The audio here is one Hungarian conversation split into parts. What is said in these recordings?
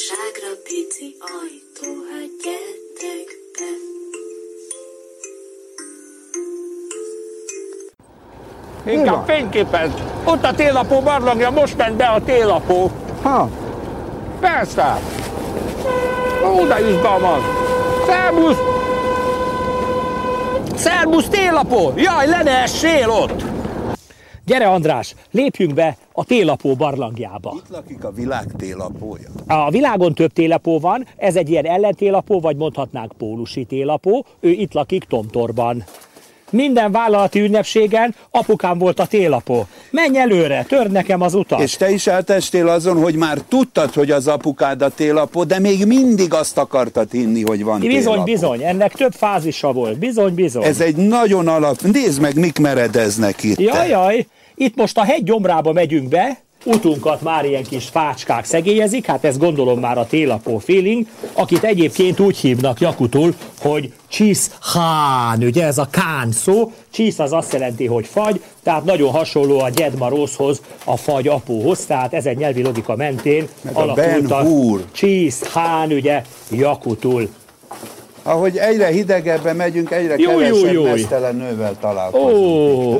Biztonságra pici ajtó, hát gyertek be. Inkább fényképez. Ott a télapó barlangja, most ment be a télapó. Ha, Persze. Oda izgalmas. Szerbusz! Szerbusz télapó! Jaj, le ne essél ott! Gyere András, lépjünk be a télapó barlangjába. itt lakik a világ télapója. A világon több télapó van, ez egy ilyen ellentélapó, vagy mondhatnánk pólusi télapó, ő itt lakik Tomtorban. Minden vállalati ünnepségen apukám volt a télapó. Menj előre, törd nekem az utat. És te is eltestél azon, hogy már tudtad, hogy az apukád a télapó, de még mindig azt akartad hinni, hogy van télapó. Bizony, ennek több fázisa volt, bizony. Ez egy nagyon nézd meg, mik meredeznek itt. Jaj, itt most a hegy gyomrába megyünk be, utunkat már ilyen kis fácskák szegélyezik, hát ez gondolom már a télapó feeling, akit egyébként úgy hívnak Jakutul, hogy csiszhán, ugye ez a kán szó, csisz az azt jelenti, hogy fagy, tehát nagyon hasonló a Gyedmarózhoz, a fagy apóhoz, tehát ez egy nyelvi logika mentén Meg a alakult a Ben-Hur. csiszhán, ugye Jakutul. Ahogy egyre hidegebben megyünk, egyre kevesebb meztelen nővel találkozunk.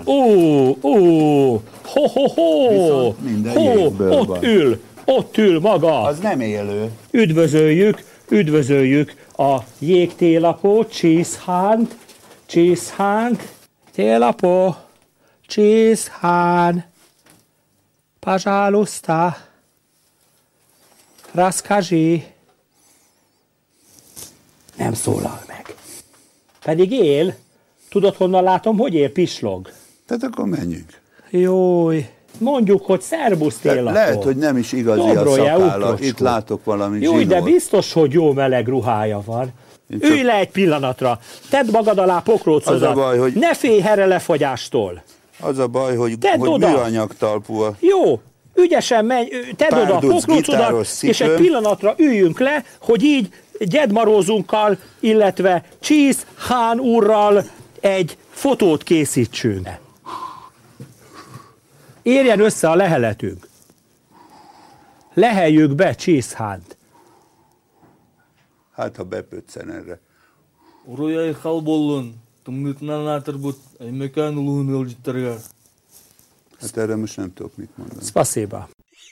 Viszont minden jégből ott van. ott ül maga. Az nem élő. Üdvözöljük a jégtélapó, csiszhánt, télapó, csiszhán, pazsáluszta, raszkazsi. Nem szólal meg. Pedig él. Tudod, honnan látom, hogy él? Pislog. Tehát akkor menjünk. Jój. Mondjuk, hogy szerbusz télapó. Lehet, hogy nem is igazi Dobroje, a szakálla. ukrocskó. Itt látok valami Jó, de zsinót. biztos, hogy jó meleg ruhája van. csak- Ülj le egy pillanatra. Tedd magad alá pokrócodat. Az a baj, hogy- Ne félj herelefogyástól. Az a baj, hogy oda. műanyag talpú a... Jó, ügyesen menj, tedd oda a Párduc pokrócodat, gitáros és egy cipőm. pillanatra üljünk le, hogy így Gyedmarózunkkal, illetve Csiszhán úrral egy fotót készítsünk. Érjen össze a leheletünk. Leheljük be Csiszhánt. Hát, ha bepöccen erre. Уруяй хал боллун, тумнытынан атыр бут, аймекан улуын өлжиттарга. Hát erre most nem tudok mit mondani. Spasiba.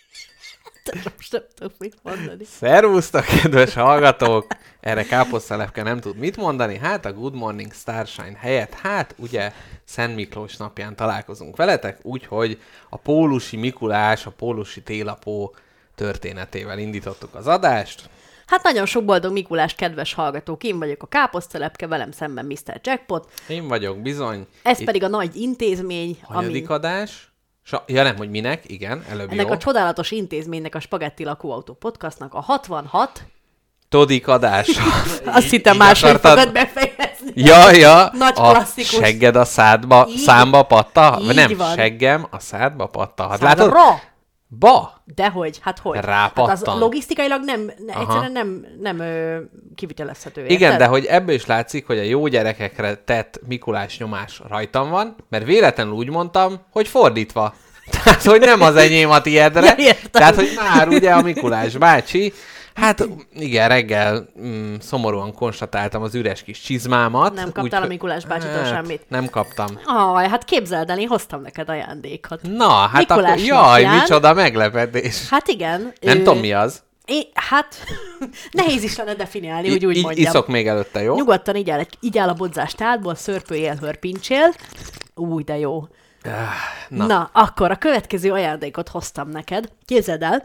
Most nem tudok mit mondani. Szervusztok, kedves hallgatók! Erre káposztelepke nem tud mit mondani, hát a Good Morning Starshine helyett, hát ugye Szent Miklós napján találkozunk veletek, úgyhogy a pólusi Mikulás, a pólusi télapó történetével indítottuk az adást. Hát nagyon sok boldog Mikulást, kedves hallgatók, én vagyok a káposztelepke, velem szemben Mr. Jackpot. Én vagyok bizony. Ez Itt pedig a nagy intézmény, hanyadik adás? Ja nem, hogy minek, igen, előbb ennek jó. a csodálatos intézménynek, a Spagetti Lakóautó podcastnak a 66. Todik adása. Azt hittem így máshogy akartad? fogod befejezni. Ja, Nagy a klasszikus. segged a szádba, Így- számba patta? így Nem, van. seggem a szádba pattahat. Szádra? Látod? Ba! Dehogy, hát hogy? Rápattan. Hát az logisztikailag egyszerűen nem kivitelezhető. Igen, érted? de hogy ebből is látszik, hogy a jó gyerekekre tett Mikulás nyomás rajtam van, mert véletlenül úgy mondtam, hogy fordítva. Tehát, hogy nem az enyém a tiédre. Ja, értem. Tehát, hogy már ugye a Mikulás bácsi, hát igen, reggel szomorúan konstatáltam az üres kis csizmámat. Nem kaptál a Mikulás bácsitól semmit? Nem kaptam. Hát képzeld el, én hoztam neked ajándékot. Na, hát Mikulás akkor, jaj, napján- micsoda meglepetés. Hát igen. Nem tudom, mi az. Hát nehéz is lenne definiálni, hogy úgy Így mondjam. iszok még előtte, jó? Nyugodtan így áll a bodzás tálból, szörpőjél, hörpincsél. Új, de jó. Na, akkor a következő ajándékot hoztam neked. Képzeld el,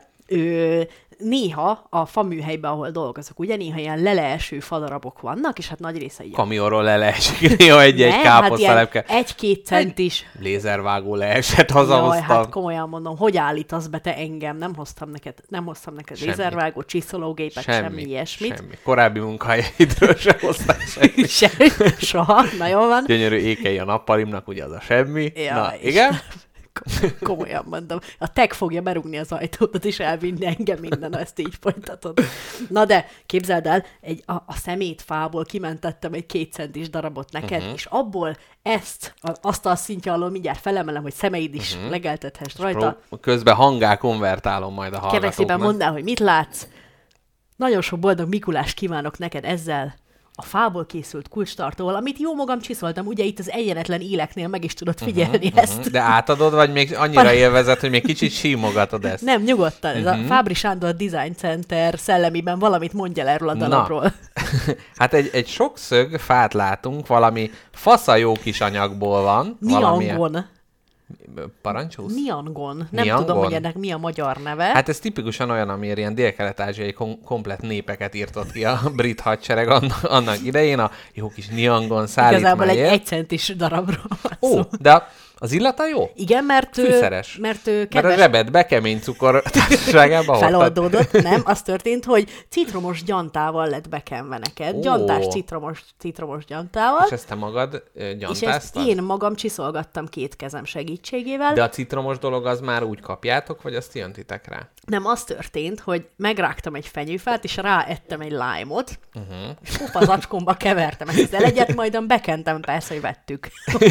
néha a faműhelyben, ahol dolgozok, ugye néha ilyen leleeső fadarabok vannak, és hát nagy része ilyen. Kamionról leesik néha egy-egy Nem, hát káposztelepke. ilyen 1-2 centis. Lézervágó leesett, Jaj, hazahoztam. hát komolyan mondom, hogy állítasz be te engem? Nem hoztam neked Semmi. lézervágó, csiszológépet, semmi ilyesmit. Semmi. Korábbi munkahelyeidről sem hoztál semmit. Semmi. Soha, na jól van. Gyönyörű ékei a nappalimnak, ugye az a semmi. Ja, Na, és- igen? Komolyan mondom. A tech fogja berúgni az ajtódat, és elvinni engem minden, ha ezt így folytatod. Na de, képzeld el, a szemétfából kimentettem egy 2 centis darabot neked, és abból azt a szintje alól mindjárt felemelem, hogy szemeid is legeltethess rajta. Közben hangál konvertálom majd a Kérlek szépen hallgatóknak. mondd el, hogy mit látsz. Nagyon sok boldog Mikulás kívánok neked ezzel a fából készült kulcstartóval, amit jó magam csiszoltam, ugye itt az egyenetlen éleknél meg is tudod figyelni ezt. De átadod, vagy még annyira élvezed, hogy még kicsit símogatod ezt? Nem, nyugodtan. Ez a Fábri Sándor Design Center szellemiben valamit mondja el erről a dalapról. Hát egy sokszög fát látunk, valami fasza jó kis anyagból van. Niangon. Parancsolsz? Niangon. Nem tudom, hogy ennek mi a magyar neve. Hát ez tipikusan olyan, amiért ilyen dél-kelet-ázsiai komplet népeket írtott ki a brit hadsereg annak idején, a jó kis Niangon szállítmányért. Igazából egy centis darabról. Ó, de az illata jó? Igen, mert fűszeres. Mert a zsebedbe kemény cukor társaságában feloldódott. Nem, az történt, hogy citromos gyantával lett bekenve neked. Gyantás citromos gyantával. És ezt te magad gyantáztad? És ezt én magam csiszolgattam 2 kezem segítségével. De a citromos dolog az már úgy kapjátok, vagy azt jöntitek rá? Nem, az történt, hogy megrágtam egy fenyőfát, és ráettem egy lime-ot, és pofazacskomba kevertem ezt az elegyet, majd bekentem, persze, hogy vettük.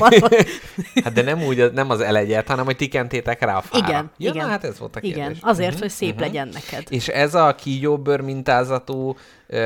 Hát de nem az elegyet, hanem hogy ti kentétek rá a fára. Igen, ja, igen. Na, hát ez volt a kérdés. Igen, azért, hogy szép legyen neked. És ez a kígyóbőr mintázatú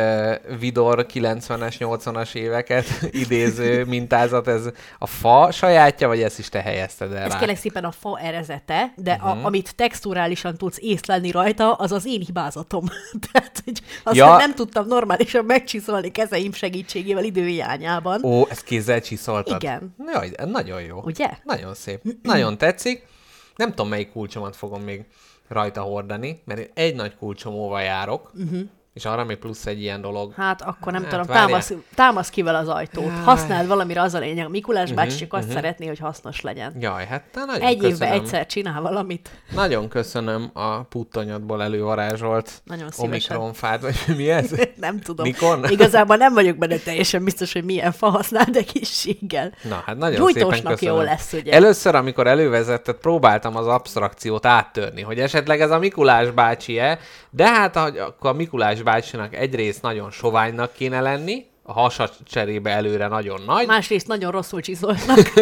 Vidor 90-es, 80-as éveket idéző mintázat, ez a fa sajátja, vagy ezt is te helyezted el rá? Ez kérlek szépen a fa erezete, de amit texturálisan tudsz észlelni rajta, az az én hibázatom. Tehát, hogy azt nem tudtam normálisan megcsiszolni kezeim segítségével időhiányában. Ó, ezt kézzel csiszoltad? Igen. Jaj, nagyon jó. Ugye? Nagyon szép. Nagyon tetszik. Nem tudom, melyik kulcsomat fogom még rajta hordani, mert én egy nagy kulcsomóval járok, és arra még plusz egy ilyen dolog. Hát akkor nem tudom, támasz ki vele az ajtót. Használd valamire, az a lényeg. Mikulás bácsi csak azt szeretné, hogy hasznos legyen. Jaj, hát nagyon egy évben egyszer csinál valamit. Nagyon köszönöm a puttonyodból elővarázsolt omikronfát, vagy mi ez? Nem tudom. Mikor? Igazából nem vagyok benne teljesen biztos, hogy milyen fa használ, de készséggel. Na, hát nagyon szépen köszönöm. Jó lesz, ugye? Először, amikor elővezetted, próbáltam az absztrakciót áttörni, hogy esetleg ez a Mikulás bácsi-e, de hát akkor a Mikulás bácsinak egyrészt nagyon soványnak kéne lenni, a hasa cserébe előre nagyon nagy. Másrészt nagyon rosszul csiszolnak.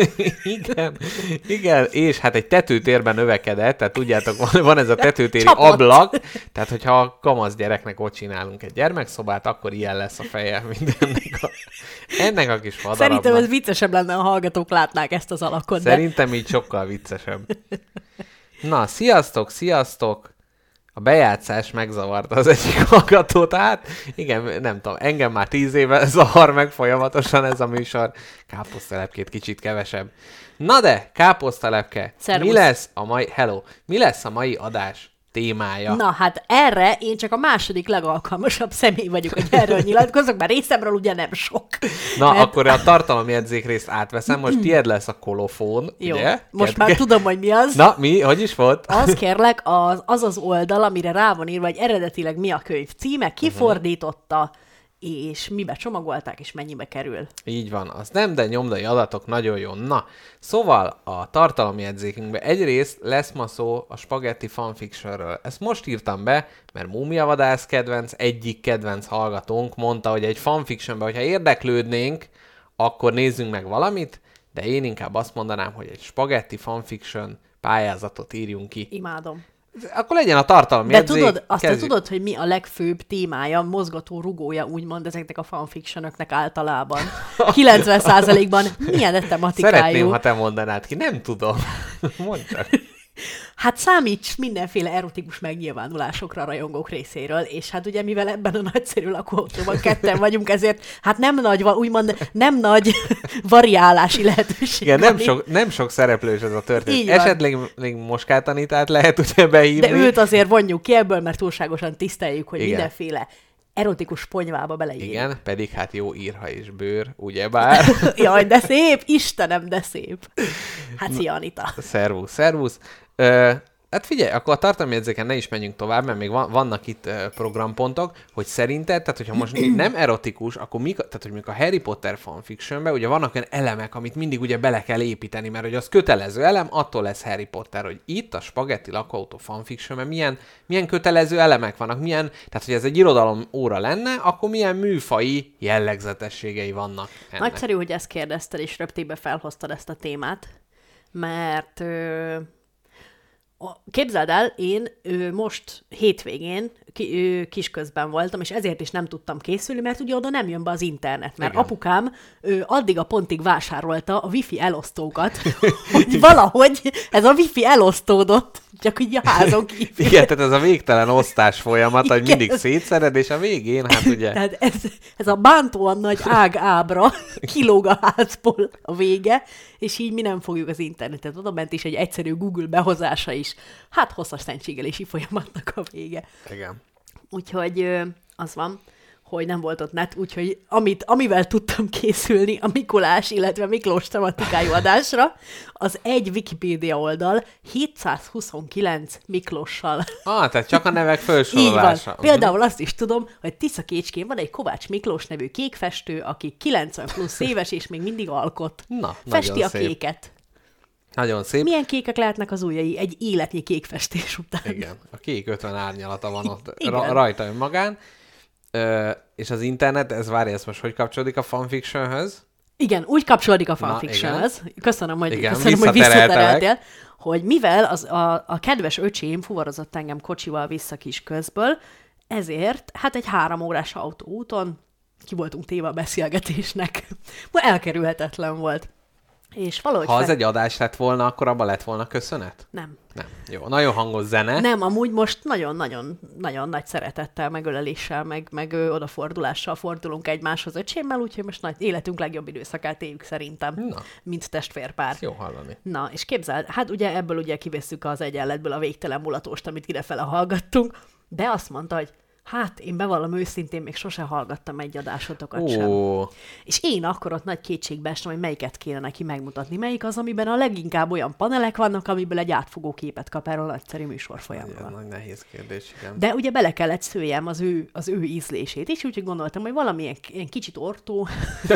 igen, és hát egy tetőtérben növekedett, tehát tudjátok, van ez a tetőtéri ablak, tehát hogyha a kamasz gyereknek ott csinálunk egy gyermekszobát, akkor ilyen lesz a feje mindennek ennek a kis fadarabnak. Szerintem ez viccesebb lenne, ha hallgatók látnák ezt az alakot. Szerintem így sokkal viccesebb. Na, sziasztok! A bejátszás megzavarta az egyik hallgatót, hát igen, nem tudom, engem már 10 éve zavar meg folyamatosan ez a műsor. Káposztelepkét kicsit kevesebb. Na de, káposztelepke, mi lesz a mai adás témája? Na hát erre én csak a második legalkalmasabb személy vagyok, hogy erről nyilatkozok, mert részemről ugye nem sok. Na, akkor a tartalomjegyzék részt átveszem, most tiéd lesz a kolofón, jó, ugye? Most már tudom, hogy mi az. Na, mi? Hogy is volt? Az kérlek, az oldal, amire rá van írva, hogy eredetileg mi a könyv címe, kifordította, és mibe csomagolták, és mennyibe kerül. Így van, az nem, de nyomdai adatok nagyon jó. Na, szóval a tartalomjegyzékünkben egyrészt lesz ma szó a Spaghetti fanfictionről. Ezt most írtam be, mert Múmiavadász egyik kedvenc hallgatónk mondta, hogy egy fanfictionben, hogyha érdeklődnénk, akkor nézzünk meg valamit, de én inkább azt mondanám, hogy egy Spaghetti fanfiction pályázatot írjunk ki. Imádom. Akkor legyen a tartalomjegyzék. De te tudod, hogy mi a legfőbb témája, mozgató rugója, úgymond ezeknek a fanfictionöknek általában? 90%-ban milyen a tematikájú? Szeretném, ha te mondanád ki. Nem tudom. Mondd csak. Hát számíts mindenféle erotikus megnyilvánulásokra a rajongók részéről, és hát ugye mivel ebben a nagyszerű lakóautóban ketten vagyunk, ezért hát nem nagy variálási lehetőség. Igen, nem sok szereplős ez a történet. Esetleg Moskáltanitát lehet ugye behívni. De őt azért vonjuk ki ebből, mert túlságosan tiszteljük, hogy igen, mindenféle erotikus ponyvába beleírjuk. Igen, pedig hát jó írha és bőr, ugyebár. Jaj, de szép! Istenem, de szép! Hát szia, Anita! Szervusz! Hát figyelj, akkor a tartalomjegyzéken ne is menjünk tovább, mert még vannak itt programpontok, hogy szerinted, tehát hogyha most nem erotikus, akkor tehát hogy mondjuk a Harry Potter fanfictionben ugye vannak olyan elemek, amit mindig ugye bele kell építeni, mert hogy az kötelező elem, attól lesz Harry Potter, hogy itt a Spaghetti lakóautó fanfictionben milyen kötelező elemek vannak, tehát hogy ez egy irodalom óra lenne, akkor milyen műfai jellegzetességei vannak ennek. Nagyszerű, hogy ezt kérdezted, és röptébe felhoztad ezt a témát, mert Képzeld el, én most hétvégén kisközben voltam, és ezért is nem tudtam készülni, mert ugye oda nem jön be az internet, mert Igen. apukám addig a pontig vásárolta a wifi elosztókat, hogy valahogy ez a wifi elosztódott, csak így a házon kívül. Igen, tehát ez a végtelen osztás folyamat, hogy Igen. mindig szétszered, és a végén, hát ugye... Tehát ez a bántóan nagy ábra kilóg a házból a vége, és így mi nem fogjuk az internetet. Oda ment is egy egyszerű Google behozása is. Hát hosszas szentségelési folyamatnak a vége. Igen. Úgyhogy az van, hogy nem volt ott net, úgyhogy amivel tudtam készülni a Mikulás, illetve Miklós tematikájú adásra, az egy Wikipédia oldal 729 Miklóssal. Tehát csak a nevek Így van. felsorolása. Például azt is tudom, hogy Tiszakécskén van egy Kovács Miklós nevű kékfestő, aki 90 plusz éves, és még mindig alkot. Na, Festi nagyon a szép. kéket. Nagyon szép. Milyen kékek lehetnek az ujjai egy életnyi kékfestés után? Igen, a kék 50 árnyalata van ott Igen. rajta önmagán. És az internet, ez most hogy kapcsolódik a fanfictionhöz? Igen, úgy kapcsolódik a Na, fanfictionhez. Köszönöm, hogy Igen, visszatereltél, hogy mivel a kedves öcsém fuvarozott engem kocsival vissza Kisközből, ezért hát egy 3 órás autóúton ki voltunk téve a beszélgetésnek. Elkerülhetetlen volt. És valahogy Ha az egy adás lett volna, akkor abban lett volna köszönet? Nem. Nem. Jó, nagyon hangos zene. Nem, amúgy most nagyon nagy szeretettel, megöleléssel, meg odafordulással fordulunk egymáshoz öcsémmel, úgyhogy most nagy életünk legjobb időszakát éljük szerintem, Na. mint testvérpár. Jó hallani. Na, és képzeld, hát ugye ebből ugye kivesszük az egyenletből a végtelen mulatóst, amit idefele hallgattunk, de azt mondta, hogy hát én bevallom őszintén, még sose hallgattam egy adásotokat sem. És én akkor ott nagy kétségbe estem, hogy melyiket kéne neki megmutatni. Melyik az, amiben a leginkább olyan panelek vannak, amiből egy átfogó képet kap erről a nagyszerű Ez műsorfolyamról. nagy nehéz kérdés, igen. De ugye bele kellett szőjem az ő ízlését is, úgyhogy gondoltam, hogy valamilyen ilyen kicsit ortó,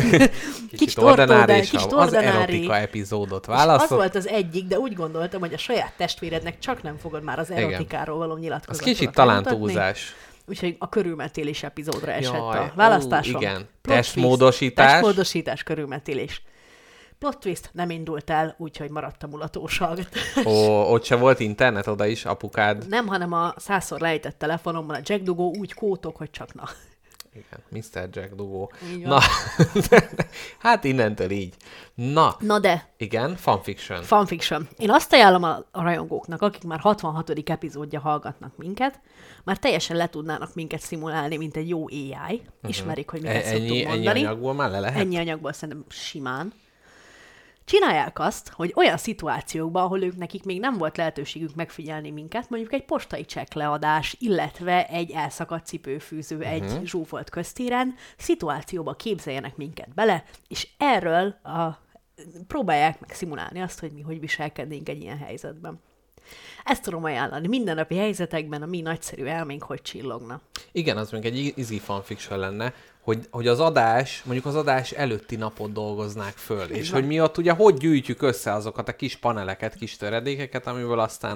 Kicsit ordinári, de és kicsit az ordinári. erotika epizódot És az választott. volt az egyik, de úgy gondoltam, hogy a saját testvérednek csak nem fogod már az erotikáról való Az nyilatkozatot kicsit talán megmutatni. túlzás. Úgyhogy a körülmetélés epizódra esett Jaj, a választásom. igen. Plot twist, Testmódosítás. Testmódosítás, körülmetélés. Plot twist nem indult el, úgyhogy maradt a mulatós hallgatás. Ott se volt internet oda is, apukád. Nem, hanem a 100-szor lejtett telefonomban a Jack dugó úgy kótok, hogy csak na. Igen, Mr. Jack dugó. Így Na, van. hát innentől így. Na, Na de, igen, fanfiction. fanfiction. Én azt ajánlom a rajongóknak, akik már 66. epizódja hallgatnak minket, már teljesen le tudnának minket szimulálni, mint egy jó AI. Ismerik, hogy miket szoktunk Ennyi mondani. anyagból már le lehet? Ennyi anyagból szerintem simán. Csinálják azt, hogy olyan szituációkban, ahol nekik még nem volt lehetőségük megfigyelni minket, mondjuk egy postai csekkleadás, illetve egy elszakadt cipőfűző egy zsúfolt köztéren, szituációba képzeljenek minket bele, és erről próbálják meg szimulálni azt, hogy mi hogy viselkednénk egy ilyen helyzetben. Ezt tudom ajánlani. Mindennapi helyzetekben a mi nagyszerű elménk hogy csillogna. Igen, az még egy easy fanfiction lenne, hogy az adás, mondjuk az adás előtti napot dolgoznák föl, és van. hogy mi ott ugye hogy gyűjtjük össze azokat a kis paneleket, kis töredékeket, amiből aztán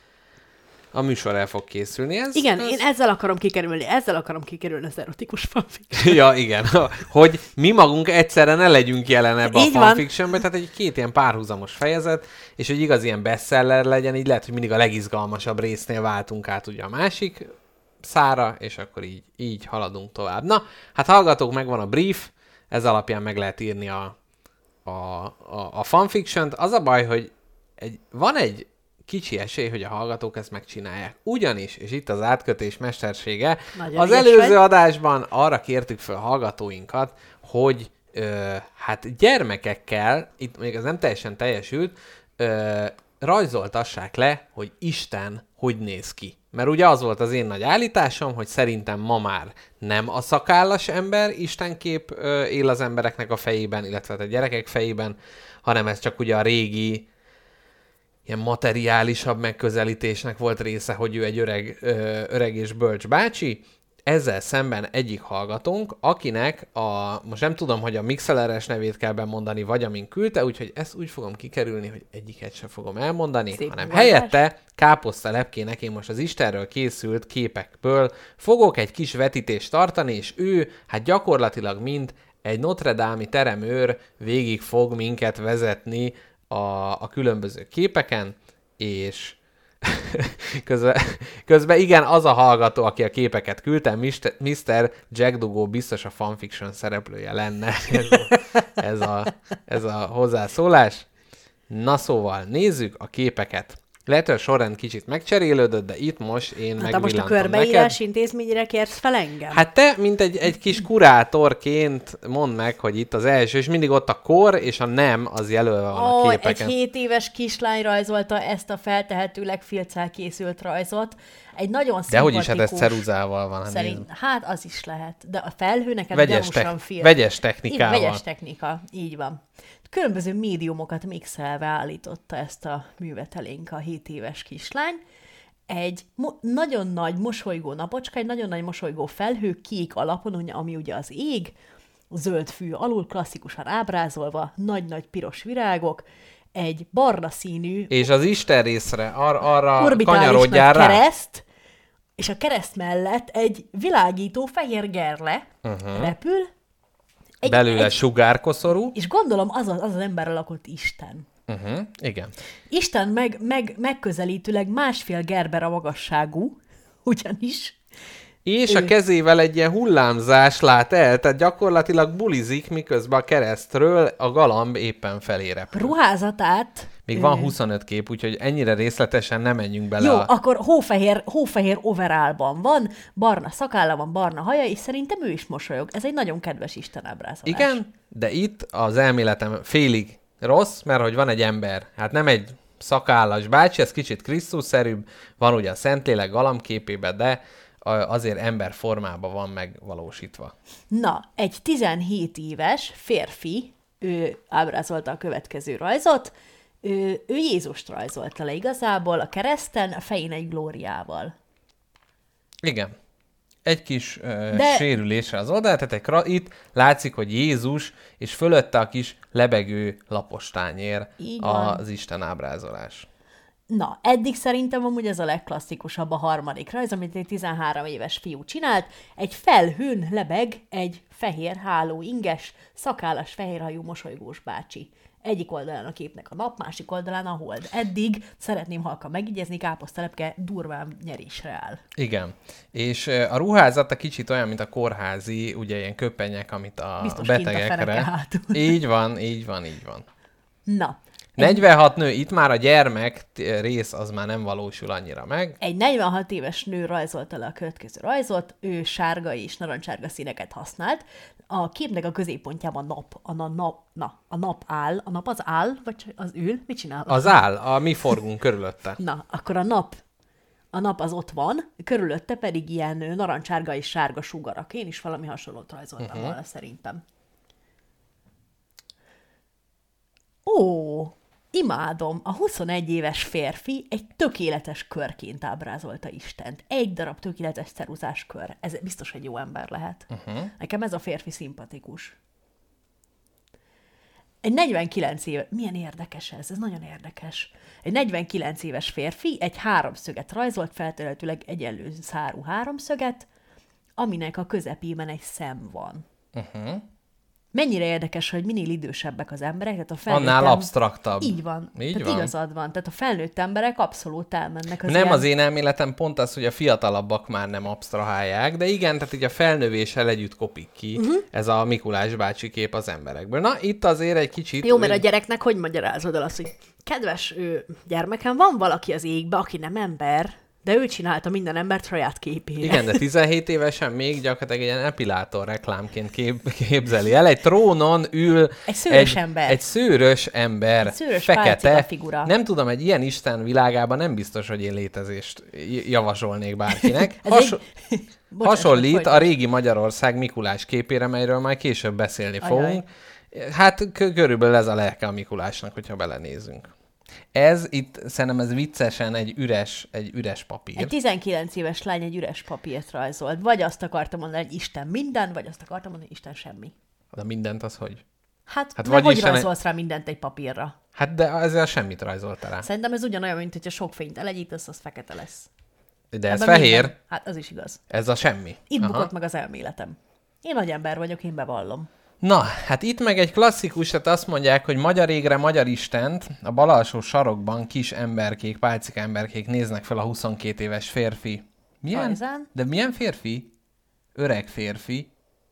a műsor el fog készülni. Igen, én ezzel akarom kikerülni az erotikus fanfiction. Ja, igen. Hogy mi magunk egyszerre ne legyünk jelen ebbe a Így van. fanfictionbe, tehát egy két ilyen párhuzamos fejezet, és hogy igaz ilyen bestseller legyen, így lehet, hogy mindig a legizgalmasabb résznél váltunk át ugye a másik szára, és akkor így haladunk tovább. Na, hát hallgatók, megvan a brief, ez alapján meg lehet írni a fanfiction-t. Az a baj, hogy van egy kicsi esély, hogy a hallgatók ezt megcsinálják. Ugyanis, és itt az átkötés mestersége, Nagyon az ügyes előző vagy. adásban arra kértük fel a hallgatóinkat, hogy hát gyermekekkel, itt még ez nem teljesen teljesült, rajzoltassák le, hogy Isten hogy néz ki. Mert ugye az volt az én nagy állításom, hogy szerintem ma már nem a szakállas ember istenkép él az embereknek a fejében, illetve a gyerekek fejében, hanem ez csak ugye a régi ilyen materiálisabb megközelítésnek volt része, hogy ő egy öreg és bölcs bácsi. Ezzel szemben egyik hallgatónk, akinek most nem tudom, hogy a Mixeleres nevét kell bemondani, vagy amin küldte, úgyhogy ezt úgy fogom kikerülni, hogy egyiket sem fogom elmondani, Szép hanem megoldás. helyette káposztalepkének én most az Istenről készült képekből fogok egy kis vetítést tartani, és ő hát gyakorlatilag mint egy Notre-Dame-i teremőr végig fog minket vezetni a különböző képeken, és Közben igen, az a hallgató, aki a képeket küldte, Mr. Jack Dugó biztos a fanfiction szereplője lenne. Ez a hozzászólás. Na szóval, nézzük a képeket. Lehet, hogy a sorrend kicsit megcserélődött, de itt most én megvillantom most a körbeírás intézményre kérsz fel engem? Hát te, mint egy kis kurátorként mondd meg, hogy itt az első, és mindig ott a kor és a nem az jelölve van a képeken. Egy 7 éves kislány rajzolta ezt a feltehetőleg filccel készült rajzot. Egy nagyon szimpatikus... Dehogy is, hát ez ceruzával van. Hát az is lehet. De a felhő neked vegyes technikával. Vegyes technika, így van. Különböző médiumokat mixelve állította ezt a művet elénk a 7 éves kislány. Egy nagyon nagy mosolygó napocska, egy nagyon nagy mosolygó felhő, kék alapon, ami ugye az ég, zöld fű alul klasszikusan ábrázolva, nagy-nagy piros virágok, egy barna színű... És az Isten részre, arra kanyarodjál rá. Kereszt, és a kereszt mellett egy világító fehér gerle repül. Belőle sugárkoszorú. És gondolom az az emberrel lakott Isten. Igen. Isten megközelítőleg 1,5 gerber a magasságú, ugyanis. És a kezével egy ilyen hullámzás lát el, tehát gyakorlatilag bulizik, miközben a keresztről a galamb éppen felé repül. Ruházatát... Még van 25 kép, úgyhogy ennyire részletesen nem menjünk bele. Jó, akkor hófehér overallban van, barna szakálla van, barna haja, és szerintem ő is mosolyog. Ez egy nagyon kedves Isten ábrázolás. Igen, de itt az elméletem félig rossz, mert hogy van egy ember, hát nem egy szakállas bácsi, ez kicsit Krisztusszerűbb, van ugye a Szentlélek galambképében, de azért ember formában van megvalósítva. Na, egy 17 éves férfi, ő ábrázolta a következő rajzot, ő Jézust rajzolta le igazából a kereszten, a fején egy glóriával. Igen. Egy kis sérülésre az oldal, tehát itt látszik, hogy Jézus, és fölötte a kis lebegő lapostányér az Isten ábrázolás. Na, eddig szerintem amúgy ez a legklasszikusabb a harmadik rajz, amit egy 13 éves fiú csinált. Egy felhőn lebeg egy fehér háló inges, szakállas, fehérhajú, mosolygós bácsi. Egyik oldalán a képnek a nap, másik oldalán a hold. Eddig, szeretném halkan megígézni, káposztelepke durván nyerésre áll. Igen. És a ruházata kicsit olyan, mint a kórházi, ugye ilyen köpenyek, amit a biztos betegekre. Így van. Na. 46 nő, itt már a gyermek rész az már nem valósul annyira meg. Egy 46 éves nő rajzolta le a következő rajzot, ő sárga és narancsárga színeket használt. A képnek a középpontjában a nap áll. A nap az áll, vagy az ül? Mit csinál? Az áll, mi forgunk körülötte. Na, akkor a nap az ott van, körülötte pedig ilyen narancsárga és sárga sugarak. Én is valami hasonlót rajzoltam volna szerintem. Ó, imádom! A 21 éves férfi egy tökéletes körként ábrázolta Istent. Egy darab tökéletes ceruzás kör. Ez biztos egy jó ember lehet. Nekem ez a férfi szimpatikus. Egy 49 éves... Milyen érdekes ez? Ez nagyon érdekes. Egy 49 éves férfi egy háromszöget rajzolt, feltehetőleg egyenlő szárú háromszöget, aminek a közepében egy szem van. Mennyire érdekes, hogy minél idősebbek az emberek, tehát a felnőtt annál absztraktabb. Így van. Igazad van. Tehát a felnőtt emberek abszolút elmennek az nem ilyen... az én elméletem pont az, hogy a fiatalabbak már nem absztrahálják, de igen, tehát így a felnövéssel együtt kopik ki ez a Mikulás bácsi kép az emberekből. Na, itt azért egy kicsit... Jó, mert a gyereknek hogy magyarázod el azt, hogy kedves gyermekem, van valaki az égbe, aki nem ember, de ő csinálta minden embert saját képére. Igen, de 17 évesen még gyakorlatilag egy ilyen epilátor reklámként képzeli el. Egy trónon ül egy szőrös ember. Egy szőrös ember, egy szőrös fekete. Figura. Nem tudom, egy ilyen Isten világában nem biztos, hogy én létezést javasolnék bárkinek. Hasonlít a régi Magyarország Mikulás képére, melyről majd később beszélni fogunk. Hát körülbelül ez a lelke a Mikulásnak, hogyha belenézünk. Ez itt, szerintem ez viccesen egy üres papír. Egy 19 éves lány egy üres papírt rajzolt. Vagy azt akartam mondani, hogy Isten minden, vagy azt akartam mondani, hogy Isten semmi. De mindent az hogy? Hát vagy hogy rajzolsz rá mindent egy papírra? Hát de ezzel semmit rajzolta rá. Szerintem ez ugyanolyan, mint hogyha sok fényt elegyítesz, az fekete lesz. De ez fehér. Hát az is igaz. Ez a semmi. Itt bukott meg az elméletem. Én nagy ember vagyok, én bevallom. Na, hát itt meg egy klasszikus, tehát azt mondják, hogy magyar égre magyar istent, a bal alsó sarokban kis emberkék, pálcika emberkék néznek fel a 22 éves férfi. Milyen? Rajzán? De milyen férfi? Öreg férfi.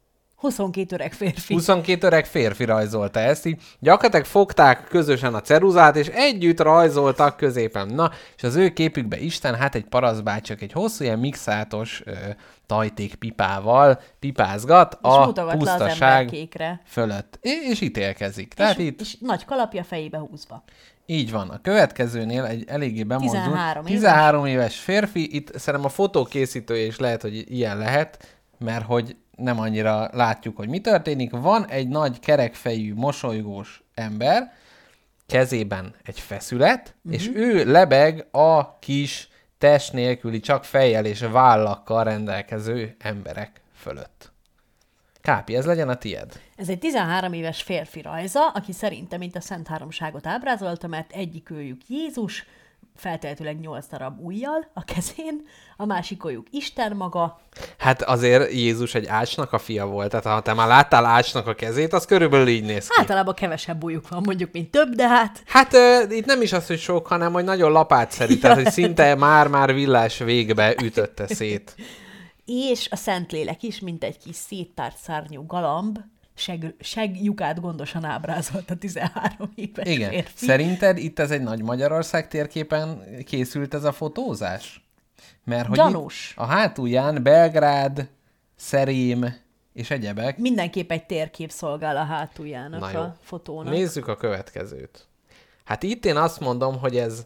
22 öreg férfi. 22 öreg férfi rajzolta ezt, így gyakorlatilag fogták közösen a ceruzát, és együtt rajzoltak középen. Na, és az ő képükbe Isten, hát egy parasztbácsak egy hosszú ilyen mixátos tajték pipával pipázgat a pusztaság fölött. És ítélkezik. Tehát itt... és nagy kalapja fejébe húzva. Így van. A következőnél egy eléggé bemozdult 13 éves férfi. Itt szerintem a fotókészítője is lehet, hogy ilyen lehet, mert hogy nem annyira látjuk, hogy mi történik. Van egy nagy kerekfejű, mosolygós ember, kezében egy feszület, és ő lebeg a kis test nélküli, csak fejjel és vállakkal rendelkező emberek fölött. Kápi, ez legyen a tied. Ez egy 13 éves férfi rajza, aki szerintem mint a Szent Háromságot ábrázolta, mert egyik őjük Jézus, feltehetőleg 8 darab ujjal a kezén, a másik őjük Isten maga. Hát azért Jézus egy ácsnak a fia volt, tehát ha te már láttál ácsnak a kezét, az körülbelül így néz ki. Általában kevesebb ujjuk van, mondjuk, mint több, de hát... Hát itt nem is az, hogy sok, hanem hogy nagyon lapátszerű, tehát hogy szinte már villás végbe ütötte szét. És a Szentlélek is, mint egy kis széttárt szárnyú galamb, seglyukát gondosan ábrázolt a 13 éves Igen. férfi. Szerinted itt ez egy nagy Magyarország térképen készült ez a fotózás? Mert hogy gyanús. a hátulján Belgrád, Szerém és egyebek. Mindenképp egy térkép szolgál a hátuljának a fotónak. Nézzük a következőt. Hát itt én azt mondom, hogy ez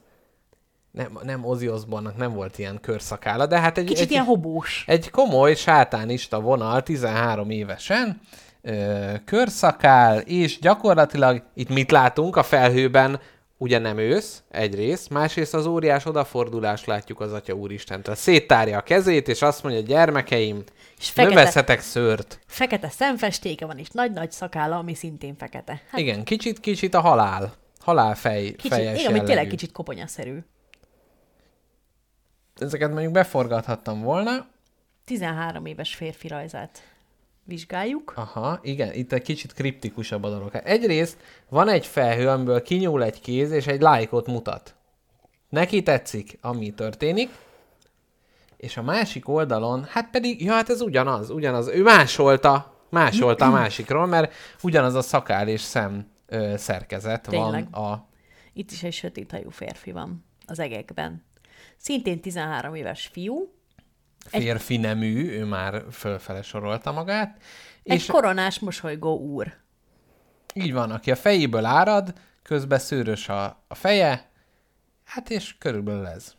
nem Ozzy Osbourne-nak nem volt ilyen körszakála, de hát Kicsit ilyen hobós. Egy komoly sátánista vonal 13 évesen, körszakál, és gyakorlatilag itt mit látunk a felhőben? Ugye nem ősz, egyrészt, másrészt az óriás odafordulást látjuk az Atya Úristentől. Széttárja a kezét, és azt mondja, gyermekeim, növeszhetek szőrt. Fekete szemfestéke van, és nagy-nagy szakálla, ami szintén fekete. Hát, igen, kicsit a halál fejes igen, jellegű. ami tényleg kicsit koponyaszerű. Ezeket mondjuk beforgathattam volna. 13 éves férfi rajzát vizsgáljuk. Aha, igen, itt egy kicsit kriptikusabb a dolog. Egyrészt van egy felhő, amiből kinyúl egy kéz, és egy lájkot mutat. Neki tetszik, ami történik, és a másik oldalon, hát pedig, hát ez ugyanaz. Ő másolta a másikról, mert ugyanaz a szakál és szem szerkezet Tényleg. van a... Itt is egy sötéthajú férfi van az egekben. Szintén 13 éves fiú. Férfi nemű, ő már fölfele sorolta magát. Egy koronás mosolygó úr. Így van, aki a fejéből árad, közben szőrös a feje, hát és körülbelül ez.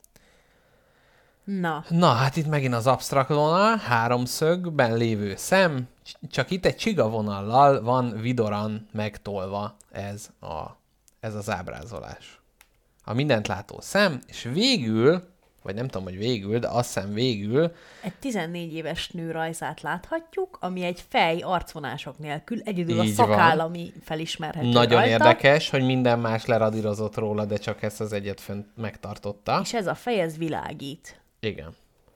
Na, hát itt megint az absztrakt vonal, háromszögben lévő szem, csak itt egy csiga vonallal van vidoran megtolva ez az ábrázolás. A mindent látó szem, és végül, vagy nem tudom, hogy végül, de azt hiszem végül... Egy 14 éves nő rajzát láthatjuk, ami egy fej arcvonások nélkül, egyedül a szakáll, ami felismerhető Nagyon rajta. érdekes, hogy minden más leradírozott róla, de csak ezt az egyet fönt megtartotta. És ez a fej, ez világít. Igen.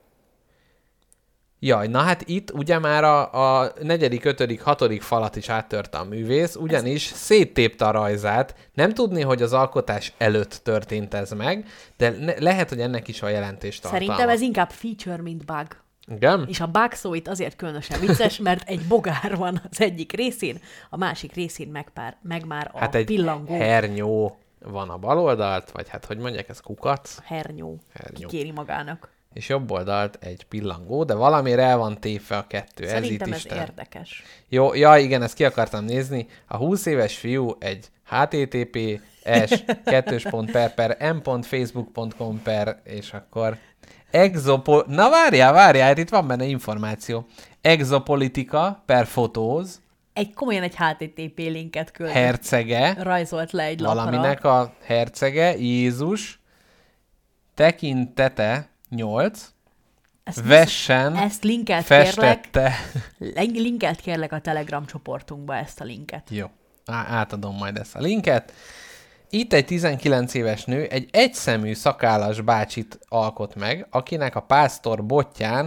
Jaj, na hát itt ugye már a 4., 5., 6. falat is áttörte a művész, ugyanis széttépte a rajzát. Nem tudni, hogy az alkotás előtt történt ez meg, de lehet, hogy ennek is a jelentést tartalma. Szerintem ez inkább feature, mint bug. Igen? És a bug szó itt azért különösen vicces, mert egy bogár van az egyik részén, a másik részén meg már a pillangó. Hát egy hernyó van a bal oldalt, vagy hát hogy mondják, ez kukac? Hernyó. Kikéri magának. És jobb oldalt egy pillangó, de valamire el van tépve a kettő. Szerintem ez itt ez érdekes. Jó, ja, igen, ezt ki akartam nézni. A 20 éves fiú egy https m.facebook.com és akkor na várjál, hát itt van benne információ. Exopolitika per fotóz. Komolyan egy HTTP linket küldött. Hercege. Rajzolt le egy lapra. Valaminek a hercege, Jézus, tekintete 8, vessen, ezt linkelt festette. Linkelt kérlek a Telegram csoportunkba ezt a linket. Jó, átadom majd ezt a linket. Itt egy 19 éves nő egy egyszemű szakállas bácsit alkot meg, akinek a pásztor botján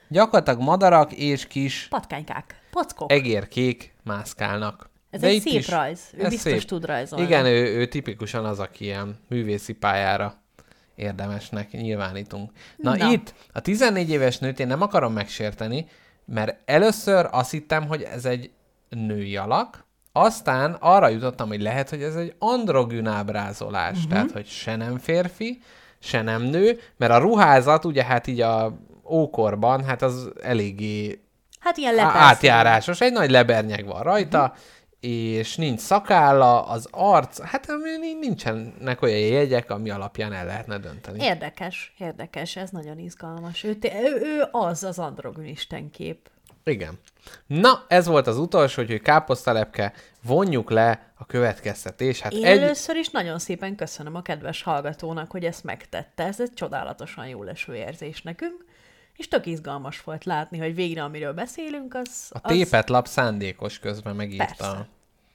Gyakorlatilag madarak és kis Patkánykák, pockok. egérkék mászkálnak. Ez De egy itt szép is- rajz. Ő ez biztos szép. tud rajzolni. Igen, ő tipikusan az, aki ilyen művészi pályára érdemesnek nyilvánítunk. Na itt a 14 éves nőt én nem akarom megsérteni, mert először azt hittem, hogy ez egy női alak, aztán arra jutottam, hogy lehet, hogy ez egy androgyn ábrázolás, tehát hogy se nem férfi, se nem nő, mert a ruházat ugye hát így a ókorban, hát az eléggé Hát ilyen lepelszínű. átjárásos, egy nagy lebernyeg van rajta, és nincs szakálla, az arc, hát nincsenek olyan jegyek, ami alapján el lehetne dönteni. Érdekes, ez nagyon izgalmas. Ő az androgyn istenkép. Igen. Na, ez volt az utolsó, hogy káposztalepke, vonjuk le a következtetés. Hát Én először is nagyon szépen köszönöm a kedves hallgatónak, hogy ezt megtette. Ez egy csodálatosan jól eső érzés nekünk, és tök izgalmas volt látni, hogy végre amiről beszélünk, az... A tépet lap szándékos közben megírta. Persze.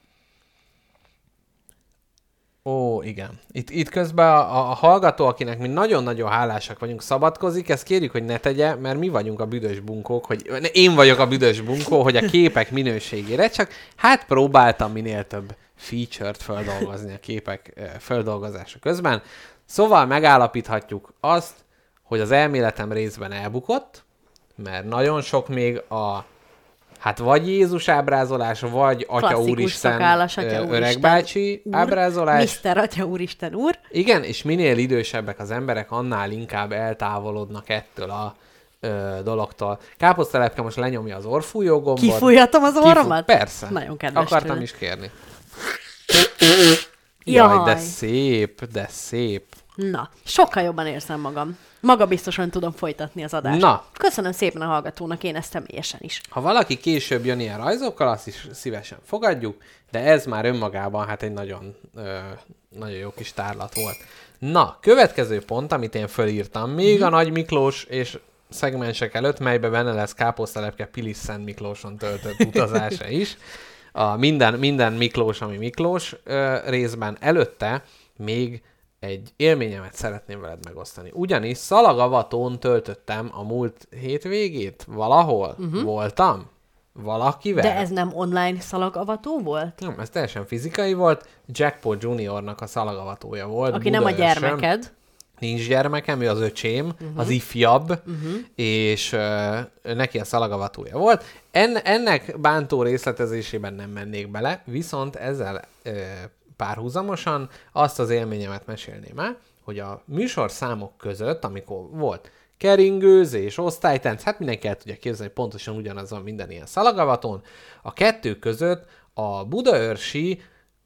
Ó, igen. Itt közben a hallgató, akinek mi nagyon-nagyon hálásak vagyunk, szabadkozik, ezt kérjük, hogy ne tegye, mert mi vagyunk a büdös bunkók, hogy én vagyok a büdös bunkó, hogy a képek minőségére, csak hát próbáltam minél több feature-t feldolgozni a képek feldolgozása közben. Szóval megállapíthatjuk azt, hogy az elméletem részben elbukott, mert nagyon sok még a hát vagy Jézus ábrázolás, vagy Atya Klasszikus Úristen, szakállas Atya Úristen öregbácsi úr, ábrázolás. Mr. Atya Úristen úr. Igen, és minél idősebbek az emberek, annál inkább eltávolodnak ettől a dologtól. Káposztalepke most lenyomja az orrfújó gombot. Kifújhatom az orromat? Persze. Nagyon kedves Akartam tőle. is kérni. Jaj. Jaj, de szép. Na, sokkal jobban érzem magam. Magabiztosan tudom folytatni az adást. Na. Köszönöm szépen a hallgatónak, én ezt személyesen is. Ha valaki később jön ilyen rajzokkal, azt is szívesen fogadjuk, de ez már önmagában hát egy nagyon jó kis tárlat volt. Na, következő pont, amit én fölírtam, még a Nagy Miklós és szegmensek előtt, melyben benne lesz Káposztalepke Pilis Szent Miklóson töltött utazása is. A minden Miklós, ami Miklós részben előtte még egy élményemet szeretném veled megosztani. Ugyanis Szalagavatón töltöttem a múlt hétvégét. Valahol voltam. Valakivel. De ez nem online szalagavató volt? Nem, ez teljesen fizikai volt. Jackpot Juniornak a szalagavatója volt. Aki nem a Budaörsön. gyermeked. Nincs gyermekem, ő az öcsém, az ifjabb, és neki a szalagavatója volt. Ennek bántó részletezésében nem mennék bele, viszont ezzel párhuzamosan azt az élményemet mesélném el, hogy a műsorszámok között, amikor volt keringőzés, osztálytánc, hát mindenki el tudja képzelni, pontosan ugyanaz van minden ilyen szalagavatón, a kettő között a budaörsi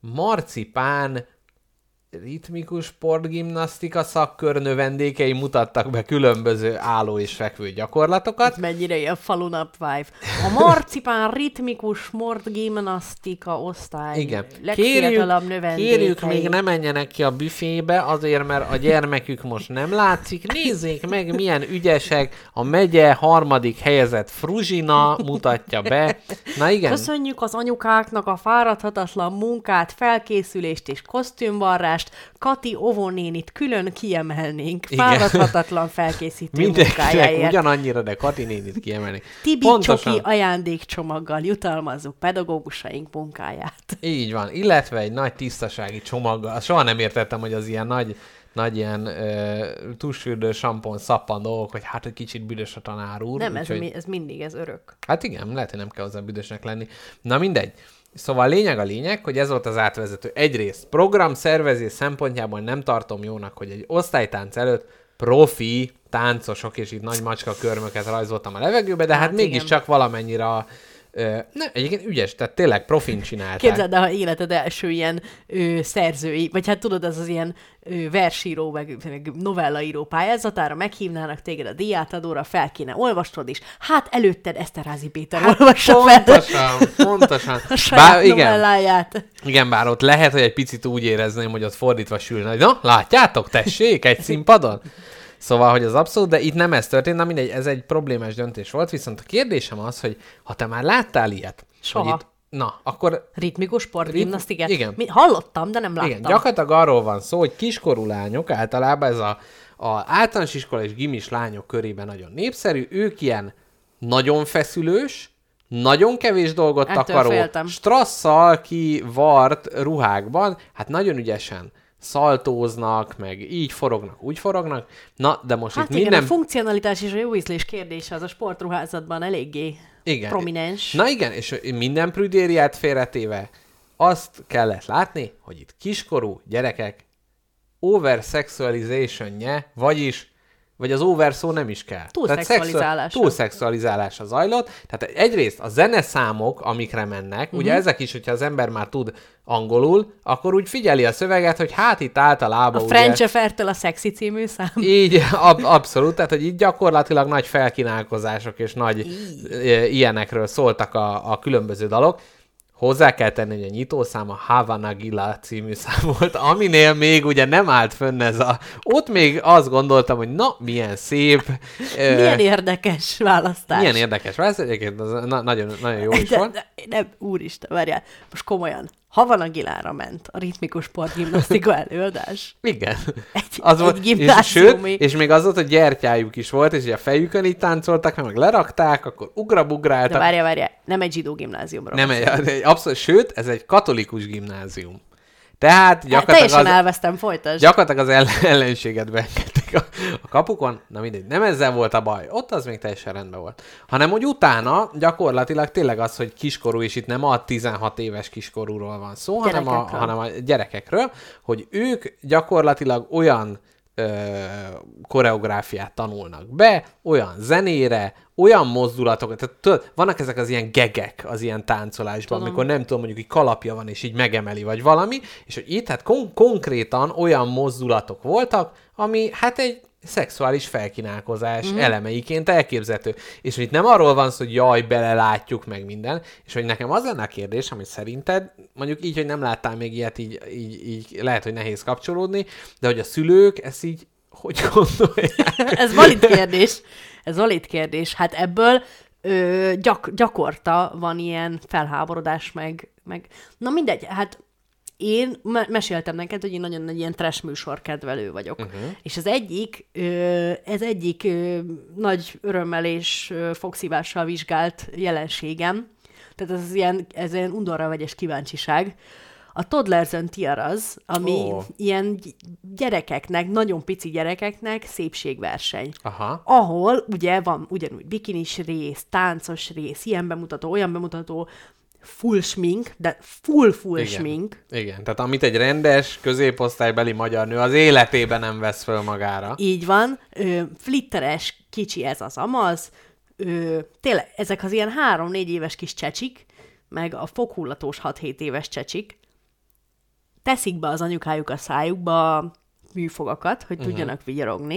marcipán ritmikus sportgimnasztika szakkör növendékei mutattak be különböző álló és fekvő gyakorlatokat. Ez mennyire ilyen falunap vibe. A marcipán ritmikus sportgimnasztika osztály. Igen. Legfiatalabb növendékei. Kérjük, még ne menjenek ki a büfébe, azért, mert a gyermekük most nem látszik. Nézzék meg, milyen ügyesek. A megye harmadik helyezett Fruzsina mutatja be. Na igen. Köszönjük az anyukáknak a fáradhatatlan munkát, felkészülést és kosztümvarrást. Kati Ovonénit külön kiemelnénk. Igen. Fáradhatatlan felkészítő Mindenkinek munkájáért. ugyanannyira, de Kati nénit kiemelni. Tibi Csoki ajándékcsomaggal jutalmazzuk pedagógusaink munkáját. Így van, illetve egy nagy tisztasági csomaggal. Soha nem értettem, hogy az ilyen nagy ilyen tusfürdő, sampon, szappan dolgok, hogy hát egy kicsit büdös a tanár úr. Nem, úgyhogy... ez mindig, ez örök. Hát igen, lehet, hogy nem kell hozzá büdösnek lenni. Na mindegy. Szóval a lényeg, hogy ez volt az átvezető. Egyrészt programszervezés szempontjából nem tartom jónak, hogy egy osztálytánc előtt profi táncosok, és itt nagy macska körmöket rajzoltam a levegőbe, de hát mégiscsak valamennyire egyébként ügyes, tehát tényleg profin csinálták. Képzeld el, ha életed első ilyen szerzői, vagy hát tudod, az ilyen versíró, meg novellaíró pályázatára meghívnának téged a díjátadóra, fel kéne olvastod is. Hát előtted Eszterházy Péter olvassa fel Pontosan. a saját novelláját. Igen, bár ott lehet, hogy egy picit úgy érezném, hogy ott fordítva sülne, hogy na, látjátok, tessék, egy színpadon? Szóval, hogy az abszolút, de itt nem ez történt, na mindegy, ez egy problémás döntés volt, viszont a kérdésem az, hogy ha te már láttál ilyet, Soha. hogy itt, na, akkor... Ritmikus sportgimnasztikát? Igen. Hallottam, de nem láttam. Igen, gyakorlatilag arról van szó, hogy kiskorú lányok, általában ez a általános iskola és gimis lányok körében nagyon népszerű, ők ilyen nagyon feszülős, nagyon kevés dolgot Ettől takaró, féltem. strasszal kivart ruhákban, hát nagyon ügyesen szaltóznak, meg így forognak, úgy forognak. Na, de most Hát itt igen, minden... a funkcionalitás és a jó ízlés kérdése az a sportruházatban eléggé Igen. prominens. Na igen, és minden prüdériát félretéve azt kellett látni, hogy itt kiskorú gyerekek oversexualization-je, vagy az over szó nem is kell. Túlszexualizálása. Túlszexualizálása zajlott. Tehát egyrészt a zeneszámok, amikre mennek, ugye ezek is, hogyha az ember már tud angolul, akkor úgy figyeli a szöveget, hogy hát itt általában A French Affair-től a Sexy című szám. így, abszolút, tehát hogy így gyakorlatilag nagy felkínálkozások és nagy ilyenekről szóltak a különböző dalok. Hozzá kell tenni, hogy a nyitószám a Havana Gila című szám volt, aminél még ugye nem állt fönn ez a... Ott még azt gondoltam, hogy na, milyen szép... Milyen érdekes választás. Milyen érdekes választás, egyébként az nagyon, nagyon jó is volt. De, úristen, várjál, most komolyan. Havana Gilára ment a ritmikus sportgimnasztika előadás. Igen. Egy gimnáziumi. És még az volt, hogy gyertyájuk is volt, és ugye a fejükön így táncoltak, meg lerakták, akkor ugrabugráltak. De várjál, nem egy zsidó gimnáziumra. Nem, abszolút, sőt, ez egy katolikus gimnázium. Tehát teljesen elvesztem, folytasd. Gyakorlatilag az ellenséget beengedték a kapukon. Na mindegy, nem ezzel volt a baj. Ott az még teljesen rendben volt. Hanem, hogy utána gyakorlatilag tényleg az, hogy kiskorú, és itt nem a 16 éves kiskorúról van szó, hanem a gyerekekről, hogy ők gyakorlatilag olyan koreográfiát tanulnak be, olyan zenére, olyan mozdulatokat, tehát tudod, vannak ezek az ilyen gegek az ilyen táncolásban, amikor nem tudom, mondjuk, hogy kalapja van, és így megemeli, vagy valami, és hogy itt hát konkrétan olyan mozdulatok voltak, ami hát egy szexuális felkínálkozás elemeiként elképzelhető. És hogy itt nem arról van szó, hogy jaj, belelátjuk meg minden, és hogy nekem az lenne a kérdés, amit szerinted, mondjuk így, hogy nem láttál még ilyet, így lehet, hogy nehéz kapcsolódni, de hogy a szülők ezt így hogy gondolják? Ez valid kérdés. Hát ebből gyakorta van ilyen felháborodás, meg... Na mindegy, hát én meséltem neked, hogy én nagyon nagy ilyen trash műsor kedvelő vagyok. És az egyik nagy örömmel és fogszívással vizsgált jelenségem, tehát ez ilyen undorra vegyes kíváncsiság, a Toddlers and Tiaras, ami ilyen gyerekeknek, nagyon pici gyerekeknek szépségverseny. Aha. Ahol ugye van ugyanúgy bikinis rész, táncos rész, ilyen bemutató, olyan bemutató, full smink, de full igen. smink. Igen, tehát amit egy rendes, középosztálybeli magyar nő az életében nem vesz föl magára. Így van, flitteres, kicsi ez az amaz, tényleg ezek az ilyen 3-4 éves kis csecsik, meg a fokhullatos 6-7 éves csecsik, teszik be az anyukájuk a szájukba a műfogakat, hogy tudjanak vigyorogni.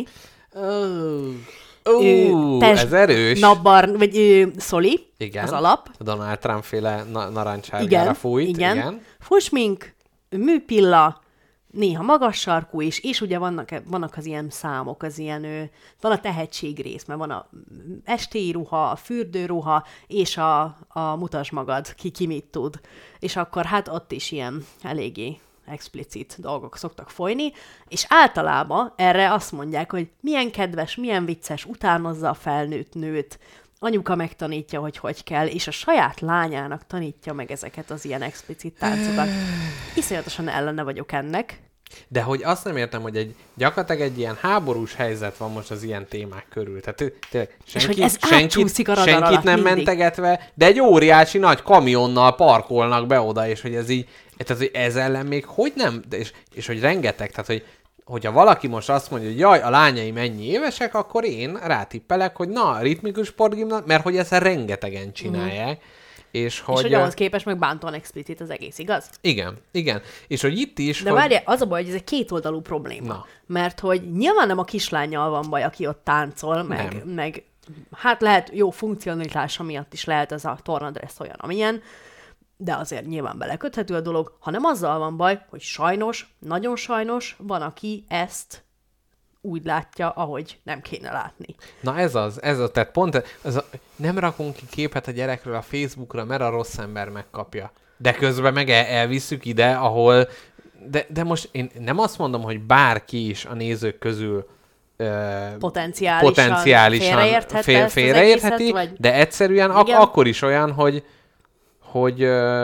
Ez erős. Napbar, vagy Szoli, igen. Az alap. A Donald Trump-féle narancsárgára fújt. Igen. Fullsmink, műpilla, néha magas sarkú is, és ugye vannak az ilyen számok, az ilyen, van a tehetségrész, mert van a estéi ruha, a fürdőruha, és a mutasd magad, ki mit tud. És akkor hát ott is ilyen eléggé explicit dolgok szoktak folyni, és általában erre azt mondják, hogy milyen kedves, milyen vicces, utánozza a felnőtt nőt, anyuka megtanítja, hogy kell, és a saját lányának tanítja meg ezeket az ilyen explicit táncokat. Iszonyatosan ellene vagyok ennek. De hogy azt nem értem, hogy gyakorlatilag egy ilyen háborús helyzet van most az ilyen témák körül. Tehát tényleg senkit nem mentegetve, de egy óriási nagy kamionnal parkolnak be oda, és hogy ez így, tehát hogy ez ellen még hogy nem, és hogy rengeteg, tehát hogyha valaki most azt mondja, hogy jaj, a lányaim ennyi évesek, akkor én rátippelek, hogy na, ritmikus sportgimnazis, mert hogy ezt rengetegen csinálják. És hogy ahhoz képest meg bántóan explicit az egész, igaz? Igen. És hogy itt is... De várjál, az a baj, hogy ez egy kétoldalú probléma. Na. Mert hogy nyilván nem a kislánnyal van baj, aki ott táncol, meg hát lehet jó funkcionalitása miatt is lehet ez a tornadressz olyan, amilyen, de azért nyilván beleköthető a dolog, hanem azzal van baj, hogy sajnos, nagyon sajnos van, aki ezt úgy látja, ahogy nem kéne látni. Na ez az, tehát pont nem rakunk ki képet a gyerekről a Facebookra, mert a rossz ember megkapja. De közben meg elvisszük ide, ahol... De most én nem azt mondom, hogy bárki is a nézők közül potenciálisan félreértheti, de egyszerűen akkor is olyan, hogy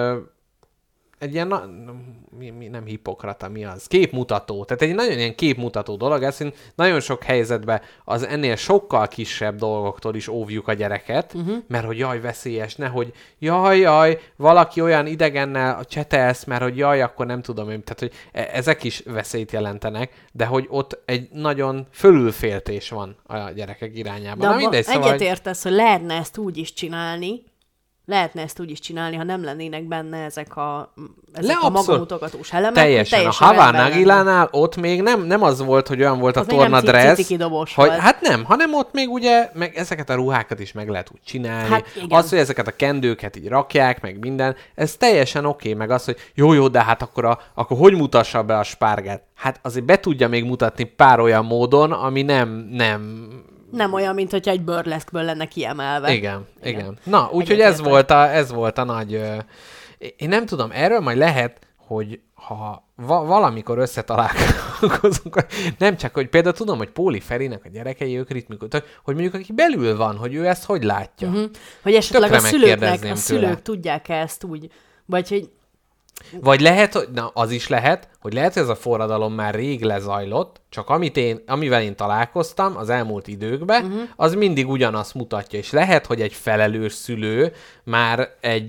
egy ilyen, nem hipokrata, mi az? Képmutató. Tehát egy nagyon ilyen képmutató dolog, ez nagyon sok helyzetben az ennél sokkal kisebb dolgoktól is óvjuk a gyereket, mert hogy jaj, veszélyes, nehogy jaj, valaki olyan idegennel csetelsz, mert hogy jaj, akkor nem tudom én. Tehát, hogy ezek is veszélyt jelentenek, de hogy ott egy nagyon fölülféltés van a gyerekek irányában. De egyetértesz, hogy lehetne ezt úgy is csinálni, ha nem lennének benne ezek a magamutogatós elemek. Teljesen. A Havana Nagilánál ott még nem az volt, hogy olyan volt a tornadress, hogy hát nem, hanem ott még ugye meg ezeket a ruhákat is meg lehet úgy csinálni. Hát az, hogy ezeket a kendőket így rakják, meg minden, ez teljesen oké, meg az, hogy jó, de hát akkor hogy mutassa be a spárgát? Hát azért be tudja még mutatni pár olyan módon, ami nem olyan, mint hogyha egy burleszkből lenne kiemelve. Igen. Na, úgyhogy ez volt a nagy... Én nem tudom, erről majd lehet, hogy ha valamikor összetalálkozunk, nem csak, hogy például tudom, hogy Póli Ferinek a gyerekei, ők ritmikus, hogy mondjuk aki belül van, hogy ő ezt hogy látja. Hogy esetleg a szülők tudják ezt úgy, vagy lehet, hogy az is lehet, hogy ez a forradalom már rég lezajlott, csak amivel én találkoztam az elmúlt időkben, az mindig ugyanazt mutatja, és lehet, hogy egy felelős szülő már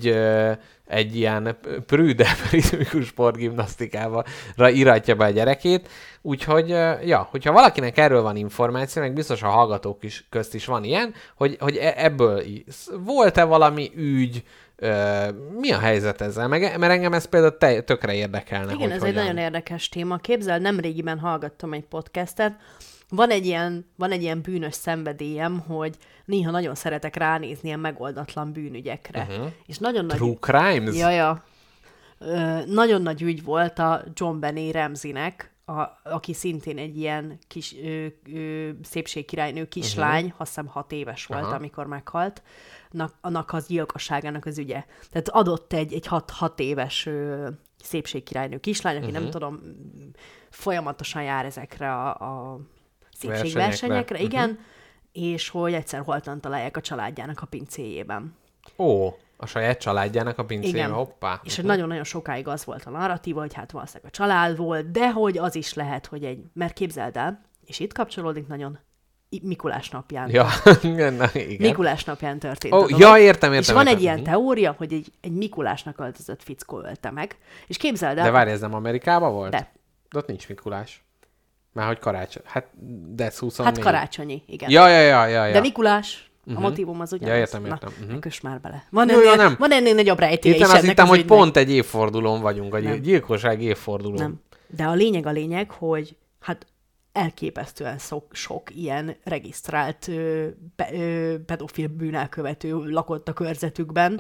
egy ilyen prűdebb ritmikus sportgimnasztikára iratja be a gyerekét, úgyhogy, hogyha valakinek erről van információ, meg biztos a hallgatók közt is van ilyen, hogy ebből volt-e valami ügy, mi a helyzet ezzel? Mert engem ez például tökre érdekelne. Igen, ez egy nagyon érdekes téma. Képzeld, nemrégiben hallgattam egy podcastet. Van egy ilyen bűnös szenvedélyem, hogy néha nagyon szeretek ránézni ilyen megoldatlan bűnügyekre. És nagyon nagy... True crimes? Ja. Nagyon nagy ügy volt a John Benet Ramseynek, aki szintén egy ilyen kis szépségkirálynő kislány, azt hiszem 6 éves volt, amikor meghalt, annak az gyilkosságának az ügye. Tehát adott egy 6 éves szépségkirálynő kislány, aki nem tudom, folyamatosan jár ezekre a szépségversenyekre, igen, és hogy egyszer holtan találják a családjának a pincéjében. Ó, a saját családjának a pincéjében, hoppá. És hogy nagyon-nagyon sokáig az volt a narratíva, hogy hát valószínűleg a család volt, de hogy az is lehet, hogy mert képzeld el, és itt kapcsolódik nagyon Mikulás napján. Ja, igen. Mikulás napján történt. Értem. És van egy ilyen teória, hogy egy Mikulásnak öltözött fickó ölte meg. És képzeld el... De várj, ez nem Amerikában volt? De ott nincs Mikulás. Már hogy karácsony. Hát, de ez 24. Hát karácsonyi, igen. Ja. De Mikulás, a motivum az ugyanaz. Ja, értem. Na, kös már bele. Van ennél nagyobb rejtélye is ennek azt hittem, hogy pont egy évfordulón vagyunk, a gyilkosság évfordulón. Nem. De a lényeg, hogy hát elképesztően sok ilyen regisztrált pedofil bűnelkövető lakott a körzetükben,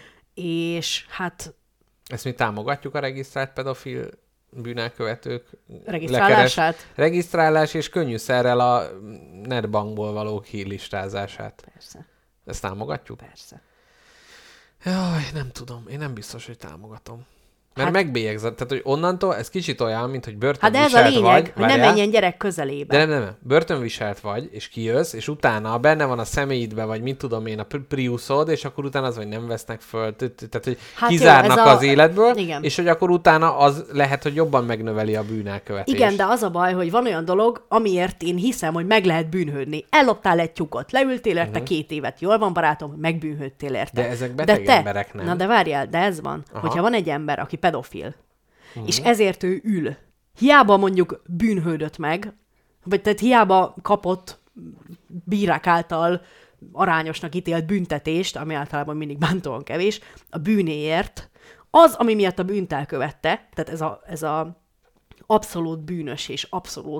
és hát... Ezt mi támogatjuk, a regisztrált pedofil bűnelkövetők regisztrálását? Regisztrálás és könnyűszerrel a netbankból való hírlistázását. Persze. Ezt támogatjuk? Persze. Jaj, nem tudom. Én nem biztos, hogy támogatom. Mert megbélyegzett. Tehát, hogy onnantól ez kicsit olyan, mint hogy börtönviselt vagy. Hát ez a lényeg, hogy nem menjen gyerek közelébe. De nem. Börtönviselt vagy, és kijössz, és utána benne van a személyidbe, vagy mit tudom én, a Priusod, és akkor utána az, hogy nem vesznek föl. Tehát, hogy kizárnak az életből, igen. És hogy akkor utána az lehet, hogy jobban megnöveli a bűnelkövetést. Igen, de az a baj, hogy van olyan dolog, amiért én hiszem, hogy meg lehet bűnhődni. Elloptál egy tyúkot, leültél érte 2 évet, jól van barátom, megbűnhődtél érte. De ezek beteg emberek, nem? Na de várjál, de ez van. Hogyha van egy ember, aki pedofil, és ezért ő ül. Hiába mondjuk bűnhődött meg, vagy tehát hiába kapott bírák által arányosnak ítélt büntetést, ami általában mindig bántóan kevés, a bűnéért, az, ami miatt a bűnt elkövette, tehát ez a abszolút bűnös és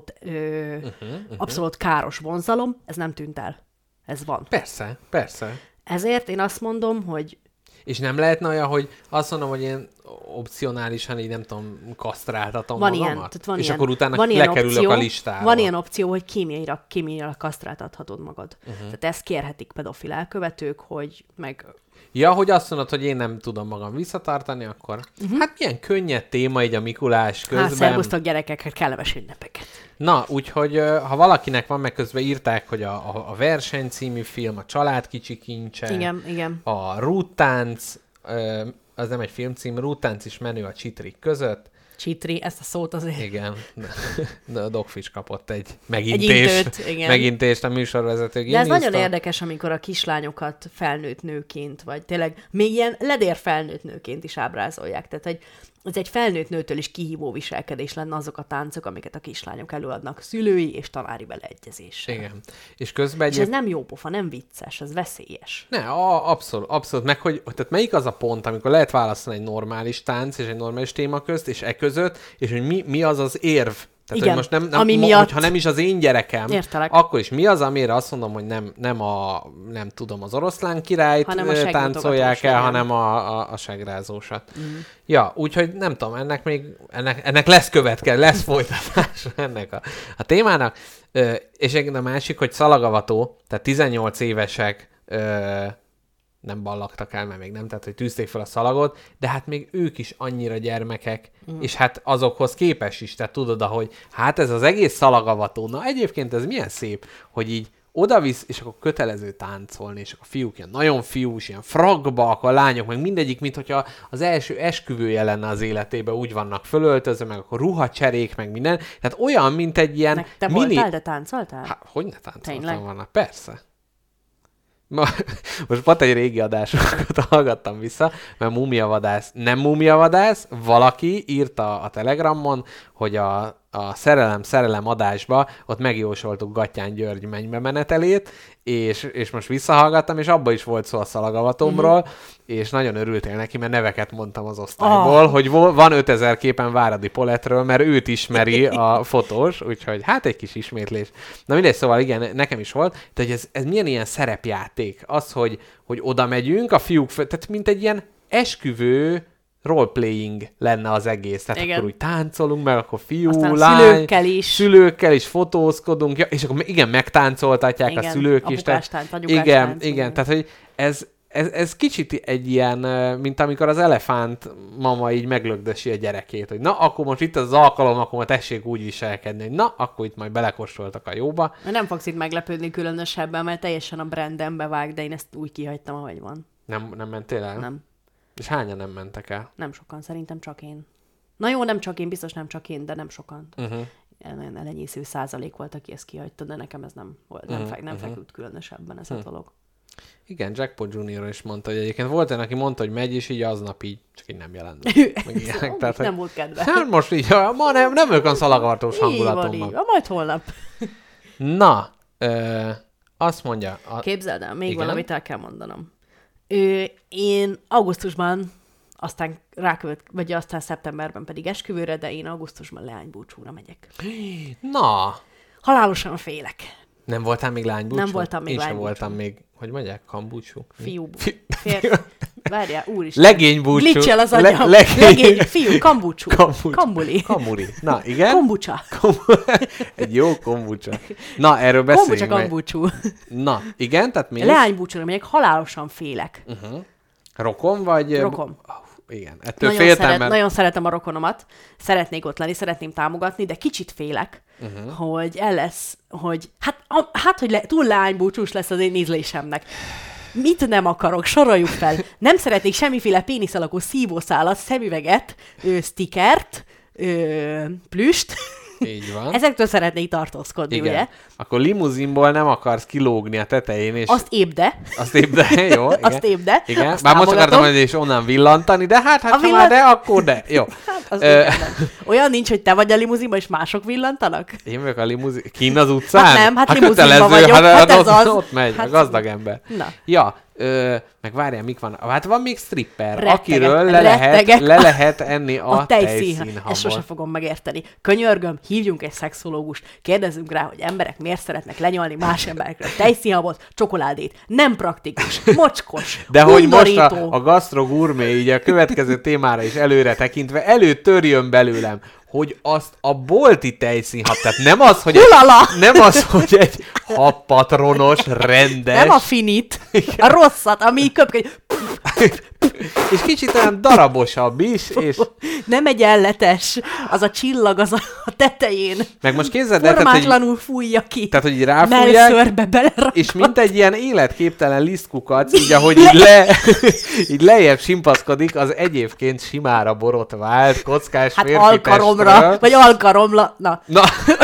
abszolút káros vonzalom, ez nem tűnt el. Ez van. Persze. Ezért én azt mondom, hogy... És nem lehetne olyan, hogy azt mondom, hogy én opcionálisan így nem tudom, kasztráltatom magamat? És akkor utána lekerülök a listára. Van ilyen opció, hogy kémiailag kasztráltathatod magad. Tehát ezt kérhetik pedofil elkövetők, hogy meg Ja, hogy azt mondod, hogy én nem tudom magam visszatartani, akkor hát milyen könnyed téma így a Mikulás közben. Hát szervusztok gyerekek, hát kellemes ünnepeket. Na, úgyhogy ha valakinek van, meg közben írták, hogy a Verseny című film, a Család kicsi kincse, Igen. a Rúttánc, az nem egy filmcím, Rúttánc is menő a csitrik között. Csitri, ezt a szót azért. Igen, a Dogfish kapott egy intőt, megintést a műsorvezető. De ez nagyon érdekes, amikor a kislányokat felnőtt nőként, vagy tényleg még ilyen ledér felnőtt nőként is ábrázolják. Tehát, hogy ez egy felnőtt nőtől is kihívó viselkedés lenne azok a táncok, amiket a kislányok előadnak szülői és tanári beleegyezéssel. Igen. És közben és ez nem jó pofa, nem vicces, ez veszélyes. Ne, abszolút. Meg hogy tehát melyik az a pont, amikor lehet választani egy normális tánc és egy normális téma közt, és között, és hogy mi az az érv. Tehát, igen, hogy most ami miatt... hogyha nem is az én gyerekem, értelek. Akkor is mi az, amire azt mondom, hogy nem tudom, az oroszlán királyt táncolják el, hanem a segrázósat. Ja, úgyhogy nem tudom, ennek lesz lesz folytatás ennek a témának. És a másik, hogy szalagavató, tehát 18 évesek nem ballagtak el, mert még nem, tehát hogy tűzték fel a szalagot, de hát még ők is annyira gyermekek, és hát azokhoz képes is, tehát tudod, hogy hát ez az egész szalagavató, na egyébként ez milyen szép, hogy így odavisz, és akkor kötelező táncolni, és akkor a fiúk ilyen nagyon fiús, ilyen frakba, akkor a lányok, meg mindegyik, mint hogyha az első esküvője lenne az életében, úgy vannak fölöltözve, meg akkor ruhacserék, meg minden, tehát olyan, mint egy ilyen te voltál, de táncoltál? Hát, hogy ne táncoltam volna? Persze. Most pont egy régi adásokat hallgattam vissza, mert nem múmiavadász, valaki írta a Telegramon, hogy a szerelem adásba ott megjósoltuk Gattyán György mennybe menetelét, és most visszahallgattam, és abban is volt szó a szalagavatomról, és nagyon örültél neki, mert neveket mondtam az osztályból, hogy van 5000 képen Váradi Polettről, mert őt ismeri a fotós, úgyhogy hát egy kis ismétlés. Na mindegy, szóval igen, nekem is volt, de hogy ez milyen ilyen szerepjáték, az, hogy oda megyünk, a fiúk, tehát mint egy ilyen esküvő roleplaying lenne az egész. Tehát igen. Akkor úgy táncolunk, meg akkor fiú, aztán lány, szülőkkel is fotózkodunk, és akkor igen, megtáncoltatják igen, a szülők is. Igen, tehát hogy ez kicsit egy ilyen, mint amikor az elefánt mama így meglögdösi a gyerekét, hogy na, akkor most itt az alkalom, akkor tessék úgy viselkedni, hogy na, akkor itt majd belekóstoltak a jóba. Nem fogsz itt meglepődni különösebben, mert teljesen a brandembe vág, de én ezt úgy kihagytam, ahogy van. Nem mentél el? Nem. És hányan nem mentek el? Nem sokan, szerintem csak én. Na jó, nem csak én, biztos nem csak én, de nem sokan. Nagyon elenyésző százalék volt, aki ezt kihagyta, de nekem ez nem volt, nem feküdt különösebben ez a dolog. Igen, Jackpot Junior is mondta, hogy egyébként volt olyan, aki mondta, hogy megy, és így aznap így csak így nem jelent. Tehát, nem volt kedve. Hát most így, ma nem olyan szalagavartós hangulatomban. Majd holnap. Na, azt mondja... Képzeld el, még valamit el kell mondanom. Én augusztusban, aztán aztán szeptemberben pedig esküvőre, de én augusztusban leánybúcsúra megyek. Na! Halálosan félek. Nem voltál még leánybúcsú? Nem voltam még leánybúcsú. Én sem voltam még, hogy mondják, kambúcsú? Várjál, úristen. Legénybúcsú. Glitchel az agyam. Fiú, kambúcsú. Kambuli. Na, igen? Kombucsa. Egy jó kombucsa. Na, erről beszéljünk. Kambúcsú. Na, igen, tehát mi? Leánybúcsúra megyek, halálosan félek. Rokon vagy? Rokon. Igen, ettől féltem, mert... Nagyon szeretem a rokonomat, szeretnék ott lenni, szeretném támogatni, de kicsit félek, hogy hogy hogy túl leánybúcsús lesz az én ízlésemnek. Mit nem akarok? Soroljuk fel. Nem szeretnék semmiféle pénisz alakú szívószálat, szemüveget, stickert, plüst. Így van. Ezektől szeretnék tartózkodni, igen. Ugye? Akkor limuzinból nem akarsz kilógni a tetején, és... Azt ébde, jó. Igen. Azt ébde. Igen. Bár most akartam, hogy is onnan villantani, de már de, akkor de. Jó. Hát, olyan nincs, hogy te vagy a limuzinban, és mások villantanak? Én vagyok a limuzin... Kín az utcán? Hát nem, limuzinban vagyok. Hát ez az. Ott megy, a gazdag ember. Na. Ja. Meg várjál, mik van? Hát van még stripper, akiről le lehet enni a tejszínhabot. Ezt sose fogom megérteni. Könyörgöm, hívjunk egy szexológust, kérdezzünk rá, hogy emberek miért szeretnek lenyalni más emberekre tejszínhabot, csokoládét. Nem praktikus, mocskos, de hogy most a gasztrogourmet így a következő témára is előre tekintve, előtörjön belőlem, hogy azt a bolti tejszínhab, tehát nem az, hogy egy habpatronos, rendes... Nem a finit, a rosszat, ami köpköd. És kicsit olyan darabosabb is, és... Nem egyenletes, az a csillag az a tetején. Meg most képzeld el, formátlanul fújja ki. Tehát, hogy így ráfújják, melszörbe belerakva. és mint egy ilyen életképtelen lisztkukac, így ahogy így lejjebb simpaszkodik, az egyébként simára borotvált, kockás hát férfi alkaromra, testről. vagy alkaromra, na. Na.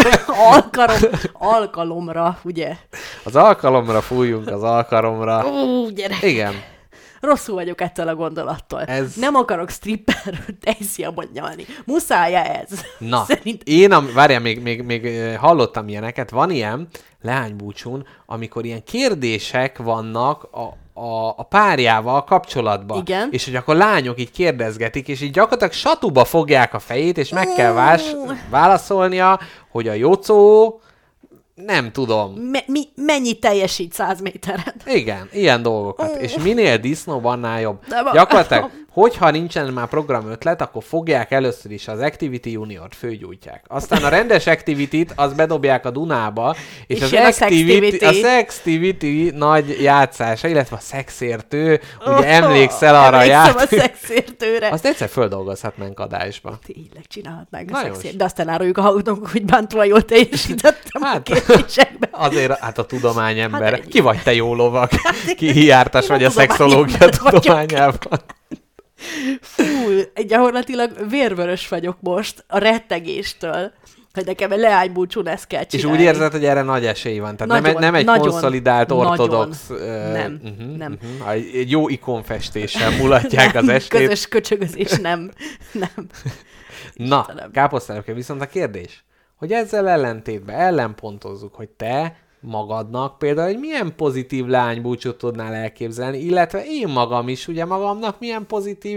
Alkalomra, ugye? Az alkalomra fújjunk, az alkalomra. Gyerek. Igen. Rosszul vagyok ettől a gondolattól. Nem akarok stripperről tejszínhabot nyalni. Muszáj ez? Na, Szerintem. várjál, még hallottam ilyeneket. Van ilyen leánybúcsún, amikor ilyen kérdések vannak a párjával kapcsolatban. Igen. És hogy akkor lányok így kérdezgetik, és így gyakorlatilag satuba fogják a fejét, és meg kell válaszolnia, hogy a jocó, nem tudom. Mennyi teljesít 100 méteren? Igen, ilyen dolgokat. És minél disznóbb, annál jobb. Gyakorlatilag, hogyha nincsen már programötlet, akkor fogják először is az Activity Juniort, főgyújtják. Aztán a rendes Activity-t, azt bedobják a Dunába, és az Activity nagy játszása, illetve a szexértő, ugye emlékszel arra a szexértőre. Azt egyszer földolgozhatnánk adásba. Tényleg csinálhatnánk a szexért. De azt eláruljuk a hallgatóknak, hogy bántóan jól teljesítettem a kérdésekben. Azért, hát a tudományember. Ki vagy te jó lovak? Ki jártas vagy a szexológia tudományában? Fú, gyakorlatilag vérvörös vagyok most a rettegéstől, hogy nekem egy leánybúcsún ezt kell csinálni. És úgy érzed, hogy erre nagy esély van. Tehát nem egy konszolidált ortodox... Nem. Egy jó ikonfestéssel mulatják az estét. Közös köcsögözés, nem. Na, káposztálok, viszont a kérdés, hogy ezzel ellentétben ellenpontozzuk, hogy te magadnak például egy milyen pozitív leánybúcsút tudnál elképzelni, illetve én magam is, ugye magamnak milyen pozitív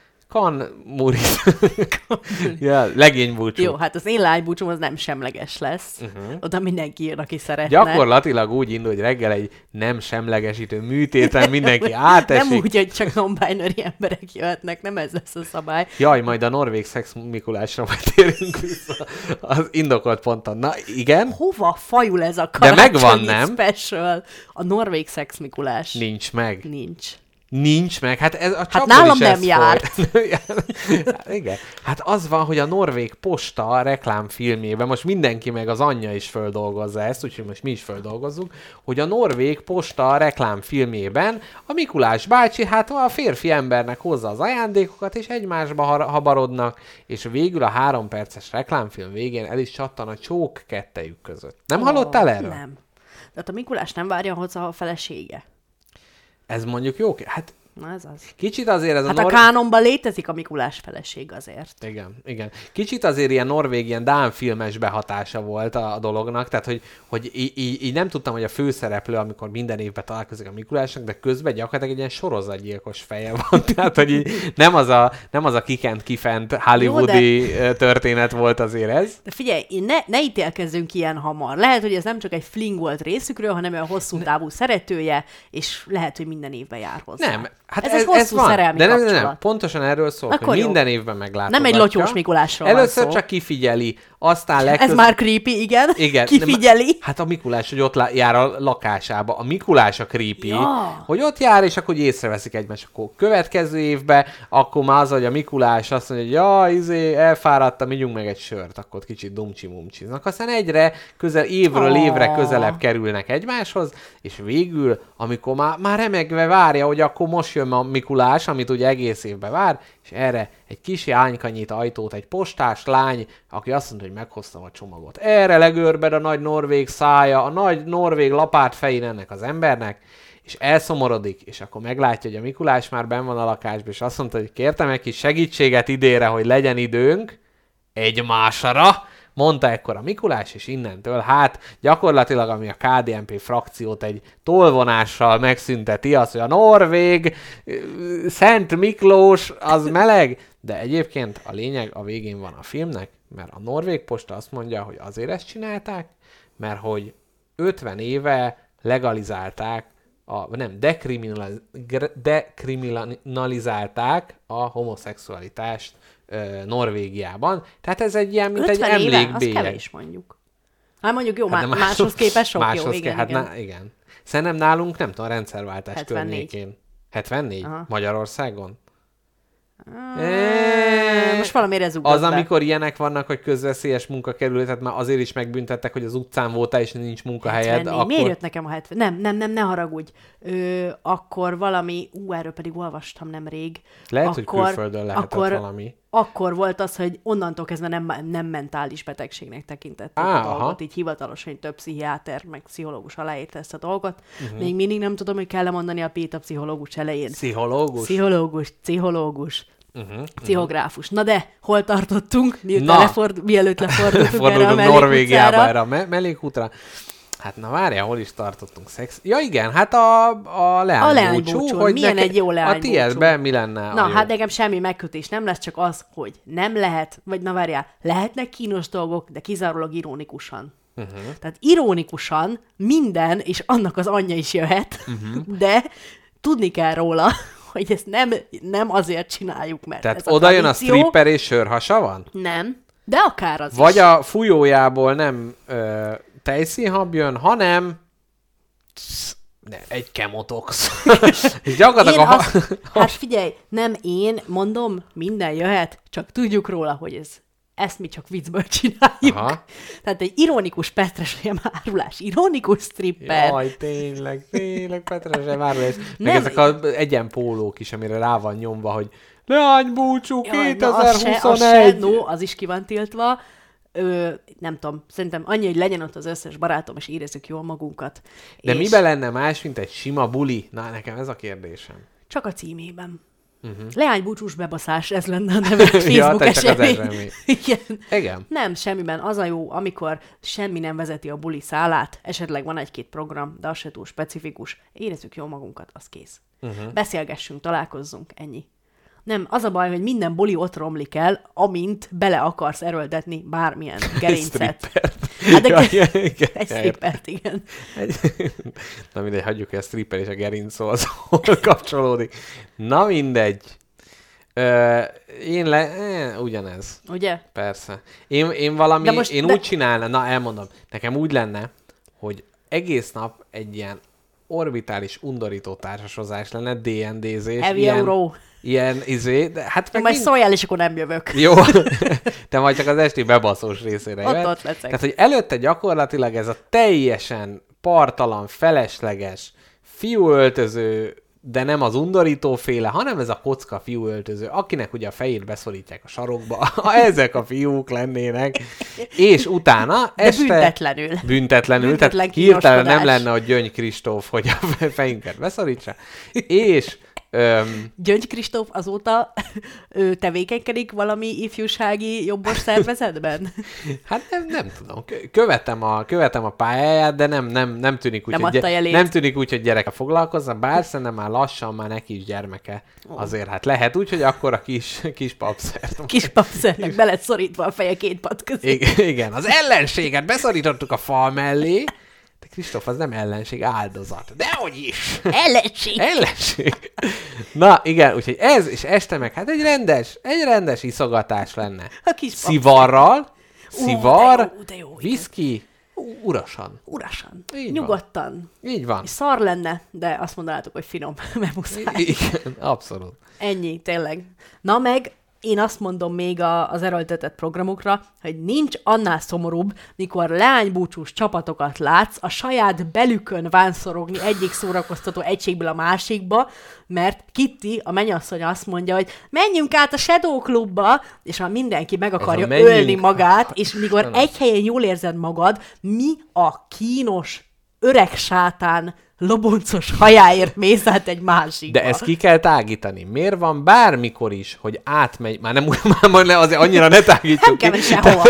legénybúcsú. Jó, hát az én leánybúcsúm az nem semleges lesz. Oda mindenki jön, aki szeretne. Gyakorlatilag úgy indul, hogy reggel egy nem semlegesítő műtéten mindenki átesik. Nem úgy, hogy csak non-binary emberek jöhetnek, nem ez lesz a szabály. Jaj, majd a norvég szex Mikulásra majd térünk vissza az indokolt ponton. Na, igen? Hova fajul ez a karácsonyi megvan, nem? special? A norvég szex Mikulás. Nincs meg. Nincs meg. Hát ez a hát nálam nem járt. Igen. Hát az van, hogy a norvég posta reklámfilmjében, most mindenki meg az anyja is földolgozza ezt, úgyhogy most mi is földolgozzuk, hogy a norvég posta reklámfilmjében a Mikulás bácsi hát a férfi embernek hozza az ajándékokat, és egymásba habarodnak, és végül a 3 perces reklámfilm végén el is csattan a csók kettejük között. Nem hallottál erről? Nem. Tehát a Mikulás nem várja hozzá a felesége. Ez mondjuk jó? Hát na ez az. Kicsit azért ez a kánonban létezik a Mikulás feleség azért. Igen. Kicsit azért ilyen norvég, ilyen dán filmes behatása volt a dolognak, tehát hogy így nem tudtam, hogy a főszereplő, amikor minden évben találkozik a Mikulásnak, de közben gyakorlatilag egy ilyen sorozatgyilkos feje van. Tehát, hogy így nem az a kifent hollywoodi történet volt azért ez. De figyelj, ne ítélkezzünk ilyen hamar. Lehet, hogy ez nem csak egy fling volt részükről, hanem olyan hosszú távú szeretője, és lehet, hogy minden évben jár hozzá. Nem. Hát ez hosszú van. szerelmi kapcsolat. Nem. Pontosan erről szól, akkor hogy jó. minden évben meglátogatja. Nem egy lotyós Mikulásról először van szó. Csak kifigyeli, aztán Ez már creepy, igen. Kifigyeli. Hát a Mikulás, hogy ott jár a lakásába. A Mikulás a creepy, hogy ott jár, és akkor észreveszik egymást. Akkor következő évben, akkor már az, hogy a Mikulás azt mondja, hogy elfáradtam, ígyunk meg egy sört, akkor kicsit dumcsi-mumcsiznak. Aztán egyre évről évre közelebb kerülnek egymáshoz, és végül, amikor már remegve várja, hogy akkor most jön a Mikulás, amit ugye egész évben vár, és erre egy kis jányka nyit ajtót, egy postás lány, aki azt mondta, hogy meghoztam a csomagot. Erre legörbed a nagy norvég szája, a nagy norvég lapát fején ennek az embernek, és elszomorodik, és akkor meglátja, hogy a Mikulás már benn van a lakásban, és azt mondta, hogy kértem egy kis segítséget idénre, hogy legyen időnk egymásra, mondta ekkor a Mikulás, és innentől hát gyakorlatilag, ami a KDNP frakciót egy tolvonással megszünteti, az, hogy a norvég Szent Miklós az meleg, de egyébként a lényeg a végén van a filmnek, mert a norvég posta azt mondja, hogy azért ezt csinálták, mert hogy 50 éve legalizálták, dekriminalizálták a homoszexualitást Norvégiában. Tehát ez egy ilyen, mint 50 egy éve? Az emlékbélyeg. kevés mondjuk. Hát mondjuk jó, Hát de máshoz képest sok máshoz jó, igen, hát igen. Igen. Szerintem nálunk, nem tudom, a rendszerváltás 74. környékén. 74? Aha. Magyarországon? Most valamire zugrott Az, be. amikor ilyenek vannak, hogy közveszélyes munkakerület, tehát már azért is megbüntettek, hogy az utcán voltál, és nincs munkahelyed, 74. akkor... Miért jött nekem a 70? Nem, ne haragudj. Akkor valami, erről pedig olvastam nemrég. Lehet, hogy külföldön lehetett valami. Akkor volt az, hogy onnantól kezdve nem mentális betegségnek tekintették a dolgot. Így hivatalosan több pszichiáter, meg pszichológus aláírta ezt a dolgot. Még mindig nem tudom, hogy kell mondani a P-t a pszichológus elején. Pszichológus? Pszichológus. Pszichográfus. Na de, hol tartottunk, mielőtt lefordultunk erre a Norvégiába, erre a mellékútra. Hát na várjál, hol is tartottunk? Ja igen, hát a leánybúcsú. Hogy milyen egy jó leánybúcsú. A tiédben mi lenne Na, a jó? hát nekem semmi megkötés nem lesz, csak az, hogy nem lehet, vagy na várjál, lehetnek kínos dolgok, de kizárólag ironikusan. Tehát ironikusan minden, és annak az anyja is jöhet, de tudni kell róla, hogy ezt nem azért csináljuk, mert tehát ez oda jön a tradíció. stripper és sörhasa van? Nem, de akár az Vagy is. a fújójából nem tejszínhab jön, hanem egy chemotox. És gyakorlatilag Hát figyelj, nem én mondom, minden jöhet, csak tudjuk róla, hogy ezt mi csak viccből csináljuk. Aha. Tehát egy ironikus petrezselyem árulás, ironikus stripper. Jaj, tényleg, Petrezsely árulás. Meg Nem. ezek az egyenpólók is, amire rá van nyomva, hogy leánybúcsú Jaj, 2021. az is ki van tiltva. Nem tudom, szerintem annyi, hogy legyen ott az összes barátom, és érezzük jól magunkat. De és miben lenne más, mint egy sima buli? Na, nekem ez a kérdésem. Csak a címében. Leánybúcsús bebaszás, ez lenne a neve egy Ja, Facebook te csak az esemény. esemény. Igen. Igen. Nem, semmiben. Az a jó, amikor semmi nem vezeti a buli szálát, esetleg van egy-két program, de az se túl specifikus. Érezzük jól magunkat, az kész. Beszélgessünk, találkozzunk, ennyi. Nem, az a baj, hogy minden buli ott romlik el, amint bele akarsz erőltetni bármilyen gerincet. Hát egy strippert, igen. Na mindegy, hagyjuk, hogy a stripper és a gerinc szó az hol kapcsolódik. Na mindegy. Ugyanez. Ugye? Persze. Én valami, most úgy csinálnám, na elmondom, nekem úgy lenne, hogy egész nap egy ilyen orbitális undorító társasozás lenne, DND-zés. Heavy Euro. Ilyen de hát Majd szóljál, és akkor nem jövök. Jó, te majd csak az esti bebaszós részére jöhet. Ott leszek. Tehát, hogy előtte gyakorlatilag ez a teljesen partalan, felesleges fiúöltöző, de nem az undorító-féle, hanem ez a kocka fiúöltöző, akinek ugye a fejét beszorítják a sarokba, ha ezek a fiúk lennének, és utána este... Büntetlen Büntetlen tehát hirtelen nem lenne a Gyöngy Kristóf, hogy a fejünket beszorítsa, és... Gyöngy Kristóf azóta tevékenykedik valami ifjúsági jobbos szervezetben? Hát nem tudom. Követem a pályáját, de nem tűnik úgy, nem tűnik úgy, hogy gyereke foglalkozna, bár szerintem már lassan már neki is gyermeke. Azért hát lehet úgy, hogy akkor a kis papszert. Kis papszernek be lett szorítva a feje két pad közé. Igen, az ellenséget beszorítottuk a fal mellé, de Kristóf az nem ellenség, áldozat. Dehogy is! Ellenség! Na igen, úgyhogy ez, és este meg hát egy rendes iszogatás lenne. A kis Szivarral, de jó, viszki, urasan. Így nyugodtan. Így van. És szar lenne, de azt mondanátok, hogy finom, mert muszáj. Igen, abszolút. Ennyi, tényleg. Na meg, én azt mondom még az erőltetett programokra, hogy nincs annál szomorúbb, mikor leánybúcsús csapatokat látsz a saját belükön vánszorogni egyik szórakoztató egységből a másikba, mert Kitty, a mennyasszony azt mondja, hogy menjünk át a Shadow Clubba, és ha mindenki meg akarja ölni magát, és mikor egy helyen jól érzed magad, mi a kínos öreg sátán loboncos hajáért mész át egy másikba. De ezt ki kell tágítani. Miért van bármikor is, hogy átmegy, már azért annyira ne tágítsuk nem kell sehova.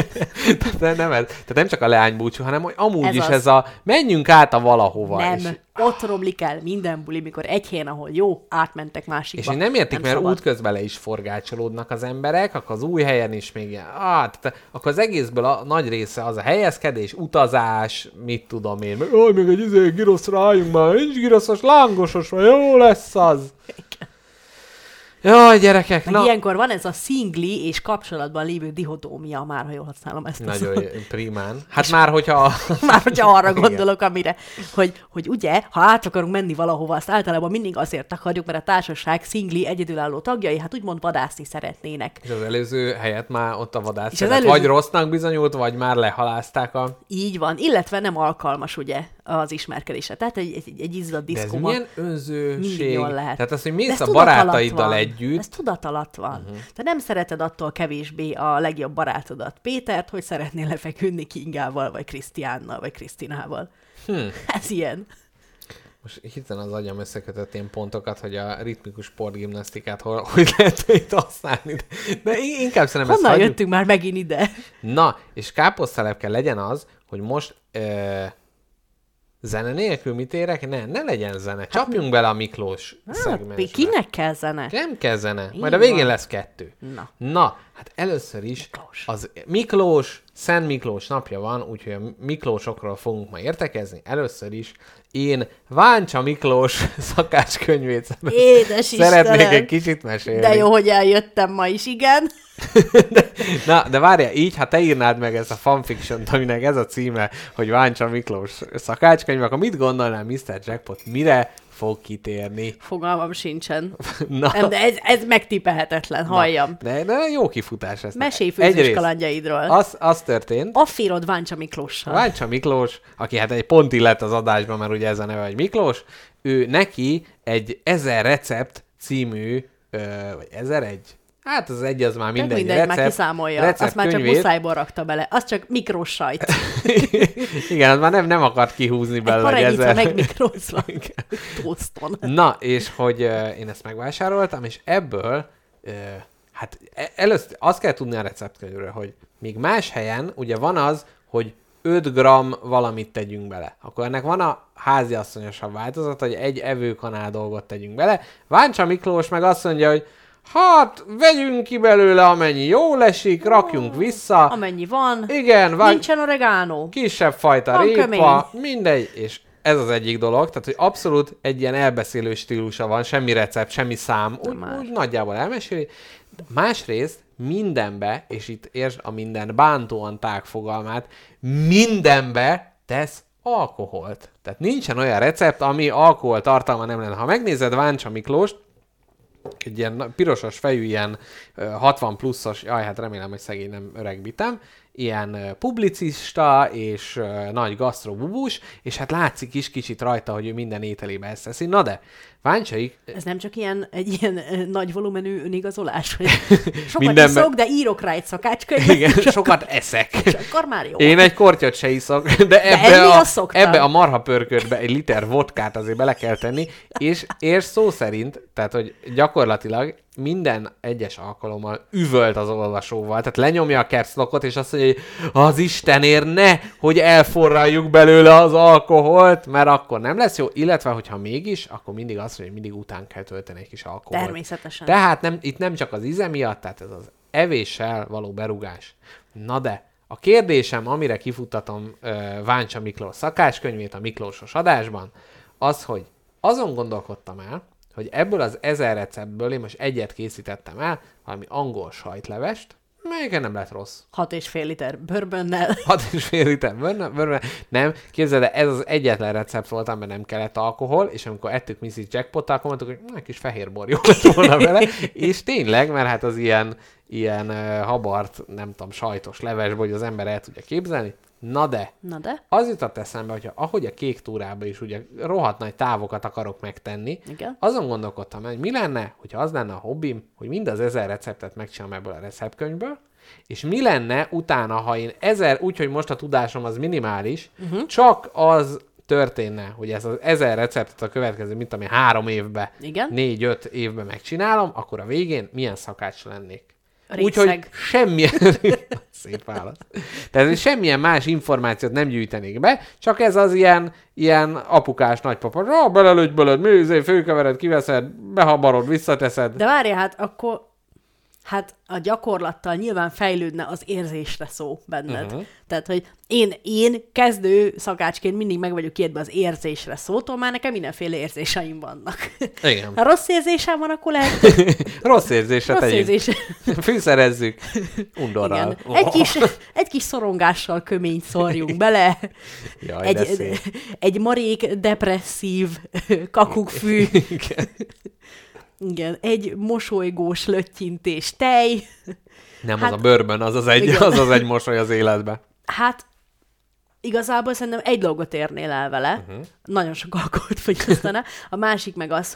Tehát nem csak a leánybúcsú, hanem hogy amúgy is ez a menjünk át a valahova. Nem, ott romlik el minden buli, mikor egy helyen, ahol jó, átmentek másikba. És én nem értik, mert útközben le is forgácsolódnak az emberek, akkor az új helyen is még ilyen, akkor az egészből a nagy része az a helyezkedés, utazás, mit tudom én, még egy giroszra álljunk már, nincs giroszos, lángosos, vagy jó lesz az. Jaj, gyerekek, Meg na! ilyenkor van ez a szingli és kapcsolatban lévő dihotómia, már ha jól használom ezt a Nagyon szót. primán. Hát már, hogyha... Már hogyha arra Igen. gondolok, amire, hogy ugye, ha át akarunk menni valahova, azt általában mindig azért akarjuk, mert a társaság szingli egyedülálló tagjai, hát úgymond vadászni szeretnének. És az előző helyet már ott a vadász És az szeret. előző- Vagy rossznak bizonyult, vagy már lehalázták a... Így van, illetve nem alkalmas ugye az ismerkedésre. Tehát egy izzadt De ez diszkóban milyen mindig önzőség. jól lehet. Tehát az, hogy De mész ez a tudat alatt barátaiddal van. együtt, Ez tudat alatt van. Te nem szereted attól kevésbé a legjobb barátodat, Pétert, hogy szeretnél lefeküdni Kingával, vagy Krisztiánnal, vagy Krisztinával. Ez ilyen. most hirtelen az agyam összekötött ilyen pontokat, hogy a ritmikus sportgimnasztikát hogy lehet itt használni. De inkább szerintem ezt Honnan hagyjuk. jöttünk már megint ide? Na, és káposztelepke legyen az, hogy most zene nélkül mit érek? Ne legyen zene. Csapjunk bele a Miklós szegmensbe. Kinek kell zene? Nem kell zene. Így Majd a végén van. lesz 2. Na. Hát először is Miklós. az Miklós, Szent Miklós napja van, úgyhogy a Miklósokról fogunk ma értekezni. Először is én Váncsa Miklós szakácskönyvét Édes szeretnék Istenem. egy kicsit mesélni. De jó, hogy eljöttem ma is, igen. De várjál, így, ha te írnád meg ezt a fanfiction-t, aminek ez a címe, hogy Váncsa Miklós szakácskönyv, akkor mit gondolnál Mr. Jackpot, mire fog kitérni? Fogalmam sincsen. Na, Nem, de ez megtippelhetetlen, halljam. de jó kifutás ez. Mesélj főzős Egyrészt kalandjaidról. Az történt, Afférod Váncsa Miklóssal. Váncsa Miklós, aki hát egy pont illet az adásban, mert ugye ez a neve, hogy Miklós, ő neki egy 1000 recept című, vagy 1001? Hát az egy, az már Tök mindegy. mindegy, már kiszámolja. Azt már csak muszájból rakta bele. Az csak mikrós sajt. Igen, az már nem akart kihúzni Egy belőle, hogy paranyica 1000. megmikrózva. Toaston. Na, és hogy én ezt megvásároltam, és ebből, hát először azt kell tudni a receptkönyvről, hogy még más helyen ugye van az, hogy 5 g valamit tegyünk bele. Akkor ennek van a háziasszonyosabb változat, hogy egy evőkanál dolgot tegyünk bele. Váncsa Miklós meg azt mondja, hogy hát, vegyünk ki belőle, amennyi jól esik, rakjunk vissza. Amennyi van. Igen, Nincsen oregano. kisebb fajta Van répa, kemény. mindegy, és ez az egyik dolog, tehát hogy abszolút egy ilyen elbeszélő stílusa van, semmi recept, semmi szám, úgy nagyjából elmeséli. Másrészt mindenbe, és itt értsd a minden bántóan tág fogalmát, mindenbe tesz alkoholt. Tehát nincsen olyan recept, ami alkohol tartalma nem lenne. Ha megnézed Váncsa Miklóst, egy ilyen pirosos fejű, ilyen 60 pluszos, jaj, hát remélem, hogy szegény nem öregbitem, ilyen publicista és nagy gasztrobubus, és hát látszik is kicsit rajta, hogy ő minden ételébe ezt teszi. Na de, Váncsaik... Ez nem csak egy ilyen nagy volumenű önigazolás, hogy sokat Mindenben- iszok, de írok rá egy szakácskönyvet. Igen, sokat eszek. És akkor már jó. Én egy kortyot se iszok, de enni azt szoktam. ebbe a marhapörköltbe egy liter vodkát azért bele kell tenni, és szó szerint, tehát hogy gyakorlatilag minden egyes alkalommal üvölt az olvasóval, tehát lenyomja a caps lockot, és azt mondja, hogy az Istenért ne, hogy elforraljuk belőle az alkoholt, mert akkor nem lesz jó, illetve hogyha mégis, akkor mindig azt mondja, hogy mindig után kell tölteni egy kis alkoholt. Természetesen. Tehát itt nem csak az íze miatt, tehát ez az evéssel való berugás. Na de, a kérdésem, amire kifuttatom Váncsa Miklós szakácskönyvét a Miklósos adásban, az, hogy azon gondolkodtam el, hogy ebből az 1000 receptből én most egyet készítettem el, valami angol sajtlevest, melyiken nem lett rossz. 6,5 liter bourbonnel. 6,5 liter bourbon. Nem, képzeld el, ez az egyetlen recept volt, amiben nem kellett alkohol, és amikor ettük Mrs. Jackpottal, akkor mondtuk, hogy egy kis fehérbor jó lett volna vele, és tényleg, mert hát az ilyen habart, nem tudom, sajtos levesből, hogy az ember el tudja képzelni. Na de, az jutott eszembe, hogy ahogy a Kék túrában is ugye rohadt nagy távokat akarok megtenni, Igen. azon gondolkodtam, hogy mi lenne, hogyha az lenne a hobbim, hogy mind az 1000 receptet megcsinálom ebből a receptkönyvből, és mi lenne utána, ha én 1000, úgyhogy most a tudásom az minimális, csak az történne, hogy ez az 1000 receptet a következő, mint ami 3 évben, 4-5 évben megcsinálom, akkor a végén milyen szakács lennék. Úgyhogy semmilyen... Szép válasz. Tehát hogy semmilyen más információt nem gyűjtenék be, csak ez az ilyen apukás nagypapa. Belelőtt, főkevered, kiveszed, behabarod, visszateszed. De várjál, hát akkor Hát a gyakorlattal nyilván fejlődne az érzésre szó benned. Tehát, hogy én kezdő szakácsként mindig meg vagyok ijedve az érzésre szótól, már nekem mindenféle érzéseim vannak. Igen. Ha rossz érzésem van, akkor lehet... Rossz érzésre Rossz tegyünk. érzés. Fűszerezzük. Undorral. Igen. Egy kis szorongással köményt szórjunk bele. Jaj, de szép. Egy marék depresszív kakukkfű. Igen, egy mosolygós löttyintés tej. Nem Hát- az a bőrben, az egy mosoly az életbe. Hát igazából szerintem egy dolgot érnél el vele. Nagyon sok alkoholt fogyasztana. A másik meg az,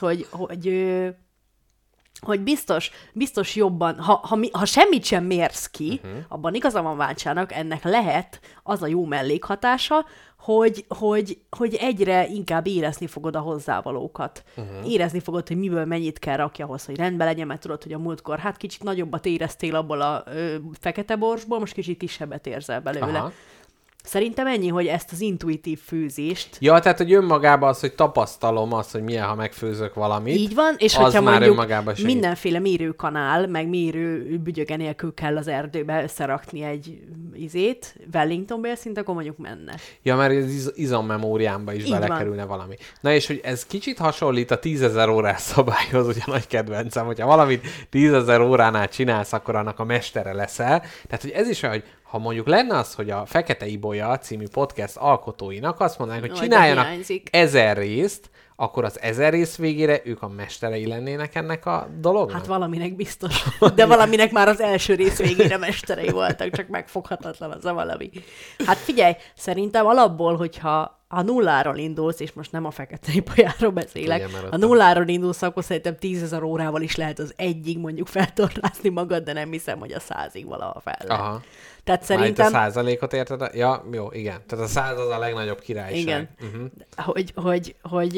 hogy biztos jobban, ha semmit sem mérsz ki, abban igaza van Váncsának, ennek lehet az a jó mellékhatása, hogy egyre inkább érezni fogod a hozzávalókat. Érezni fogod, hogy miből mennyit kell rakja ahhoz, hogy rendben legyen, mert tudod, hogy a múltkor hát kicsit nagyobbat éreztél abból a fekete borsból, most kicsit kisebbet érzel belőle. Aha. Szerintem ennyi, hogy ezt az intuitív főzést Ja, tehát, hogy önmagában az, hogy tapasztalom azt, hogy milyen, ha megfőzök valamit. így van, és az hogyha már mondjuk önmagában segít. mindenféle mérőkanál, meg mérő bügyöge nélkül kell az erdőbe összerakni egy Wellington bélszint, akkor mondjuk menne. Ja, mert az izommemóriámba is Így van. belekerülne valami. Na és hogy ez kicsit hasonlít a 10.000 órás szabályhoz, ugye nagy kedvencem, hogyha valamit 10.000 óránál csinálsz, akkor annak a mestere leszel. Tehát, hogy ez is olyan, hogy ha mondjuk lenne az, hogy a Fekete Ibolya című podcast alkotóinak azt mondanák, hogy Jaj, de csináljanak hiányzik. 1000 részt, akkor az 1000 rész végére ők a mesterei lennének ennek a dolognak? Hát valaminek biztos. De valaminek már az első rész végére mesterei voltak, csak megfoghatatlan az a valami. Hát figyelj, szerintem alapból, hogyha nulláról indulsz, és most nem a Fekete Ibolyáról beszélek, Igen, mert ha ott nulláról indulsz, akkor szerintem 10.000 órával is lehet az egyig mondjuk feltornázni magad, de nem hiszem, hogy a 100-ig valaha fel lehet. Aha. Tehát Már itt a szerintem... százalékot érted? Ja, jó, igen. Tehát a 100 az a legnagyobb királyság. Igen. Hogy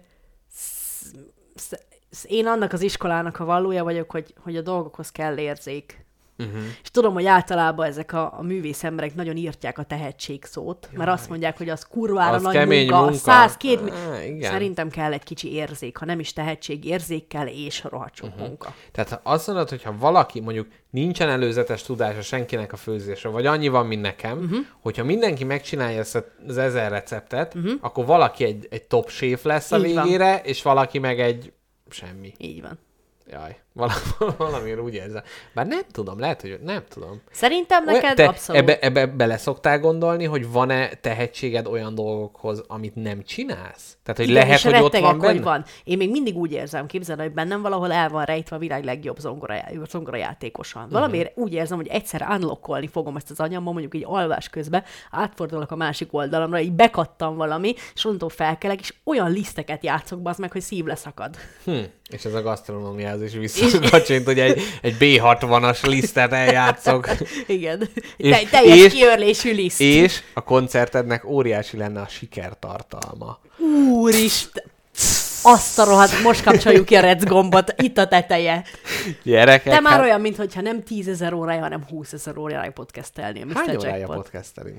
én annak az iskolának a vallója vagyok, hogy a dolgokhoz kell érzék. És tudom, hogy általában ezek a művész emberek nagyon írtják a tehetség szót, mert azt mondják, hogy az kurvára Az nagy kemény munka. 102 igen. Szerintem kell egy kicsi érzék, ha nem is tehetség, érzék kell, és rohadt sok munka. Tehát ha azt mondod, hogyha valaki mondjuk nincsen előzetes tudása senkinek a főzésre, vagy annyi van, mint nekem, hogyha mindenki megcsinálja ezt az 1000 receptet, akkor valaki egy top séf lesz a Így van. végére, és valaki meg egy semmi. Így van. Jaj, valamiért úgy érzem. Bár nem tudom, lehet, hogy nem tudom. Szerintem neked Te abszolút. ebbe bele szoktál gondolni, hogy van-e tehetséged olyan dolgokhoz, amit nem csinálsz? Tehát, hogy Igen, lehet, és hogy ott rettegek, van benne? hogy van. Én még mindig úgy érzem, képzeld, hogy bennem valahol el van rejtve a világ legjobb zongorajátékosan. Valamiért úgy érzem, hogy egyszer unlockolni fogom ezt az anyammal, mondjuk így alvás közben, átfordulok a másik oldalamra, így bekattam valami, és onnantól felkelek, és olyan liszteket játszok be, az meg, hogy szív leszakad. És ez a gasztronómiához is visszakacsint, hogy egy B60-as lisztet eljátszok. Igen. És- Teljes és- kiörlésű liszt. És a koncertednek óriási lenne a sikertartalma. Úristen! Azt a rohadt, most kapcsoljuk ki a rec gombot, itt a teteje. Gyerekek, Te már hát olyan, mintha nem 10.000 órája, hanem 20.000 órája podcastelnél, Mr. hány órája Jackpot. podcastelünk?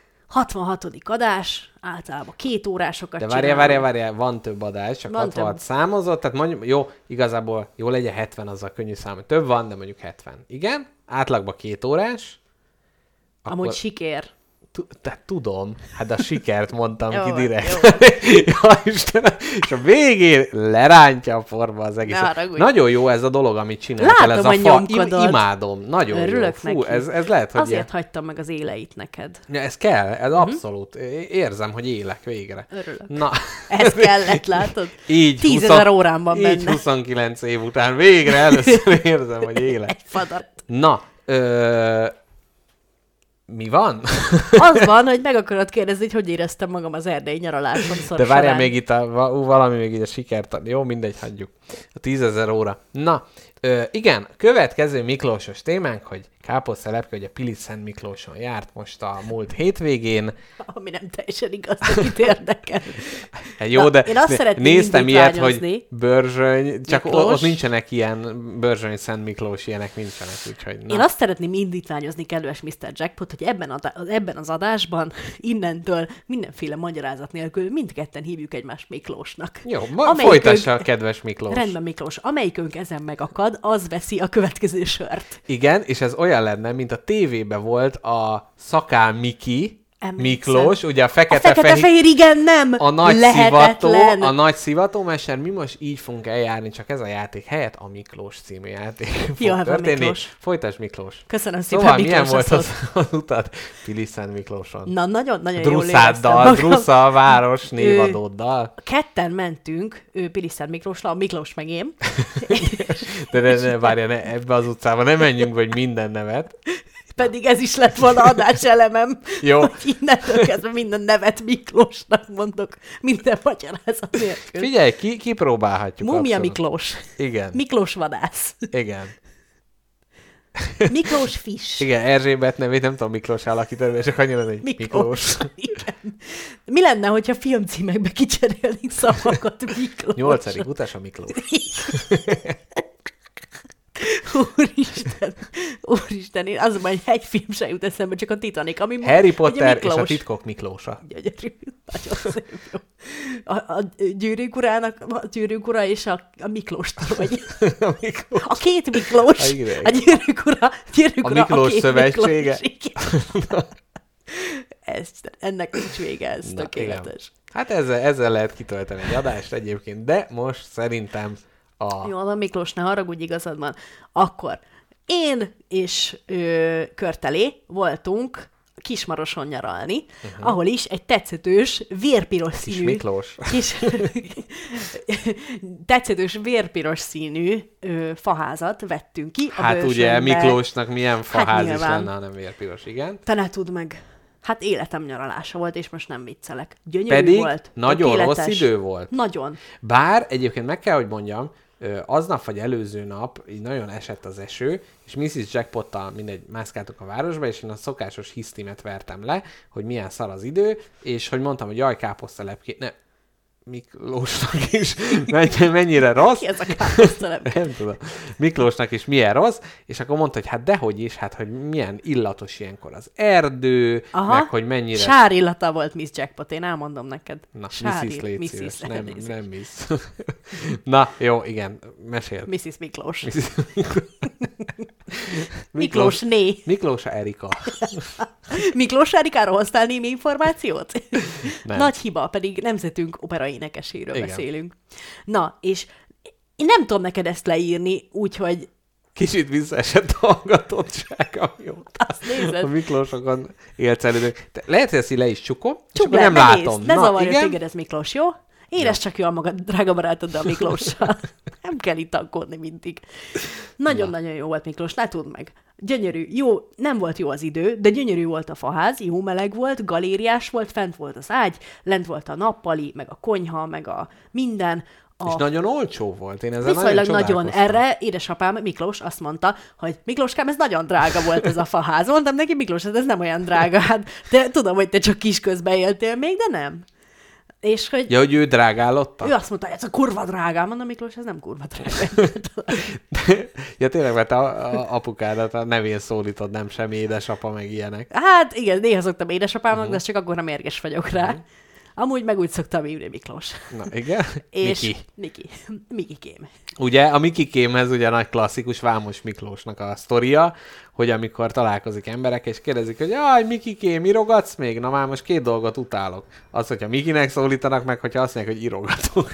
66. adás, általában 2 órásokat De csinálunk. várjál, van több adás, csak Van 66 több. számozott, tehát mondjuk, jó, igazából jó legyen 70, az a könnyű szám, több van, de mondjuk 70. Igen, átlagban 2 órás. Amúgy siker. Tehát tudom, hát a sikert mondtam Jó ki van, direkt. jó. Ja, Istenem, és a végén lerántja a forma az egész. Ne haragudj. Nagyon jó ez a dolog, amit csináltál, ez Látom, a hogy fa. nyomkodod. Imádom, nagyon Örülök jó. Fú, neki. ez lehet, hogy Azért hagytam meg az éleit neked. Ja, ez kell, ez abszolút. Érzem, hogy élek végre. Örülök. Na. Ez kellett, látod? Így 10.000 órán van így benne. 29 év után végre először érzem, hogy élek. Egy fadat. Na, mi van? Az van, hogy meg akarod kérdezni, hogy éreztem magam az erdélyi nyaralásomszor De várjál során. még itt, valami még így a sikert. Jó, mindegy, hagyjuk. A 10.000 óra. Na, igen, következő Miklósos témánk, hogy káposztelepke, hogy a Pilis Szent Miklóson járt most a múlt hétvégén. Ami nem teljesen igaz, de kit érdekel. Hát jó, Na, de én azt szeretném néztem ilyet, indítványozni. hogy Börzsöny, csak Miklós. ott nincsenek ilyen Börzsöny Szent Miklós, ilyenek nincsenek, úgyhogy na. Én azt szeretném indítványozni, kedves Mr. Jackpot, hogy ebben az adásban innentől mindenféle magyarázat nélkül mindketten hívjuk egymást Miklósnak. Jó, Amelyikünk- folytassa a kedves Miklós. Rendben, Miklós. Amelyikünk ezen megakad, marad, az veszi a következő sört. Igen, és ez olyan lenne, mint a tévében volt a Szakál Miki, Miklós, ugye a fekete-fehér, igen, nem, a nagy lehetetlen. szivató, a nagy szivatómester, mi most így fogunk eljárni, csak ez a játék helyett a Miklós című játék Jó, fog hát történni. Miklós. Folytasd, Miklós. Köszönöm szépen, Szóval Miklós. milyen volt az utat Pilis-Szent Miklóson? Na, nagyon jól Druszáddal, Drusza város névadóddal. Ketten mentünk, Pilis-Szent Miklósra, a Miklós meg én. De várjál, ebbe az utcába ne menjünk, vagy minden nevet. Pedig ez is lett volna adáselemem. Jó. Hogy innentől kezdve minden nevet Miklósnak mondok, minden magyarázat nélkül. Figyelj, kipróbálhatjuk. Múmia abszolút. Miklós. Igen. Miklós vadász. Igen. Miklós Fish. Igen, Erzsébet nevét nem tudom Miklós alakítani, csak annyira, hogy Miklós. Igen. Mi lenne, hogyha filmcímekbe kicserélnénk szavakat Miklós? 8. utas a Miklós. Úristen, én azonban egy film sem jut eszembe, csak a Titanic, ami Harry Potter és a Miklós. titkok Miklósa. Gyönyörű, nagyon szép, jó. A Gyűrűk ura és a Miklós torony. A két Miklós. A Gyűrűk ura, a Miklós két szövetsége. Miklós. Ennek nincs vége, ez tökéletes. Igen. Hát ezzel lehet kitölteni egy adást egyébként, de most szerintem Jó, a Miklós, ne haragudj, igazad van. Akkor én és Körtelé voltunk Kismaroson nyaralni, ahol is egy tetszetős, vérpiros színű... Miklós. Tetszetős, vérpiros színű faházat vettünk ki. Hát ugye Miklósnak milyen faház is nyilván. lenne, ha nem vérpiros, igen. Te ne tudd meg. Hát életem nyaralása volt, és most nem viccelek. Gyönyörű Pedig volt. nagyon tökéletes. rossz idő volt. Nagyon. Bár egyébként meg kell, hogy mondjam, aznap vagy előző nap így nagyon esett az eső, és Mrs. Jackpottal mindegy mászkáltuk a városba, és én a szokásos hisztimet vertem le, hogy milyen szar az idő, és hogy mondtam, hogy jaj, káposztalepkét, ne, Miklósnak is mennyire rossz. Ki ez a káposztalepke? Nem tudom. Miklósnak is milyen rossz, és akkor mondta, hogy hát dehogy is, hát hogy milyen illatos ilyenkor az erdő, meg hogy mennyire... Sár illata volt Miss Jackpot, én elmondom neked. Na, Sár Mrs. légy Mrs. szíves, nem Miss. Na, jó, igen, meséld. Mrs. Miklós. Miklós né. Miklósa Erika. Miklós Erikáról hoztál némi információt? Nem. Nagy hiba, pedig nemzetünk operaénekeséről Igen. beszélünk. Na, és én nem tudom neked ezt leírni, úgyhogy Kicsit visszaesett a hallgatottság, amióta azt nézed. a Miklósokon élsz elődök. Lehet, hogy ezt így le is csukom, és Csukd akkor le, nem ne látom. nézd, ne zavarja igen? téged ez Miklós, jó? Érezd csak jól magad, drága barátoddal Miklóssal. Nem kell itt aggódni mindig. Nagyon-nagyon jó volt Miklós, ne tudd meg. Gyönyörű, jó, nem volt jó az idő, de gyönyörű volt a faház, jó meleg volt, galériás volt, fent volt az ágy, lent volt a nappali, meg a konyha, meg a minden. És nagyon olcsó volt. Én ezzel Viszonylag nagyon. csodálkoztam. Erre édesapám Miklós azt mondta, hogy Miklóskám, ez nagyon drága volt ez a faház. Mondtam neki, Miklós, ez nem olyan drága. Hát te, tudom, hogy te csak kisközben éltél még, de nem. És hogy Ja, hogy ő drágállotta? ő azt mondta, hogy ez a kurva drága. Mondom, Miklós, ez nem kurva drága. Ja, tényleg, mert a apukádat a nevén szólítod, nem sem édesapa, meg ilyenek. Hát igen, néha szoktam édesapámnak, de ez csak akkor nem mérges vagyok rá. Amúgy meg úgy szoktam hívni Miklós. Na, igen? És Miki. Mikikém. Ugye, a Mikikémhez ugye nagy klasszikus Vámos Miklósnak a sztoria, hogy amikor találkozik emberek, és kérdezik, hogy jaj, Mikikém, irogatsz még? Na már most két dolgot utálok. Az, hogyha Mikinek szólítanak meg, hogyha azt mondják, hogy irogatok.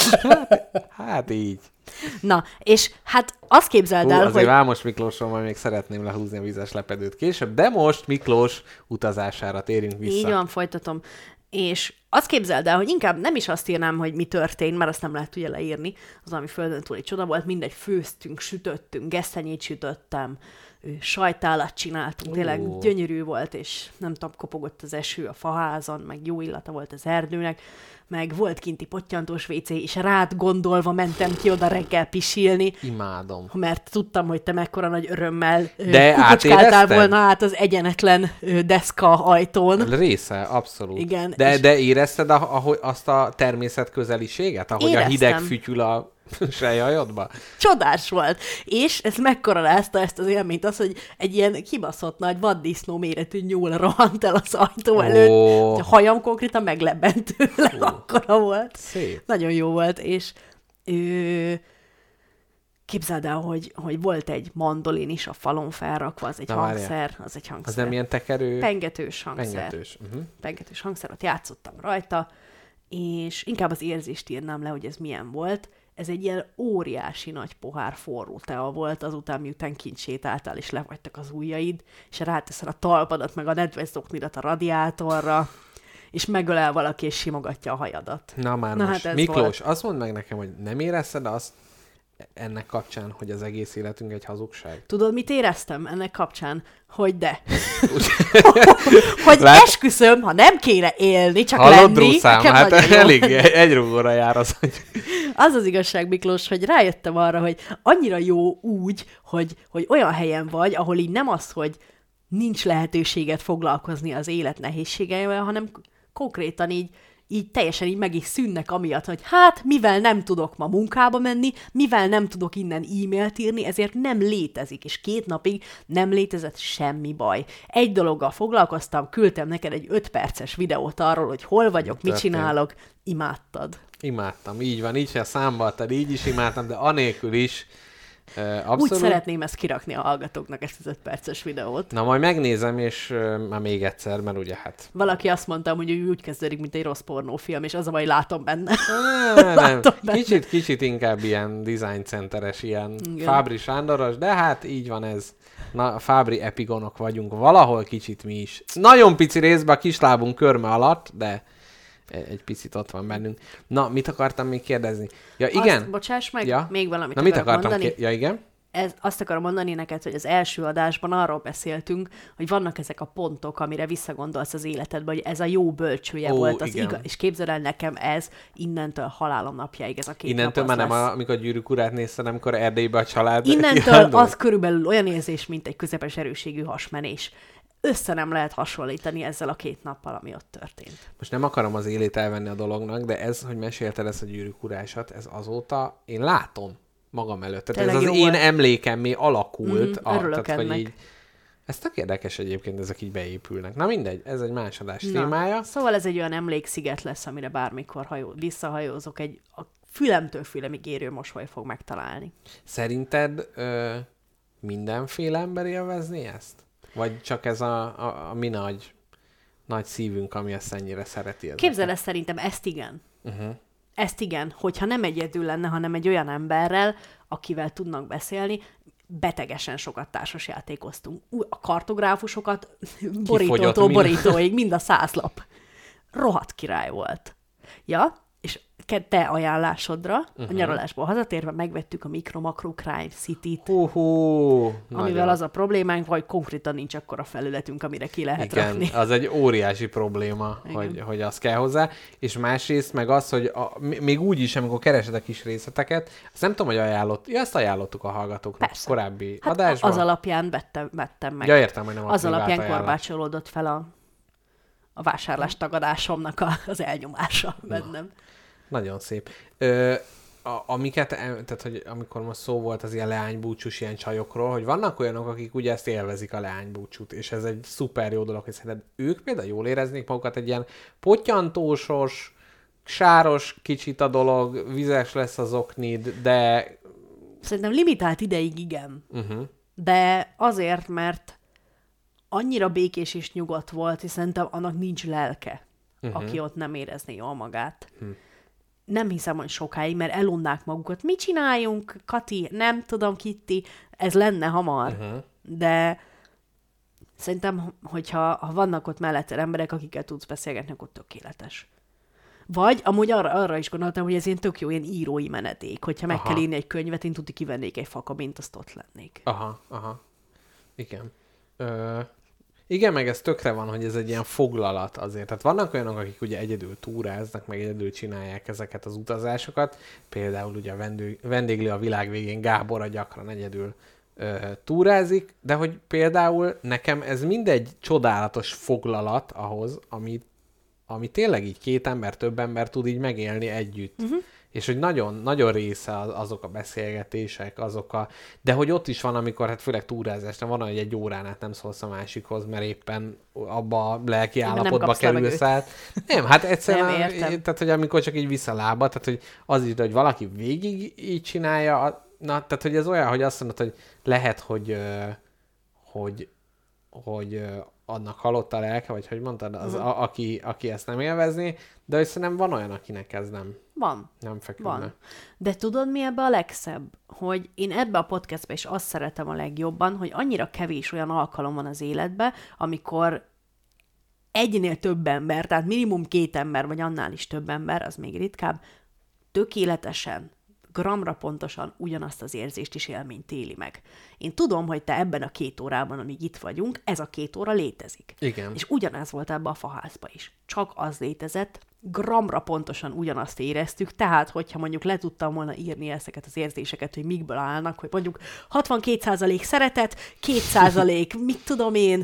Hát így. Na, és hát azt képzeld el, Azért hogy... Vámos Miklósról majd még szeretném lehúzni a vizes lepedőt később, de most Miklós utazására térünk vissza. Így van, folytatom. És azt képzeld el, hogy inkább nem is azt írnám, hogy mi történt, mert azt nem lehet ugye leírni, az, ami földön túli csoda volt, mindegy, főztünk, sütöttünk, gesztenyét sütöttem, sajtálat csináltunk, tényleg gyönyörű volt, és nem tudom, kopogott az eső a faházon, meg jó illata volt az erdőnek, meg volt kinti pottyantós WC, és rád gondolva mentem ki oda reggel pisilni, Imádom. mert tudtam, hogy te mekkora nagy örömmel De kukucskáltál átérezted? volna át az egyenetlen deszka ajtón. Része, abszolút. Igen, De érezted azt a természet közeliséget, ahogy Éreztem. a hideg fütyül a sejjajodba? Csodás volt. És ez mekkoralázta ezt az élményt, az, hogy egy ilyen kibaszott nagy vaddisznó méretű nyúl rohant el az ajtó előtt. A hajam konkrétan meglebbent tőle, akkora volt. Szép. Nagyon jó volt, és Képzeld el, hogy volt egy mandolin is a falon felrakva, az egy hangszer. Az nem ilyen tekerő? Pengetős hangszer. Pengetős. Pengetős hangszer, ott játszottam rajta, és inkább az érzést írnám le, hogy ez milyen volt. Ez egy ilyen óriási nagy pohár forró tea volt, azután miután kint sétáltál, és lefagytak az ujjaid, és ráteszed a talpadat, meg a nedves zoknidat a radiátorra, és megölel valaki, és simogatja a hajadat. Na már most. Hát Miklós, volt. Azt mondd meg nekem, hogy nem érezted azt ennek kapcsán, hogy az egész életünk egy hazugság? Tudod, mit éreztem ennek kapcsán? Hogy de. Hogy esküszöm, ha nem kéne élni, csak hallod, lenni. Druszám, hát elég egy rúgóra jár az, hogy... Az igazság, Miklós, hogy rájöttem arra, hogy annyira jó úgy, hogy olyan helyen vagy, ahol így nem az, hogy nincs lehetőséget foglalkozni az élet nehézségeivel, hanem konkrétan így teljesen így meg is szűnnek amiatt, hogy hát, mivel nem tudok ma munkába menni, mivel nem tudok innen e-mailt írni, ezért nem létezik, és 2 napig nem létezett semmi baj. Egy dologgal foglalkoztam, küldtem neked egy 5 perces videót arról, hogy hol vagyok, mit csinálok, imádtad. Imádtam, így van, így, ha számba adtad, így is imádtam, de anélkül is abszolút. Úgy szeretném ezt kirakni a hallgatóknak, ezt az 5 perces videót. Na, majd megnézem, és már még egyszer, mert ugye hát... Valaki azt mondta, hogy úgy kezdődik, mint egy rossz pornófilm, és az a baj, látom benne. Nem. Kicsit inkább ilyen design centeres, ilyen Fábri Sándoros, de hát így van ez. Na, Fábri epigonok vagyunk, valahol kicsit mi is. Nagyon pici részben a kislábunk körme alatt, de... egy picit ott van bennünk. Na, mit akartam még kérdezni? Ja, igen. Azt, bocsáss meg, még valamit akartam mondani. Ja, igen. Azt akarom mondani neked, hogy az első adásban arról beszéltünk, hogy vannak ezek a pontok, amire visszagondolsz az életedben, hogy ez a jó bölcsője volt az igaz. És képzeld el, nekem ez innentől halálom napjáig, ez a 2 innentől nap már nem, amikor Gyűrűk urát nézted, amikor Erdélybe a család... Innentől az körülbelül olyan érzés, mint egy közepes erősségű hasmenés. Össze nem lehet hasonlítani ezzel a 2 nappal, ami ott történt. Most nem akarom az élét elvenni a dolognak, de ez, hogy mesélted ezt a Gyűrűk urásat, ez azóta én látom magam előtt. Tehát ez az én emlékemmé alakult. Örülök ennek. Hogy így, ez tök érdekes egyébként, ezek így beépülnek. Na mindegy, ez egy más adás témája. Szóval ez egy olyan emléksziget lesz, amire bármikor visszahajózok, a fülemtől fülemig érő mosoly fog megtalálni. Szerinted mindenféle ember élvezni ezt? Vagy csak ez a mi nagy szívünk, ami ezt ennyire szereti? Képzeld el, szerintem ezt igen. Ezt igen, hogyha nem egyedül lenne, hanem egy olyan emberrel, akivel tudnak beszélni, betegesen sokat társasjátékoztunk. A kartográfusokat borítótól borítóig, mind a 100 lap. Rohadt király volt. Ja, és te ajánlásodra, a nyaralásból hazatérve megvettük a Micro Macro Crime City-t. Amivel az a problémánk, hogy konkrétan nincs akkora felületünk, amire ki lehet rakni. Az egy óriási probléma, hogy az kell hozzá. És másrészt meg az, hogy még úgy is, amikor keresed a kis részleteket, azt nem tudom, hogy ezt ajánlottuk a hallgatóknak korábbi adásban. Az alapján vettem meg. Ja, értem, hogy nem az alapján korbácsolódott fel a vásárlás tagadásomnak az elnyomása bennem. Nagyon szép. Tehát, hogy amikor most szó volt az ilyen leánybúcsús ilyen csajokról, hogy vannak olyanok, akik ugye ezt élvezik a leánybúcsút, és ez egy szuper jó dolog, hogy szerinted ők például jól éreznék magukat egy ilyen pottyantósos, sáros kicsit a dolog, vizes lesz az oknid, de... Szerintem limitált ideig igen. De azért, mert annyira békés és nyugodt volt, és szerintem annak nincs lelke, aki ott nem érezné jól magát. Nem hiszem, hogy sokáig, mert elunnák magukat. Mit csináljunk, Kati? Nem tudom, Kitti. Ez lenne hamar. De szerintem, hogyha vannak ott mellette emberek, akikkel tudsz beszélgetni, akkor tökéletes. Vagy amúgy arra is gondoltam, hogy ez ilyen tök jó, ilyen írói menedék. Hogyha meg kell írni egy könyvet, én tudni kivennék egy fakabint, azt ott lennék. Igen. Igen, meg ez tökre van, hogy ez egy ilyen foglalat azért. Tehát vannak olyanok, akik ugye egyedül túráznak, meg egyedül csinálják ezeket az utazásokat. Például ugye a vendéglő a világ végén Gábor gyakran egyedül túrázik, de hogy például nekem ez mindegy csodálatos foglalat ahhoz, ami tényleg így 2 ember, több ember tud így megélni együtt. És hogy nagyon, nagyon része azok a beszélgetések, de hogy ott is van, amikor hát főleg túrázásnál van, hogy 1 órán át nem szólsz a másikhoz, mert éppen abba a lelki állapotba kerülsz át. Nem, hát egyszerűen, tehát hogy amikor csak így visszalába, tehát hogy az is, de hogy valaki végig így csinálja, Na, tehát, hogy ez olyan, hogy azt mondod, hogy lehet, hogy annak halott a lelke, vagy hogy mondtad, az, aki ezt nem élvezni, de hogy szerintem van olyan, akinek ez nem feküdne. Van. De tudod, mi ebbe a legszebb? Hogy én ebbe a podcastbe is azt szeretem a legjobban, hogy annyira kevés olyan alkalom van az életben, amikor egynél több ember, tehát minimum 2 ember, vagy annál is több ember, az még ritkább, tökéletesen, gramra pontosan ugyanazt az érzést is élményt éli meg. Én tudom, hogy te ebben a 2 órában, amíg itt vagyunk, ez a 2 óra létezik. Igen. És ugyanez volt ebben a faházba is. Csak az létezett, gramra pontosan ugyanazt éreztük, tehát hogyha mondjuk le tudtam volna írni ezeket az érzéseket, hogy mikből állnak, hogy mondjuk 62% szeretet, 2% mit tudom én,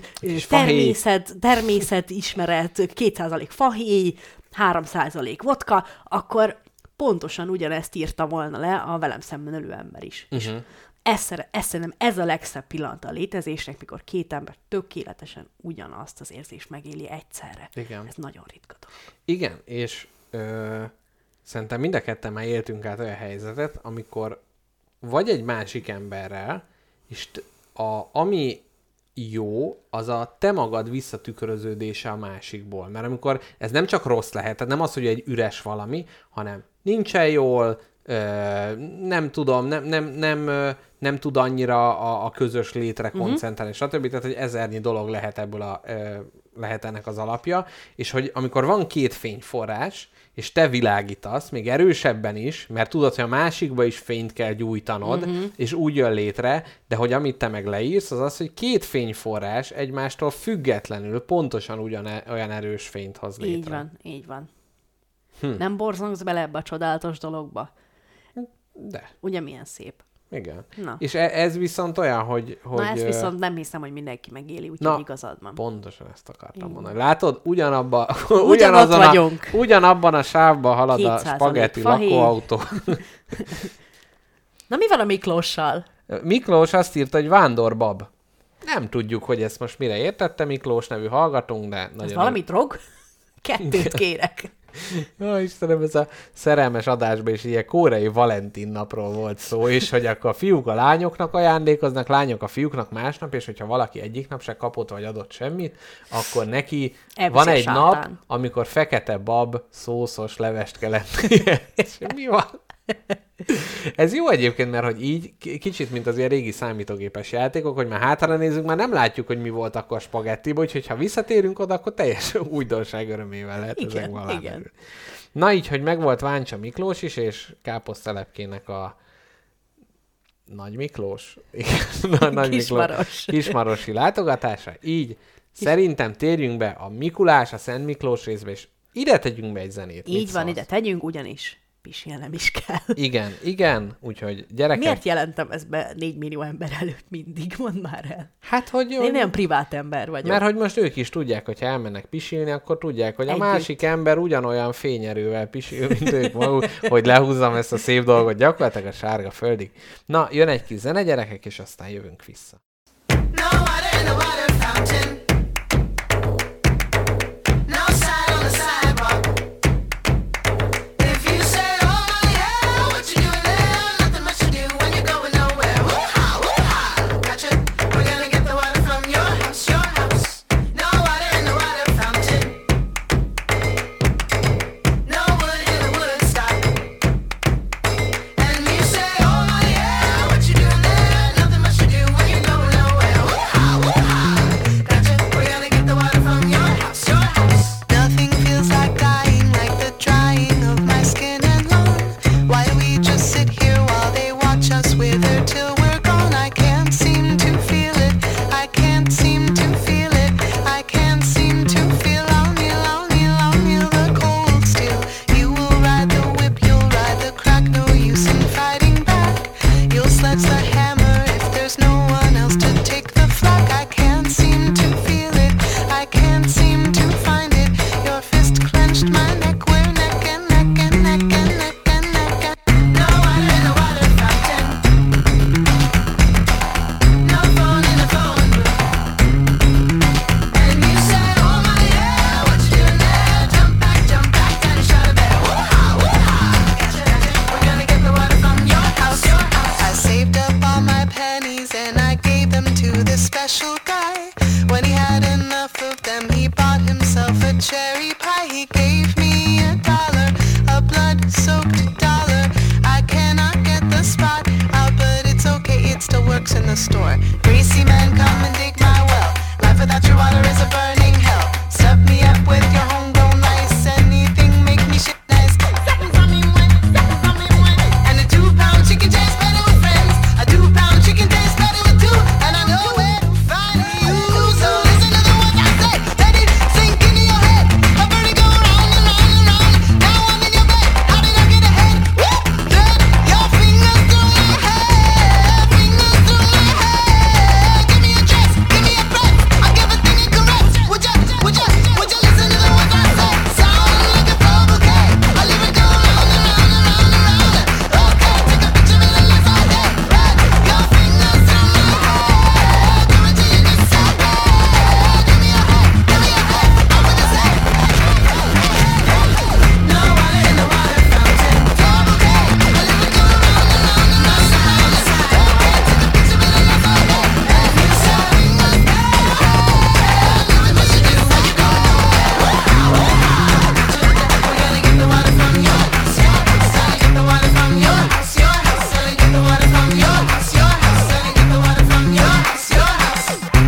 természet ismeret, 2% fahéj, 3% vodka, akkor pontosan ugyanezt írta volna le a velem szemben ülő ember is. És szerintem ez a legszebb pillanat a létezésnek, mikor 2 ember tökéletesen ugyanazt az érzést megéli egyszerre. Igen. Ez nagyon ritka dolog. Igen, és szerintem mind a ketten már éltünk át olyan helyzetet, amikor vagy egy másik emberrel, és ami jó, az a te magad visszatükröződése a másikból. Mert amikor ez nem csak rossz lehet, tehát nem az, hogy egy üres valami, hanem nincsen jól, nem tudom, nem tud annyira a közös létre koncentrálni, stb. Tehát, hogy ezernyi dolog lehet ebből lehet ennek az alapja, és hogy amikor van 2 fényforrás, és te világítasz, még erősebben is, mert tudod, hogy a másikba is fényt kell gyújtanod, és úgy jön létre, de hogy amit te meg leírsz, az az, hogy 2 fényforrás egymástól függetlenül pontosan olyan erős fényt hoz létre. Így van. Nem borzongsz bele ebbe a csodálatos dologba? De. Ugye milyen szép? Igen. Na. És ez viszont olyan, hogy... Na, ezt viszont nem hiszem, hogy mindenki megéli, úgyhogy igazad van. Pontosan ezt akartam mondani. Látod, ugyanabban a sávban halad a spagetti lakóautó. Na, mi van a Miklóssal? Miklós azt írta, hogy vándorbab. Nem tudjuk, hogy ezt most mire értette Miklós nevű hallgatónk, de nagyon... Ez valami drog? 2 kérek. Jó, Istenem, ez a szerelmes adásban is ilyen koreai Valentin napról volt szó, és hogy akkor a fiúk a lányoknak ajándékoznak, lányok a fiúknak másnap, és hogyha valaki egyik nap se kapott vagy adott semmit, akkor neki van egy nap, amikor fekete bab szószos levest kell ennie. És mi van? Ez jó egyébként, mert hogy így kicsit, mint az ilyen régi számítógépes játékok, hogy már hátra nézzük, már nem látjuk, hogy mi volt akkor spagettiba, úgyhogy ha visszatérünk oda, akkor teljes újdonság örömével lehet ezek valamit. Na így, hogy megvolt Váncsa Miklós is, és káposztelepkének a Nagy Miklós, Kismarosi látogatása, így szerintem térjünk be a Mikulás, a Szent Miklós részbe, és ide tegyünk be egy zenét. Így van, ide tegyünk, ugyanis pisilnem is kell. Igen, úgyhogy gyerekek... Miért jelentem ezt be 4 millió ember előtt mindig? Mondd már el. Hát, hogy... Én olyan privát ember vagyok. Mert hogy most ők is tudják, hogy ha elmennek pisilni, akkor tudják, hogy a másik ember ugyanolyan fényerővel pisil, mint ők maguk, hogy lehúzzam ezt a szép dolgot gyakorlatilag a sárga földig. Na, jön egy kis zene, gyerekek, és aztán jövünk vissza. special guy. When he had enough of them, he bought himself a cherry pie. He gave me $1, a blood-soaked dollar. I cannot get the spot out, but it's okay, it still works in the store. Greasy man, come and dig my well. Life without your water is a burning hell. Stuff me up with your homegrown ice. Anything make me shit nice. And a 2-pound chicken tastes better with friends. A 2-pound chicken tastes better with two. And I know where to find you. So listen to the words I say. Let it sink into your head. A birdie go round and round and round. Now I'm in your bed. How did I get ahead? Woo! Thread your fingers through my hair. Fingers through my hair. Give me a dress. Give me a breath. I'll give a thing a caress. Would you listen to the words I say? Sound like a flower bouquet. I leave it go round and round and round and round. Okay, take a picture and then let's all day. Thread your fingers through my hair. Do it till you just say, give me a head. Give me a head. I'm gonna say, no water in the water fountain. Flower bouquet. I leave it go round and round and round and round. Okay, take a picture and then let's all day. And you say, fingers there. Give it what you do when you go. We're gonna get the water from your house, your house. Gotta get the water from your house, your house. Gotta get the water from your house, your house. Gotta get the water from your house, your house.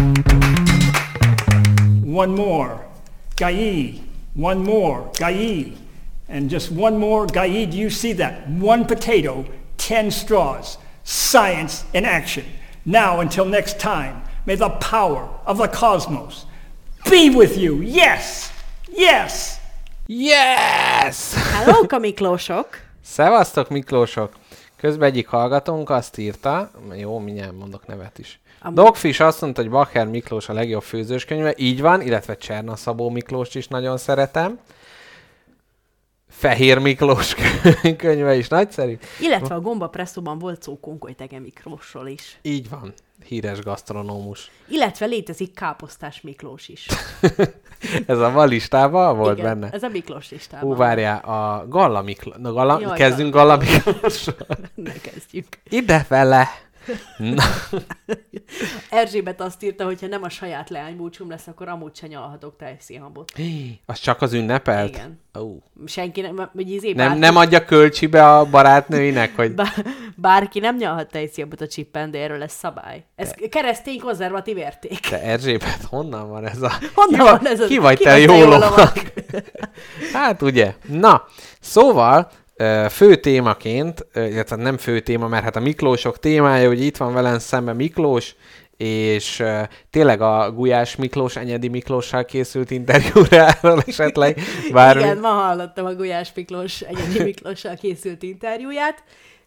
One more, Gayi. One more, Gayi. And just one more, Gayi. Do you see that? 1 potato, 10 straws. Science in action. Now, until next time, may the power of the cosmos be with you. Yes! Yes! Yes! Hellóka Miklósok! Szevasztok, Miklósok! Közben egyik hallgatónk azt írta, jó, mindjárt mondok nevet is. Dogfish azt mondta, hogy Bacher Miklós a legjobb főzőskönyve, így van, illetve Cserna Szabó Miklóst is nagyon szeretem. Fehér Miklós könyve is nagyszerű. Illetve a Gomba Presszóban volt szó Konkoly-Tege Miklósról is. Így van, híres gasztronómus. Illetve létezik Káposztás Miklós is. Ez a ma listában volt igen, benne? Ez a Miklós listában. Hú, várjál, a Galla Miklós. Jaj, Kezdünk Galla Miklósról. Ne kezdjük. Idefele! Na. Erzsébet azt írta, hogy ha nem a saját leánybúcsúm lesz, akkor amúgy se nyalhatok tejszínhabot. Az csak az ünnepelt? Igen. Oh. Senki nem, vagy Nem adja kölcsibe a barátnőinek, hogy... Bárki nem nyalhat tejszínhabot a Chippendale-ről, ez szabály. Ez keresztény konzervatív érték. Te Erzsébet, honnan van ez a... Honnan van ez a... Ki vagy te jó lovag? Hát ugye. Na, szóval... fő témaként, illetve nem fő téma, mert hát a Miklósok témája, hogy itt van velem szemben Miklós, és tényleg a Gulyás Miklós, Enyedi Miklóssal készült interjúráról esetleg bármi. Igen, ma hallottam a Gulyás Miklós, Enyedi Miklóssal készült interjúját.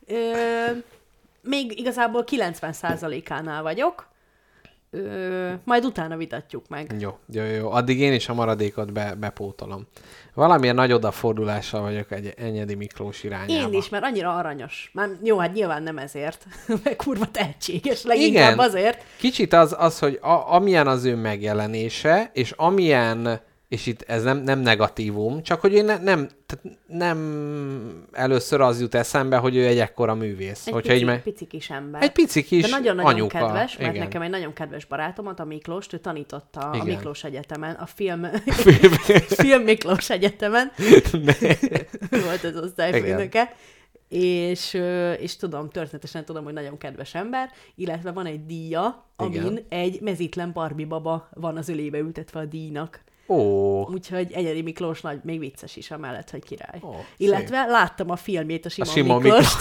Még igazából 90%-ánál vagyok. Majd utána vitatjuk meg. Jó. Addig én is a maradékot bepótolom. Valamilyen nagy odafordulással vagyok egy Enyedi Miklós irányába. Én is, mert annyira aranyos. Már, jó, hát nyilván nem ezért, meg kurva tehetséges, leginkább igen, azért. Kicsit az hogy amilyen az ő megjelenése, és amilyen, és itt ez nem negatívum, csak hogy én nem először az jut eszembe, hogy ő egy ekkora művész. Pici kis ember. Egy pici kis de nagyon-nagyon anyuka. kedves, mert igen. Nekem egy nagyon kedves barátomat, a Miklóst, ő tanította igen. A Miklós Egyetemen, a film Miklós Egyetemen. Volt az osztályfőnöke. És tudom, történetesen tudom, hogy nagyon kedves ember, illetve van egy díja, amin igen. Egy mezítlen Barbie baba van az ölébe ültetve a díjnak. Úgyhogy Enyedi Miklós nagy, még vicces is amellett, hogy király. Illetve szép. Láttam a filmjét, a Sima Miklós.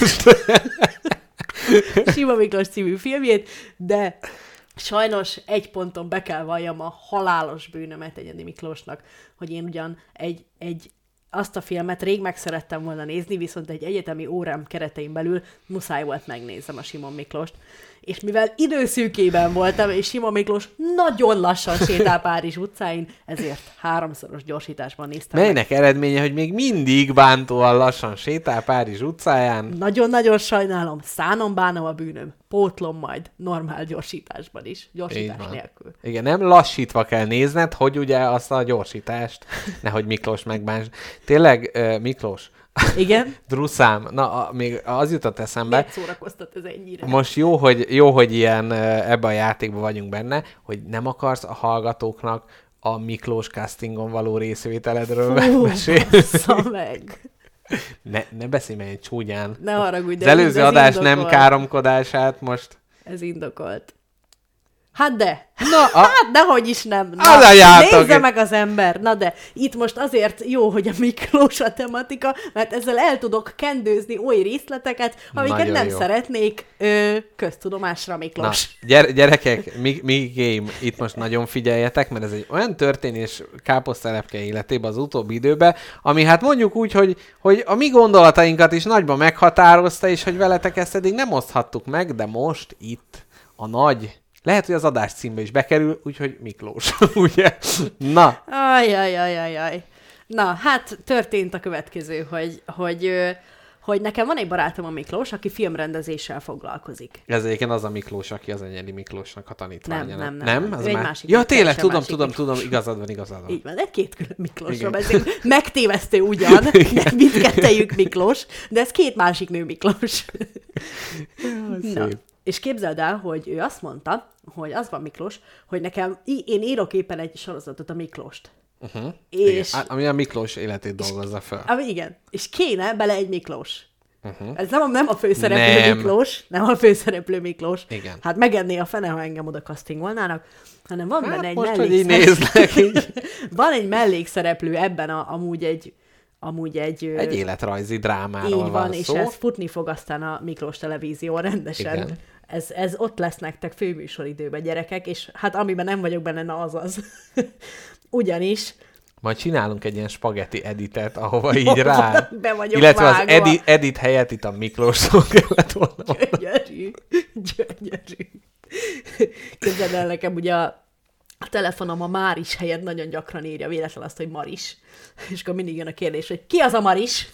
Sima Miklós című filmjét, de sajnos egy ponton be kell valljam a halálos bűnömet Enyedi Miklósnak, hogy én ugyan azt a filmet rég meg szerettem volna nézni, viszont egy egyetemi órám keretein belül muszáj volt megnézem a Simon Miklóst. És mivel időszűkében voltam, és Simon Miklós nagyon lassan sétál Párizs utcáin, ezért 3-szoros gyorsításban néztem. Melynek eredménye, hogy még mindig bántóan lassan sétál Párizs utcáján? Nagyon-nagyon sajnálom, szánom bánom a bűnöm. Pótlom majd normál gyorsításban is, gyorsítás nélkül. Igen, nem lassítva kell nézned, hogy ugye azt a gyorsítást, nehogy Miklós megbánts. Tényleg, Miklós, Igen? Druszám, még az jutott eszembe. Miért szórakoztat ez ennyire? Most jó, hogy ilyen ebben a játékban vagyunk benne, hogy nem akarsz a hallgatóknak a Miklós castingon való részvételedről mesélni. Bassza meg! Ne beszélj meg egy csúnyán. Ne haragudj, Az előző ez adás indokolt. nem káromkodását most. Ez indokolt. Hát de. Na, Hát dehogy is nem. Na, Az a játok. nézze meg az ember. Na de, itt most azért jó, hogy a Miklós a tematika, mert ezzel el tudok kendőzni oly részleteket, amiket Nagyon nem jó. szeretnék köztudomásra, Na, Miklós. gyerekek, mi game, itt most nagyon figyeljetek, mert ez egy olyan történés káposztelepke életében az utóbbi időben, ami hát mondjuk úgy, hogy a mi gondolatainkat is nagyban meghatározta, és hogy veletek ezt eddig nem oszthattuk meg, de most itt a nagy... Lehet, hogy az adás címbe is bekerül, úgyhogy Miklós, ugye? Na, Ajajajajaj. Na, hát történt a következő, hogy nekem van egy barátom, a Miklós, aki filmrendezéssel foglalkozik. ez egyébként az a Miklós, aki az Enyedi Miklósnak a tanítványa. Nem. Nem? Az Ő egy már... másik Ja, Miklós, tényleg, teljesen másik tudom, igazad van. Így van, de két külön Miklósról Igen. beszélünk. Megtévesztő ugyan, de mindkettejük Miklós, de ez két másik nő Miklós. Na, szép. és képzeld el, hogy ő azt mondta, hogy az van Miklós, hogy nekem, én írok éppen egy sorozatot a Miklóst. És, Igen, ami a Miklós életét dolgozza fel. igen, és kéne bele egy Miklós. Ez nem a főszereplő Nem. Miklós, nem a főszereplő Miklós. Igen. Hát megenné a fene, ha engem oda castingolnának, hanem van benne egy most, hogy így nézlek, így. Van egy mellékszereplő ebben amúgy egy Egy életrajzi drámáról így van és szó. ez futni fog aztán a Miklós televízió rendesen. Igen. Ez ott lesz nektek főműsoridőben, gyerekek, és hát amiben nem vagyok benne, na azaz. Ugyanis Majd csinálunk egy ilyen spagetti editet, ahova így rá. be vagyok Illetve vágva. az edit helyett itt a Miklós szó kellett volna. Gyönyörű. Képzeld el, nekem ugye a telefonom a Máris helyett nagyon gyakran írja véletlen azt, hogy Maris. És akkor mindig jön a kérdés, hogy ki az a Maris?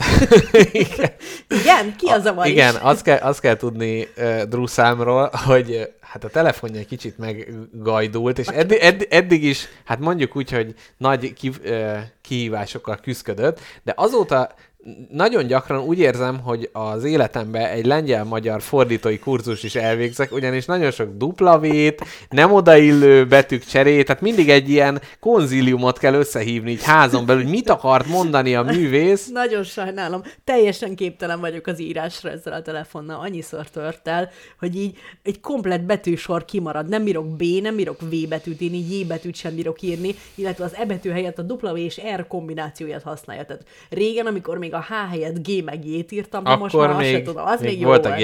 Igen, ki az a Maris? Igen, azt kell tudni Druszámról, hogy hát a telefonja egy kicsit meggajdult, és eddig is, hát mondjuk úgy, hogy nagy kihívásokkal küszködött, de azóta nagyon gyakran úgy érzem, hogy az életemben egy lengyel-magyar fordítói kurzus is elvégzek, ugyanis nagyon sok duplavét, nem odaillő betűk cserét, tehát mindig egy ilyen konzíliumot kell összehívni így házon belül, hogy mit akart mondani a művész. Nagyon sajnálom. Teljesen képtelen vagyok az írásra ezzel a telefonnal. Annyiszor tört el, hogy így egy komplett betűsor kimarad. Nem bírok B, nem bírok V betűt írni, J betűt sem bírok írni, illetve az E betű helyett a W és R kombinációját használja. Tehát régen, amikor még a H helyett G meg J-t írtam, de most már azt sem tudom. Az még jó voltak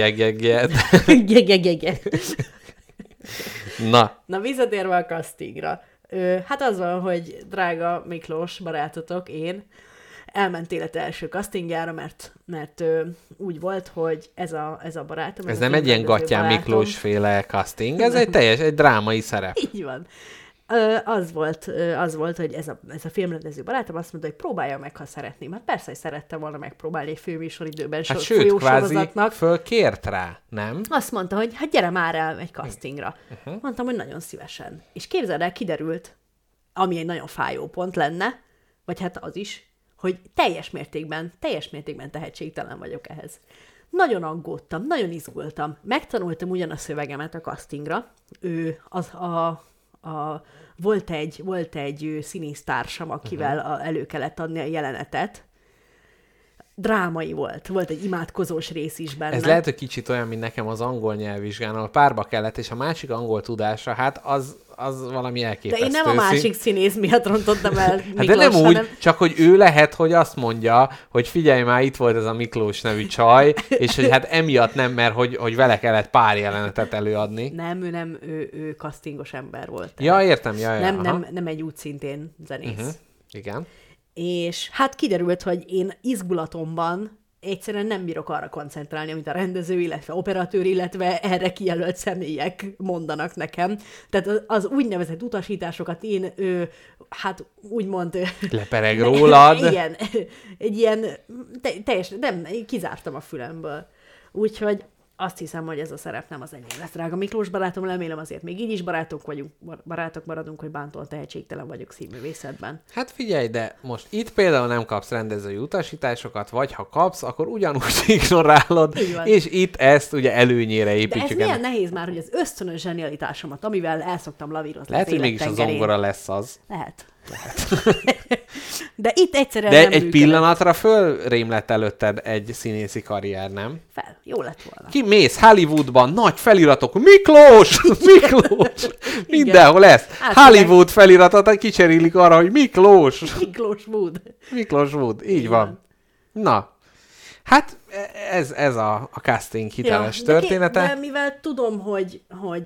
volt. Na, visszatérve a castingra. Hát az van, hogy drága Miklós barátotok, én elment élet első castingjára, mert úgy volt, hogy ez a barátom... ez a nem egy ilyen filmrendező Gattyán barátom. Miklós féle casting, ez egy drámai szerep. Így van. Az volt, hogy ez a filmrendező barátom azt mondta, hogy próbálja meg, ha szeretném. Hát persze, hogy szerettem volna megpróbálni egy főműsoridőben Hát sőt, folyó kvázi sorozatnak. fölkért rá, nem? Azt mondta, hogy hát gyere már el egy castingra. Mondtam, hogy nagyon szívesen. És képzeld el, kiderült, ami egy nagyon fájó pont lenne, vagy hát az is, hogy teljes mértékben tehetségtelen vagyok ehhez. Nagyon aggódtam, nagyon izgultam. Megtanultam ugyan a szövegemet a castingra. Volt egy színésztársam, akivel elő kellett adni a jelenetet. Drámai volt. Volt egy imádkozós rész is benne. Ez lehet, hogy kicsit olyan, mint nekem az angol nyelvvizsgán, ahol párba kellett, és a másik angol tudása, hát az valami De elképesztő. én nem a másik színész miatt rontottam el Miklós, Hát de nem úgy, hanem... csak hogy ő lehet, hogy azt mondja, hogy figyelj már, itt volt ez a Miklós nevű csaj, és hogy hát emiatt nem, mert hogy vele kellett pár jelenetet előadni. Nem, ő castingos ember volt. Ja, értem, Nem egy úgy szintén zenész. Igen. És hát kiderült, hogy én izgulatomban egyszerűen nem bírok arra koncentrálni, amit a rendező, illetve operatőr, illetve erre kijelölt személyek mondanak nekem. Tehát az úgynevezett utasításokat én, hát úgymond... Lepereg rólad. Igen, egy ilyen teljesen, nem, kizártam a fülemből. Úgyhogy azt hiszem, hogy ez a szerep nem az enyém lesz, drága Miklós barátom, remélem azért még így is barátok maradunk, hogy bántól tehetségtelen vagyok színművészetben. Hát figyelj, de most itt például nem kapsz rendezői utasításokat, vagy ha kapsz, akkor ugyanúgy ignorálod, Így van. és itt ezt ugye előnyére De ez építjük. milyen nehéz már, hogy az ösztönös zsenialitásomat, amivel el szoktam lavírozni Lehet, az hogy élet mégis a tengerén. zongora lesz az. Lehet. De itt egyszerűen De nem egy működött pillanatra fölrémlett előtted egy színészi karrier, nem? fel. Jó lett volna. Kimész Hollywoodban, nagy feliratok, Miklós! Miklós! Mindenhol lesz. Hollywood feliratot kicserélik arra, hogy Miklós! Miklós Wood. Miklós Wood, így Így van. Na, hát ez a casting hiteles története. De mivel tudom, hogy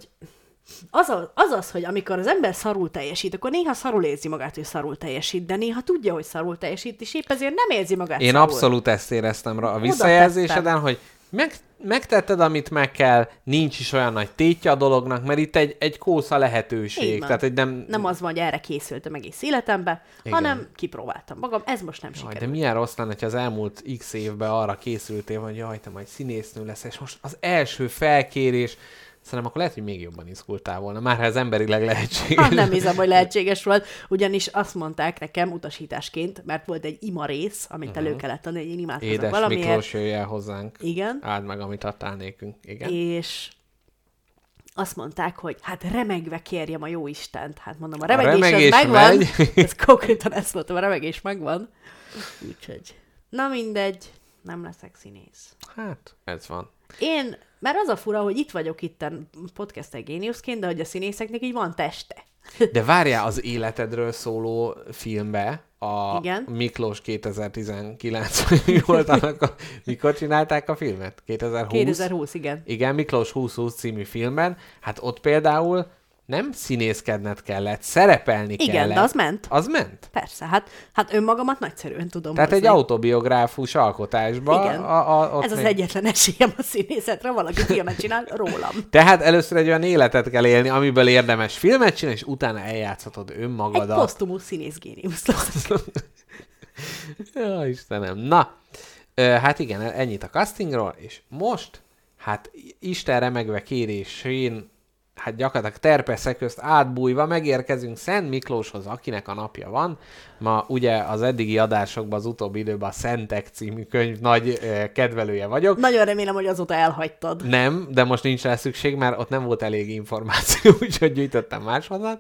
az, hogy amikor az ember szarul teljesít, akkor néha szarul érzi magát, hogy szarul teljesít, de néha tudja, hogy szarul teljesít, és épp ezért nem érzi magát Én szarul. abszolút ezt éreztem a visszajelzéseden, hogy megtetted, amit meg kell, nincs is olyan nagy tétje a dolognak, mert itt egy kósza lehetőség. van. Tehát, hogy Nem az van, hogy erre készültem egész életemben, Igen. hanem kipróbáltam magam. Ez most nem Jaj, sikerült. de milyen rossz lenne, ha az elmúlt x évben arra készültél, hogy jaj, te majd színésznő lesz, és most az első felkérés, szerintem akkor lehet, hogy még jobban izgultál volna, már ha ez emberileg lehetséges. Nem hiszem, hogy lehetséges volt, ugyanis azt mondták nekem utasításként, mert volt egy ima rész, amit elő kellett adni, hogy én imádkozok Édes valamiért. Miklós, jöjj el hozzánk. Igen. Áld meg, amit adtál nékünk. Igen. És azt mondták, hogy hát remegve kérjem a jó Istent. Hát mondom, a remegés, remegés az megvan. megy. Ez konkrétan ezt mondtam, a remegés megvan. Úgyhogy, na mindegy, nem leszek színész. Hát, ez van. Mert az a fura, hogy itt vagyok itten podcast-en géniuszként, de hogy a színészeknek így van teste. De várjál, az életedről szóló filmbe, a Igen. Miklós 2019, mi volt annak mikor csinálták a filmet? 2020? 2020, igen. Igen, Miklós 2020 című filmben, hát ott például nem színészkedned kellett, szerepelni Igen, kellett. de az ment. Az ment? Persze, hát önmagamat nagyszerűen tudom Tehát hozni. egy autobiográfus alkotásban. Igen. Ott Ez az még- egyetlen esélyem a színészetre, valaki filmet csinál rólam. Tehát először egy olyan életet kell élni, amiből érdemes filmet csinálni, és utána eljátszhatod Egy önmagadat. posztumusz színész géniusz leszek. Ja, Istenem. Na, hát igen, ennyit a castingról, és most, hát Isten remegve kérésén, hát gyakorlatilag terpeszek közt átbújva megérkezünk Szent Miklóshoz, akinek a napja van. Ma ugye az eddigi adásokban, az utóbbi időben a Szentek című könyv nagy kedvelője vagyok. Nagyon remélem, hogy azóta elhagytad. Nem, de most nincs rá szükség, mert ott nem volt elég információ, úgyhogy gyűjtöttem máshonnan.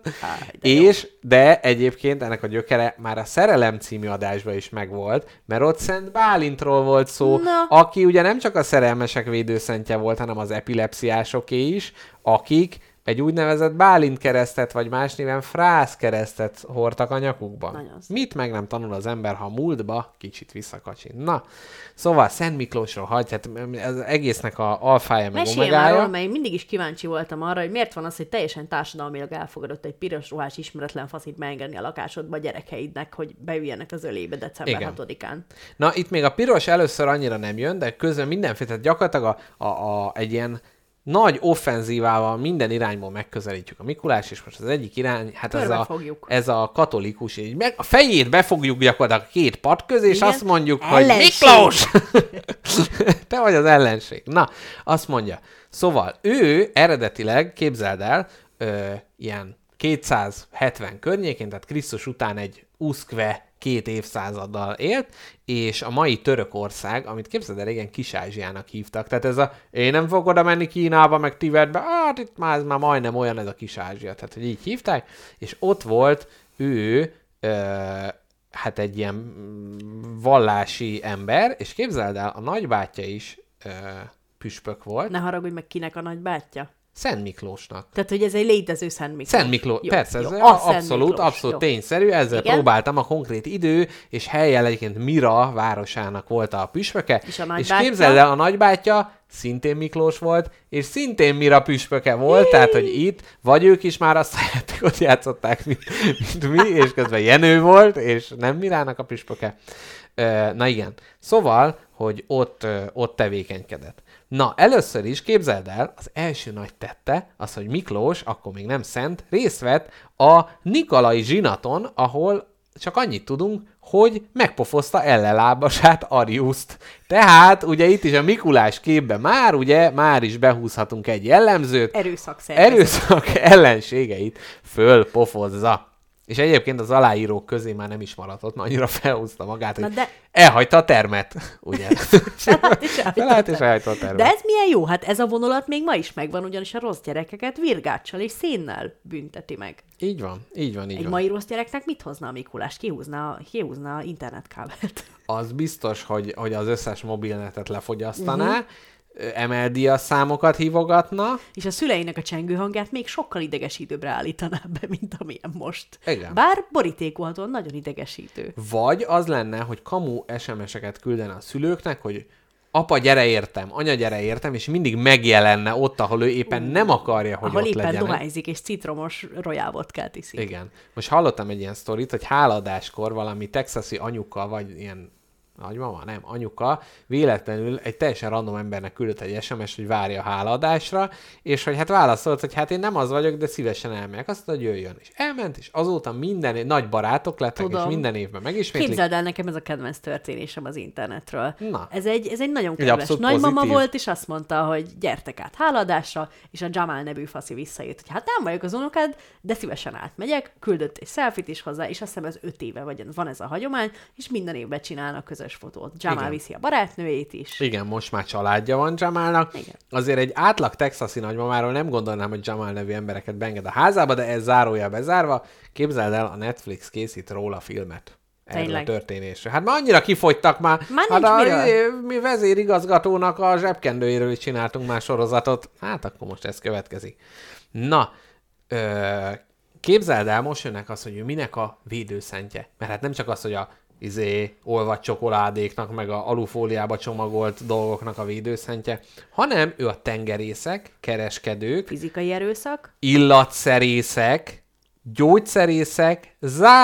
De egyébként ennek a gyökere már a Szerelem című adásban is megvolt, mert ott Szent Bálintról volt szó, Na. aki ugye nem csak a szerelmesek védőszentje volt, hanem az epilepsziásoké is, akik egy úgynevezett Bálint keresztet, vagy más néven Frász keresztet hordtak a nyakukban. Nagyon szép. Mit meg nem tanul az ember, ha a múltba kicsit visszakacsin. Na, szóval Szent Miklósról hagy, hát az egésznek a alfája meg Mesélj már omegája. róla, mert én mindig is kíváncsi voltam arra, hogy miért van az, hogy teljesen társadalmilag elfogadott egy piros ruhás ismeretlen faszit beengedni a lakásodba a gyerekeidnek, hogy beüljenek az ölébe december Igen. 6-án. Na, itt még a piros először annyira nem jön, de közben mindenféle, tehát gyakorlatilag egy ilyen nagy offenzívával minden irányból megközelítjük a Mikulás, és most az egyik irány, hát Körbefogjuk. ez a katolikus, így meg a fejét befogjuk gyakorlatilag két pad közé, és Igen. azt mondjuk, hogy Ellenség. Miklós! Te vagy az ellenség. Na, azt mondja. Szóval ő eredetileg, képzeld el, ilyen 270 környékén, tehát Krisztus után egy uszkve 2 évszázaddal élt, és a mai Törökország, amit képzeld el, régen Kis-Ázsiának hívtak. Tehát ez én nem fogok oda menni Kínába, meg Tibetbe, hát itt már majdnem olyan ez a Kis-Ázsia. Tehát, hogy így hívták, és ott volt ő, hát egy ilyen vallási ember, és képzeld el, a nagybátyja is püspök volt, Ne haragudj meg, kinek a nagybátyja. Szent Miklósnak. Tehát, hogy ez egy létező Szent Miklós. Szent Miklós, Jó, persze, jó. ez A Szent abszolút, Miklós, abszolút jó. tényszerű, ezzel Igen. próbáltam a konkrét idő, és helyen egyébként Mira városának volt a püspöke, És a és nagybátyja? képzeld el, a nagybátya szintén Miklós volt, és szintén Mira püspöke volt, tehát, hogy itt vagy ők is már azt a játékot játszották, mint mi, és közben Jenő volt, és nem Mirának a püspöke. Na igen, szóval, hogy ott tevékenykedett. Na, először is képzeld el, az első nagy tette, az, hogy Miklós, akkor még nem szent, részt vett a Nikolai zsinaton, ahol csak annyit tudunk, hogy megpofozta ellenlábasát Ariuszt. Tehát ugye itt is a Mikulás képben már is behúzhatunk egy jellemzőt. Erőszak ellenségeit fölpofozza. És egyébként az aláírók közé már nem is maradott, mert annyira felhúzta magát, hogy elhagyta a termet, ugye? Felállt és elhagyta a termet. De ez milyen jó, hát ez a vonulat még ma is megvan, ugyanis a rossz gyerekeket virgáccsal és szénnel bünteti meg. Így van. Egy mai rossz gyereknek mit hozna a Mikulás? Kihúzna a internetkábelt. Az biztos, hogy az összes mobilnetet lefogyasztaná, MLD-a számokat hívogatna. És a szüleinek a csengő hangját még sokkal idegesítőbbre állítaná be, mint amilyen most. Igen. Bár borítékolhatóan nagyon idegesítő. Vagy az lenne, hogy kamu SMS-eket küldene a szülőknek, hogy apa, gyere értem, anya, gyere értem, és mindig megjelenne ott, ahol ő éppen nem akarja, hogy ahol ott éppen legyen. dohányzik, és citromos royal-vodkát iszik. Igen. Most hallottam egy ilyen sztorit, hogy háladáskor valami texasi anyuka, vagy ilyen nagymama, nem, anyuka véletlenül egy teljesen random embernek küldött egy SMS-t, hogy várja a hálaadásra, és hogy hát válaszolt, hogy hát én nem az vagyok, de szívesen elmegyek. Azt mondta, hogy jöjjön. És elment, és azóta nagy barátok lettek, és minden évben megismétlik. Képzeld el, nekem ez a kedvenc történésem az internetről. Na. Ez egy nagyon kedves nagymama pozitív volt, és azt mondta, hogy gyertek át hálaadásra, és a Jamal nevű faszi visszaírt, hogy hát nem vagyok az unokád, de szívesen átmegyek, küldött egy selfit is hozzá, és azt hiszem ez 5 éve vagy van ez a hagyomány, és minden évben csinálnak közös fotót. Jamal viszi a barátnőjét is. Igen, most már családja van Jamalnak. Igen. Azért egy átlag texasi nagymamáról nem gondolnám, hogy Jamal nevű embereket beenged a házába, de ez zárójel bezárva. Képzeld el, a Netflix készít róla filmet. Erről a történésre. Hát már annyira kifogytak már. Mi vezérigazgatónak a zsebkendőjéről is csináltunk már sorozatot. Hát akkor most ez következik. Na, képzeld el, most jönnek az, hogy ő minek a védőszentje. Mert hát nem csak az, hogy a olvadt csokoládéknak, meg a alufóliába csomagolt dolgoknak a védőszentje, hanem ő a tengerészek, kereskedők, fizikai erőszak, illatszerészek, gyógyszerészek,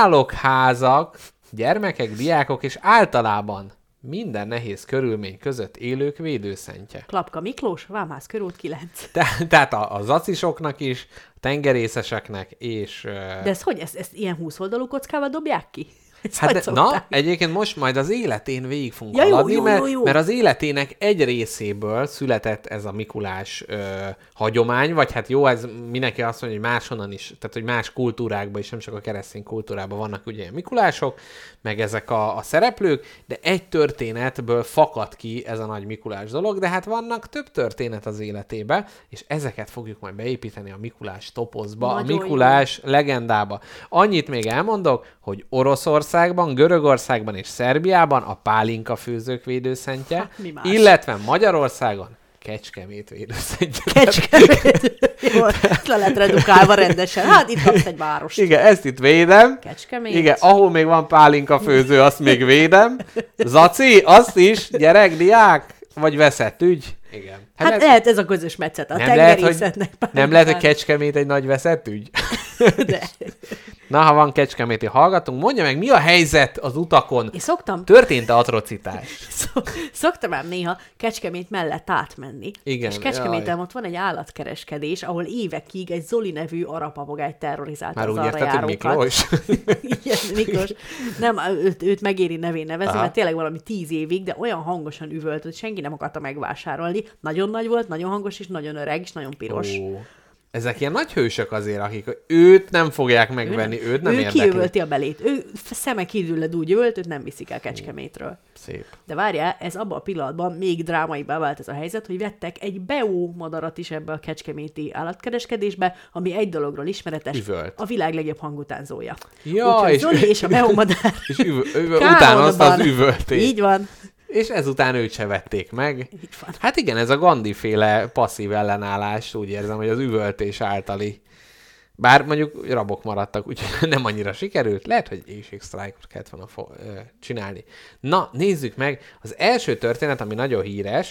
zálogházak, gyermekek, diákok és általában minden nehéz körülmény között élők védőszentje. Klapka Miklós, Vámház körút 9. Tehát a zacisoknak is, a tengerészeseknek és... De ez hogy? Ezt ilyen 20 oldalú kockával dobják ki? Hát egyébként most majd az életén végig fogunk haladni, mert az életének egy részéből született ez a Mikulás hagyomány, vagy hát jó, ez mindenki azt mondja, hogy máshonnan is, tehát hogy más kultúrákban is, nem csak a keresztény kultúrában vannak ugye ilyen Mikulások, meg ezek a szereplők, de egy történetből fakad ki ez a nagy Mikulás dolog, de hát vannak több történet az életébe, és ezeket fogjuk majd beépíteni a Mikulás topozba, nagyon a Mikulás legendába. Annyit még elmondok, hogy Oroszországban, Görögországban és Szerbiában a pálinka főzők védőszentje, illetve Magyarországon Kecskemét védőszentje. Kecskemét? Jó, le lett redukálva rendesen. Hát itt kapsz egy várost. Igen, ezt itt védem. Kecskemét. Igen, ahol még van pálinka főző, azt még védem. Zaci, azt is, gyerek, diák, vagy veszett ügy. Igen. Hát lehet ez a közös metszet, a tengerészetnek. Nem lehet, hogy Kecskemét egy nagy veszett ügy? De. Na, ha van kecskeméti hallgatunk, mondja meg, mi a helyzet az utakon? Én szoktam. Történt-e atrocitás? Szoktam ám néha Kecskemét mellett átmenni. Igen. És Kecskeméten ott van egy állatkereskedés, ahol évekig egy Zoli nevű arapapogály terrorizálta az arra járókat. Már úgy érted, hogy Miklós? Igen, Miklós. Nem, őt megéri nevén nevezni, mert tényleg valami 10 évig, de olyan hangosan üvölt, hogy senki nem akarta megvásárolni. Nagyon nagy volt, nagyon hangos, és nagyon öreg, és nagyon piros. Ezek ilyen nagy hősök azért, akik őt nem fogják megvenni, őt nem érdekli. Ő kiövölti a belét. Ő szeme kidülled úgy övölt, őt nem viszik el Kecskemétről. Szép. De várjál, ez abban a pillanatban még drámaibbá vált ez a helyzet, hogy vettek egy beó madarat is ebbe a kecskeméti állatkereskedésbe, ami egy dologról ismeretes, üvölt. A világ legjobb hangutánzója. Ja, és Zoli és a beó madár. És utána azt az üvölték. Így van. És ezután őt se vették meg. Így van. Hát igen, ez a Gandhi-féle passzív ellenállás, úgy érzem, hogy az üvöltés általi. Bár mondjuk rabok maradtak, úgyhogy nem annyira sikerült. Lehet, hogy éjségsztrájkot kellett volna csinálni. Na, nézzük meg. Az első történet, ami nagyon híres,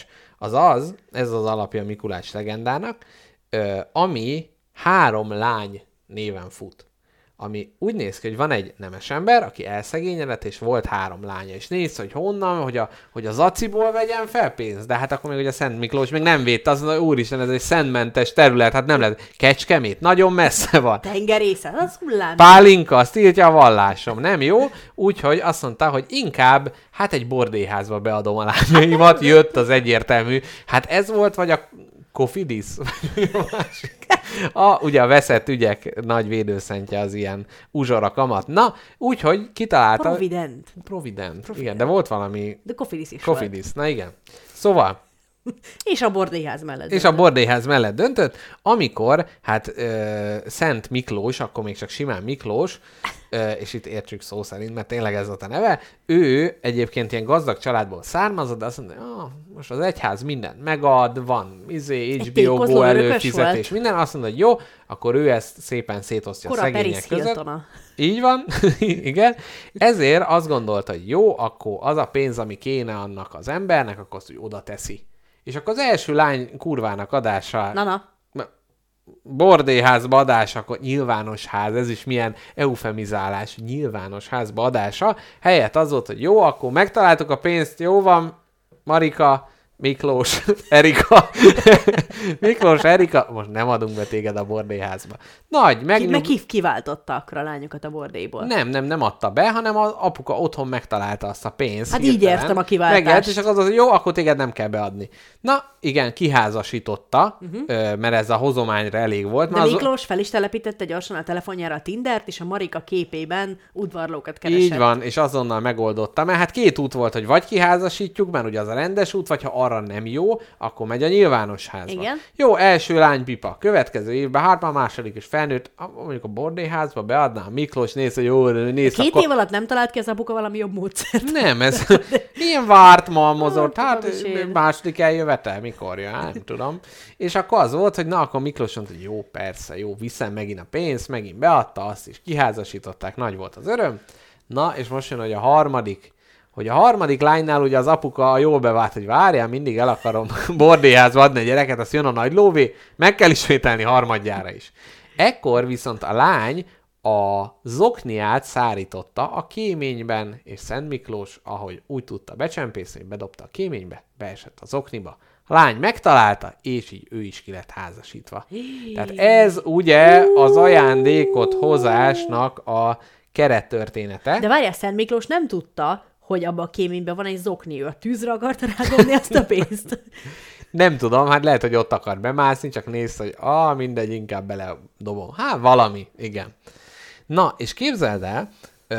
ez az alapja a Mikulás legendának, ami 3 lány néven fut. ami úgy néz ki, hogy van egy nemes ember, aki elszegényedett, és volt 3 lánya, és nézd, hogy honnan, hogy a zaciból vegyen fel pénzt, de hát akkor még ugye a Szent Miklós még nem védte, azt mondja, úristen, ez egy szentmentes terület, hát nem lehet, Kecskemét, nagyon messze van. Tengerészet, az hullám. Pálinka, azt tiltja a vallásom, nem jó? Úgyhogy azt mondta, hogy inkább, hát egy bordélyházba beadom a lányaimat, jött az egyértelmű, hát ez volt, vagy a Kofidis? Ugye a veszett ügyek nagy védőszentje az ilyen uzsora kamat. Na, úgyhogy kitalálta... Provident. Igen, de volt valami... De Kofidis is Kofidis, na igen. Szóval... És a bordélyház mellett. És a bordélyház mellett döntött, amikor, hát Szent Miklós, akkor még csak simán Miklós, és itt értsük szó szerint, mert tényleg ez volt a neve, ő egyébként ilyen gazdag családból származott, de azt mondta, most az egyház mindent megad, van HBO Go előfizetés, minden, azt mondta, hogy jó, akkor ő ezt szépen szétosztja a szegények között. Így van, igen. Ezért azt gondolta, hogy jó, akkor az a pénz, ami kéne annak az embernek, akkor azt úgy oda teszi. És akkor az első lány kurvának adása... Bordélyházba adása, akkor nyilvános ház, ez is milyen eufemizálás, nyilvános házba adása. Helyett az volt, hogy jó, akkor megtaláltuk a pénzt, jó van, Marika, Miklós, Erika. Miklós, Erika, most nem adunk be téged a bordélyházba. Meg kiváltotta akkor a lányokat a bordélyból. Nem adta be, hanem az apuka otthon megtalálta azt a pénzt. Hát így értem a kiváltást. Megjelent, és akkor az, hogy jó, akkor téged nem kell beadni. Na, igen, kiházasította, mert ez a hozományra elég volt. De Miklós fel is telepítette gyorsan a telefonjára a Tindert, és a Marika képében udvarlókat keresett. Így van, és azonnal megoldotta, mert hát 2 út volt, hogy vagy kiházasítjuk, mert ugye az a rendes út, vagy ha arra nem jó, akkor megy a nyilvános házba. Igen. Jó, első lány pipa. Következő évben, hát már második is felnőtt, mondjuk a bordélyházba beadná a Miklós, néz, hogy jó, néz. 2 év alatt nem talált ki az apuka valami jobb módszert. Nem, ez milyen várt malmozott, hát második eljövetel, mikor jön, nem tudom. És akkor az volt, hogy na, akkor Miklós mondta, hogy jó, persze, jó, viszem megint a pénzt, megint beadta, azt is kiházasították, nagy volt az öröm. Na, és most jön, hogy a harmadik lánynál ugye az apuka jól bevált, hogy várjál, mindig el akarom bordélyházba adni a gyereket, azt jön a nagy lóvé, meg kell ismételni harmadjára is. Ekkor viszont a lány a zokniát szárította a kéményben, és Szent Miklós, ahogy úgy tudta becsempészni, bedobta a kéménybe, beesett a zokniba. A lány megtalálta, és így ő is ki lett házasítva. Tehát ez ugye az ajándékot hozásnak a kerettörténete. De várjál, Szent Miklós nem tudta, hogy abban a kéményben van egy zokni, ő a tűzre akarta rádobni azt a pénzt. Nem tudom, hát lehet, hogy ott akar bemászni, csak nézd, hogy mindegy, inkább beledobom. Hát valami, igen. Na, és képzeld el,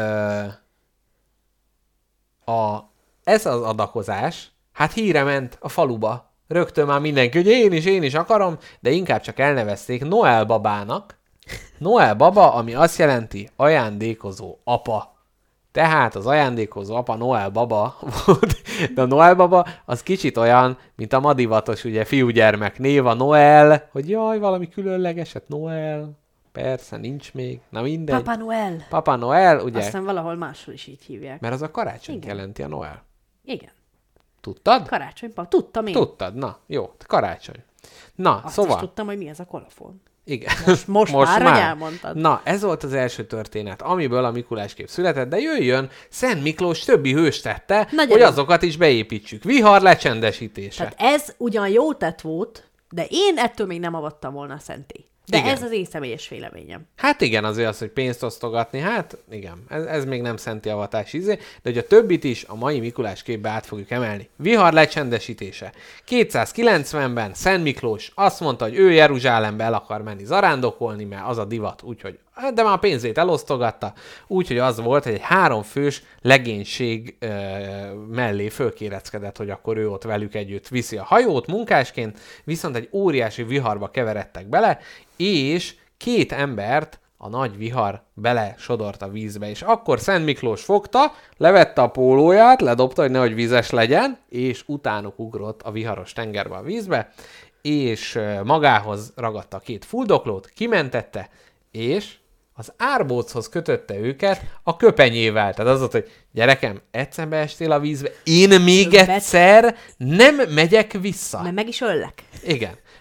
ez az adakozás, hát híre ment a faluba. Rögtön már mindenki, hogy én is akarom, de inkább csak elnevezték Noel babának. Noel baba, ami azt jelenti ajándékozó apa. Tehát az ajándékozó apa Noel baba volt, de a Noel baba az kicsit olyan, mint a madivatos ugye fiúgyermek név, a Noel, hogy jaj, valami különlegeset, Noel, persze, nincs még, na mindegy. Papa Noel. Papa Noel, ugye? Aztán valahol máshol is így hívják. Mert az a karácsony jelenti a Noel. Igen. Tudtad? Karácsonypa. Tudtam én. Tudtad, na, jó, karácsony. Na, azt szóval. Azt is tudtam, hogy mi ez a kolofon. Igen. Most már, hogy elmondtad. Na, ez volt az első történet, amiből a Mikuláskép született, de jöjjön, Szent Miklós többi hős tette, hogy azokat is beépítsük. Vihar lecsendesítése. Tehát ez ugyan jó tett volt, de én ettől még nem avattam volna szenté. De igen. Ez az én személyes véleményem. Hát igen, azért az, hogy pénzt osztogatni, hát igen, ez még nem szenti avatás de hogy a többit is a mai Mikulás képbe át fogjuk emelni. Vihar lecsendesítése. 290-ben Szent Miklós azt mondta, hogy ő Jeruzsálembe el akar menni zarándokolni, mert az a divat, úgyhogy de már a pénzét elosztogatta, úgyhogy az volt, hogy egy 3 fős legénység mellé fölkéreckedett, hogy akkor ő ott velük együtt viszi a hajót munkásként, viszont egy óriási viharba keveredtek bele, és 2 embert a nagy vihar bele sodort a vízbe, és akkor Szent Miklós fogta, levette a pólóját, ledobta, hogy nehogy vízes legyen, és utánuk ugrott a viharos tengerbe a vízbe, és magához ragadta a 2 fuldoklót, kimentette, és az árbóchoz kötötte őket a köpenyével. Tehát az volt, hogy gyerekem, egyszer beestél a vízbe, én még egyszer nem megyek vissza. Mert meg is öllek. Igen.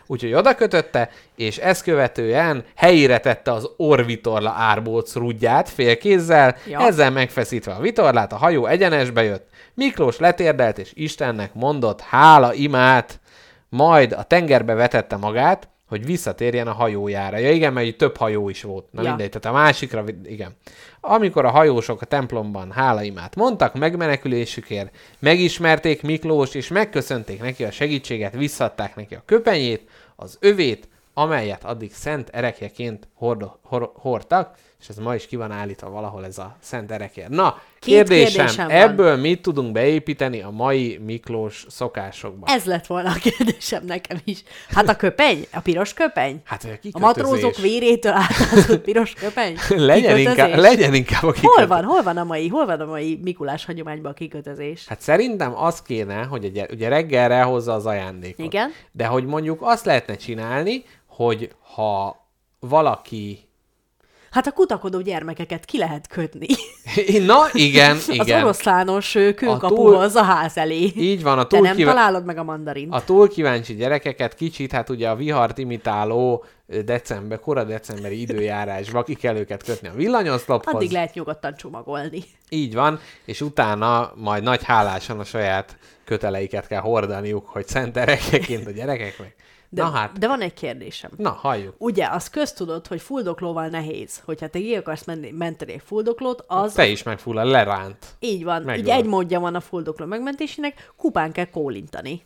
Úgyhogy oda kötötte, és ezt követően helyére tette az orrvitorla árbóc rudját félkézzel, Ja. ezzel megfeszítve a vitorlát, a hajó egyenesbe jött. Miklós letérdelt, és Istennek mondott hála imát, majd a tengerbe vetette magát, hogy visszatérjen a hajójára. Ja igen, mert így több hajó is volt. Na Ja. mindegy, tehát a másikra, igen. Amikor a hajósok a templomban hálaimát mondtak megmenekülésükért, megismerték Miklóst, és megköszönték neki a segítséget, visszadták neki a köpenyét, az övét, amelyet addig szent erekjeként hordtak, és ez ma is ki van állítva valahol ez a szent erekje. Na, kérdésem van. ebből mit tudunk beépíteni a mai Miklós szokásokba? Ez lett volna a kérdésem nekem is. Hát a köpeny? A piros köpeny? Hát, hogy a A kikötözés. matrózok vérétől átázott piros köpeny? legyen inkább a kikötözés. Hol van a mai Mikulás hagyományban a kikötözés? Hát szerintem az kéne, hogy ugye reggelre hozza az ajándékot. Igen. De hogy mondjuk azt lehetne csinálni, hogy ha valaki... Hát a kutakodó gyermekeket ki lehet kötni. Na, igen, Az igen. oroszlános kőkapuhoz a ház elé. Így van, Te nem találod meg a mandarint. a túl kíváncsi gyerekeket kicsit, hát ugye a vihart imitáló kora decemberi időjárásba ki kell őket kötni a villanyoszlophoz. Addig lehet nyugodtan csomagolni. Így van, és utána majd nagy hálásan a saját köteleiket kell hordaniuk, hogy szent erekjeként a gyerekeknek. De van egy kérdésem. Na, halljuk. Ugye, az köztudott, hogy fuldoklóval nehéz. Hogyha te ki akarsz menteni egy fuldoklót, az... Te is megfullad, leránt. Így van. Megvan. Így egy módja van a fuldokló megmentésének, kupán kell kólintani.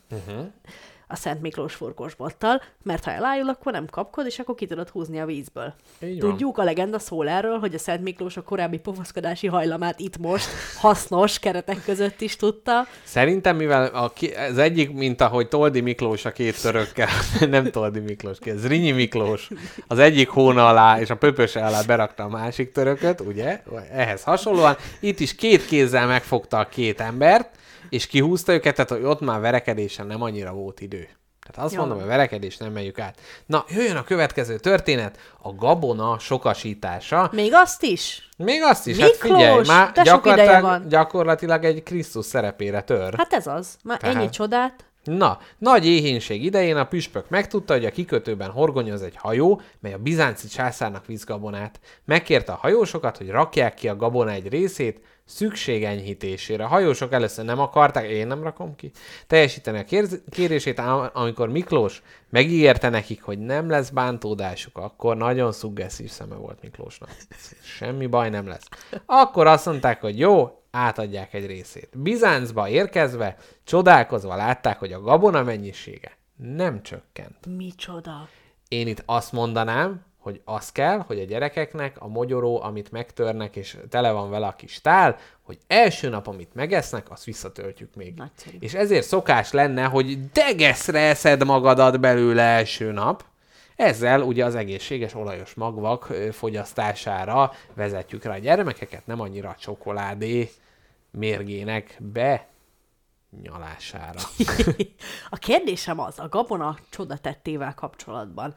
A Szent Miklós furkosbottal, mert ha elájul, akkor nem kapkod, és akkor ki tudod húzni a vízből. Így van. Tudjuk, a legenda szól erről, hogy a Szent Miklós a korábbi pofoszkodási hajlamát itt most hasznos keretek között is tudta. Szerintem, mivel az egyik, mint ahogy Toldi Miklós a két törökkel, nem Toldi Miklós, Zrínyi Miklós az egyik hóna alá és a pöpöse alá berakta a másik törököt, ugye? Ehhez hasonlóan. Itt is két kézzel megfogta a két embert, és kihúzta őket, tehát hogy ott már verekedésen nem annyira volt idő. Tehát azt mondom, hogy verekedés nem megyük át. Na, jöjjön a következő történet, a gabona sokasítása. Még azt is? Még azt is, Miklós, hát figyelj, már de sok ideje van. gyakorlatilag egy Krisztus szerepére tör. Hát ez az. Már Tehát- ennyi csodát. Na, nagy éhínség idején a püspök megtudta, hogy a kikötőben horgonyoz egy hajó, mely a bizánci császárnak visz gabonát. Megkérte a hajósokat, hogy rakják ki a gabona egy részét, szükség enyhítésére. A hajósok először nem akarták, én nem rakom ki, teljesíteni a kérését, amikor Miklós megígérte nekik, hogy nem lesz bántódásuk, akkor nagyon szuggesszív szeme volt Miklósnak. Semmi baj nem lesz. Akkor azt mondták, hogy jó, átadják egy részét. Bizáncba érkezve, csodálkozva látták, hogy a gabona mennyisége nem csökkent. Micsoda. Én itt azt mondanám, hogy az kell, hogy a gyerekeknek a mogyoró, amit megtörnek, és tele van vele a kis tál, hogy első nap, amit megesznek, azt visszatöltjük még. Nagyszerű. És ezért szokás lenne, hogy degeszre eszed magadat belőle első nap. Ezzel ugye az egészséges olajos magvak fogyasztására vezetjük rá a gyermekeket, nem annyira a csokoládé mérgének nyalására. A kérdésem az, a gabona csodatettével kapcsolatban.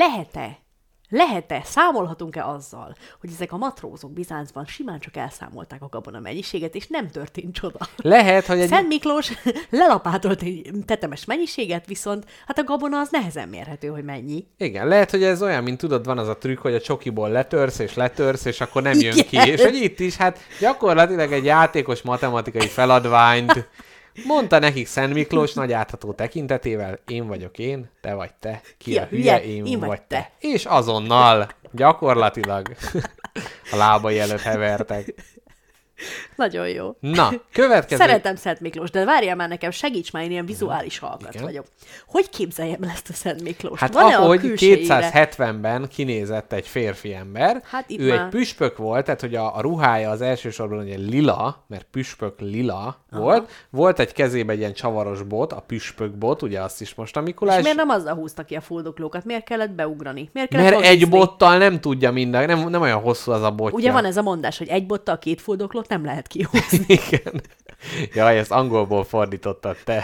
Lehet-e, számolhatunk-e azzal, hogy ezek a matrózok Bizáncban simán csak elszámolták a gabona mennyiséget, és nem történt csoda? Lehet, hogy egy... Szent Miklós lelapátolt egy tetemes mennyiséget, viszont hát a gabona az nehezen mérhető, hogy mennyi. Igen, lehet, hogy ez olyan, mint tudod, van az a trükk, hogy a csokiból letörsz, és akkor nem jön ki. Igen. És hogy itt is, hát gyakorlatilag egy játékos matematikai feladványt mondta nekik Szent Miklós nagy átható tekintetével, én vagyok én, te vagy te, ki a hülye, én vagy te. És azonnal gyakorlatilag a lábai előtt hevertek. Nagyon jó. Na, következő... Szeretem Szent Miklós, de várjál már nekem, segíts már, én ilyen vizuális hallgat Igen. vagyok. Hogy képzeljem el ezt a Szent Miklóst? Hát Van-e ahogy a külsejére? 270-ben kinézett egy férfi ember, Hát itt ő már- egy püspök volt, tehát hogy a ruhája az elsősorban ugye lila, mert püspök lila volt. Volt egy kezében egy ilyen csavaros bot, a püspök bot, ugye azt is most a Mikulás. És miért nem azzal húzta ki a fuldoklókat? Miért kellett beugrani? Miért kellett Mert egy vagizni? bottal nem tudja minden, nem olyan hosszú az a botja. Ugye van ez a mondás, hogy egy bottal két fuldoklót nem lehet kihúzni. Igen. Jaj, ezt angolból fordítottad te.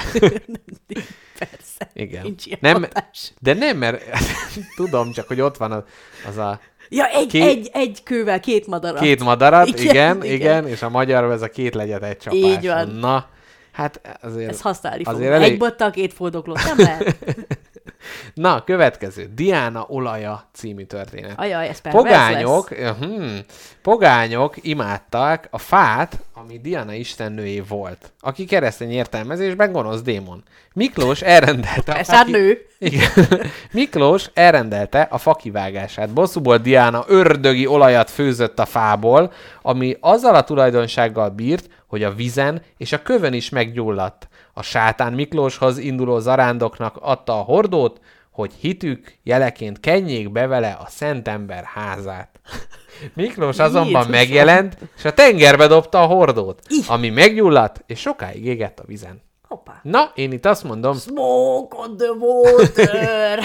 Persze. Igen. Nincs ilyen Nem, mondás. de nem, mert tudom, csak, hogy ott van az a Ja, egy kővel két madarat. két madarat, Igen, igen, és a magyarul ez a két legyet egy csapás. Így van. Na, hát azért... Ez használni fog. azért Egy elég... bottal két fuldoklót nem lehet. Na, következő. Diana olaja című történet. Ajaj, ez pervers lesz. Pogányok imádták a fát, ami Diana istennőjé volt, aki keresztény értelmezésben gonosz démon. Miklós elrendelte Ez hát nő. Igen. Miklós elrendelte a fa kivágását. Bosszúból Diana ördögi olajat főzött a fából, ami azzal a tulajdonsággal bírt, hogy a vizen és a kövön is meggyulladt. A sátán Miklóshoz induló zarándoknak adta a hordót, hogy hitük jeleként kenjék be vele a szentember házát. Miklós azonban Jézusom. megjelent, és a tengerbe dobta a hordót, ami meggyulladt, és sokáig égett a vizen. Hoppá. Na, én itt azt mondom, Smoke on the water.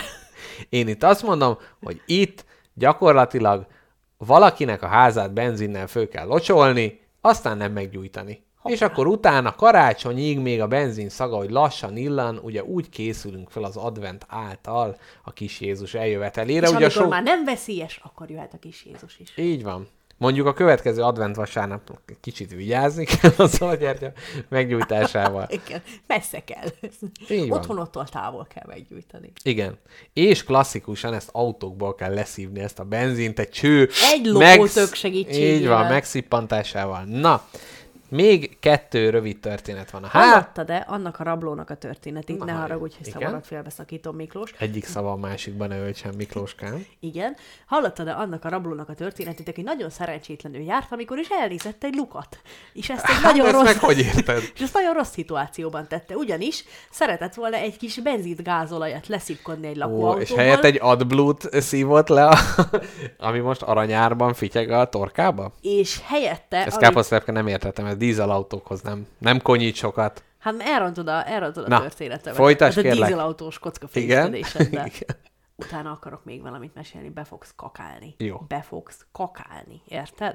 hogy itt gyakorlatilag valakinek a házát benzinnel föl kell locsolni, aztán nem meggyújtani. Hoppá. És akkor utána karácsonyig még a benzin szaga, hogy lassan illan, ugye úgy készülünk fel az advent által a kis Jézus eljövetelére. És ugye amikor már nem veszélyes, akkor jöhet a kis Jézus is. Így van. Mondjuk a következő advent vasárnap kicsit vigyázni kell azzal a gyertya meggyújtásával. Igen, messze kell. Így van. Otthonottól távol kell meggyújtani. Igen. És klasszikusan ezt autókból kell leszívni, ezt a benzint egy cső. Egy lopótök segítségével. Így van, megszippantásával. Na, még 2 rövid történet van. Hallottad-e annak a rablónak a történetét? Ne haragudj, hogy igen. szavadat félbeszakítom, Miklós. Egyik szava a másikban ne öltsem, Miklóskám. Igen. Hallottad-e annak a rablónak a történetét, aki nagyon szerencsétlenül járt, amikor is elnézett egy lukat? És ezt egy nagyon ezt rossz... meg hogy érted? És ezt nagyon rossz szituációban tette, ugyanis szeretett volna egy kis benzint gázolajat leszipkodni egy lakóautóból. És helyett egy AdBlue-t szívott le, ami most aranyárban fityeg a torkába? És helyette... Ezt káposztelepke nem értettem, ez dízelautókhoz nem konyít sokat. Hát elrontod a Na, történetemet. folytasd, Ez a kérlek. dízelautós kockafészkedéseddel. Igen. Utána akarok még valamit mesélni, be fogsz kakálni. Jó. Be fogsz kakálni, érted?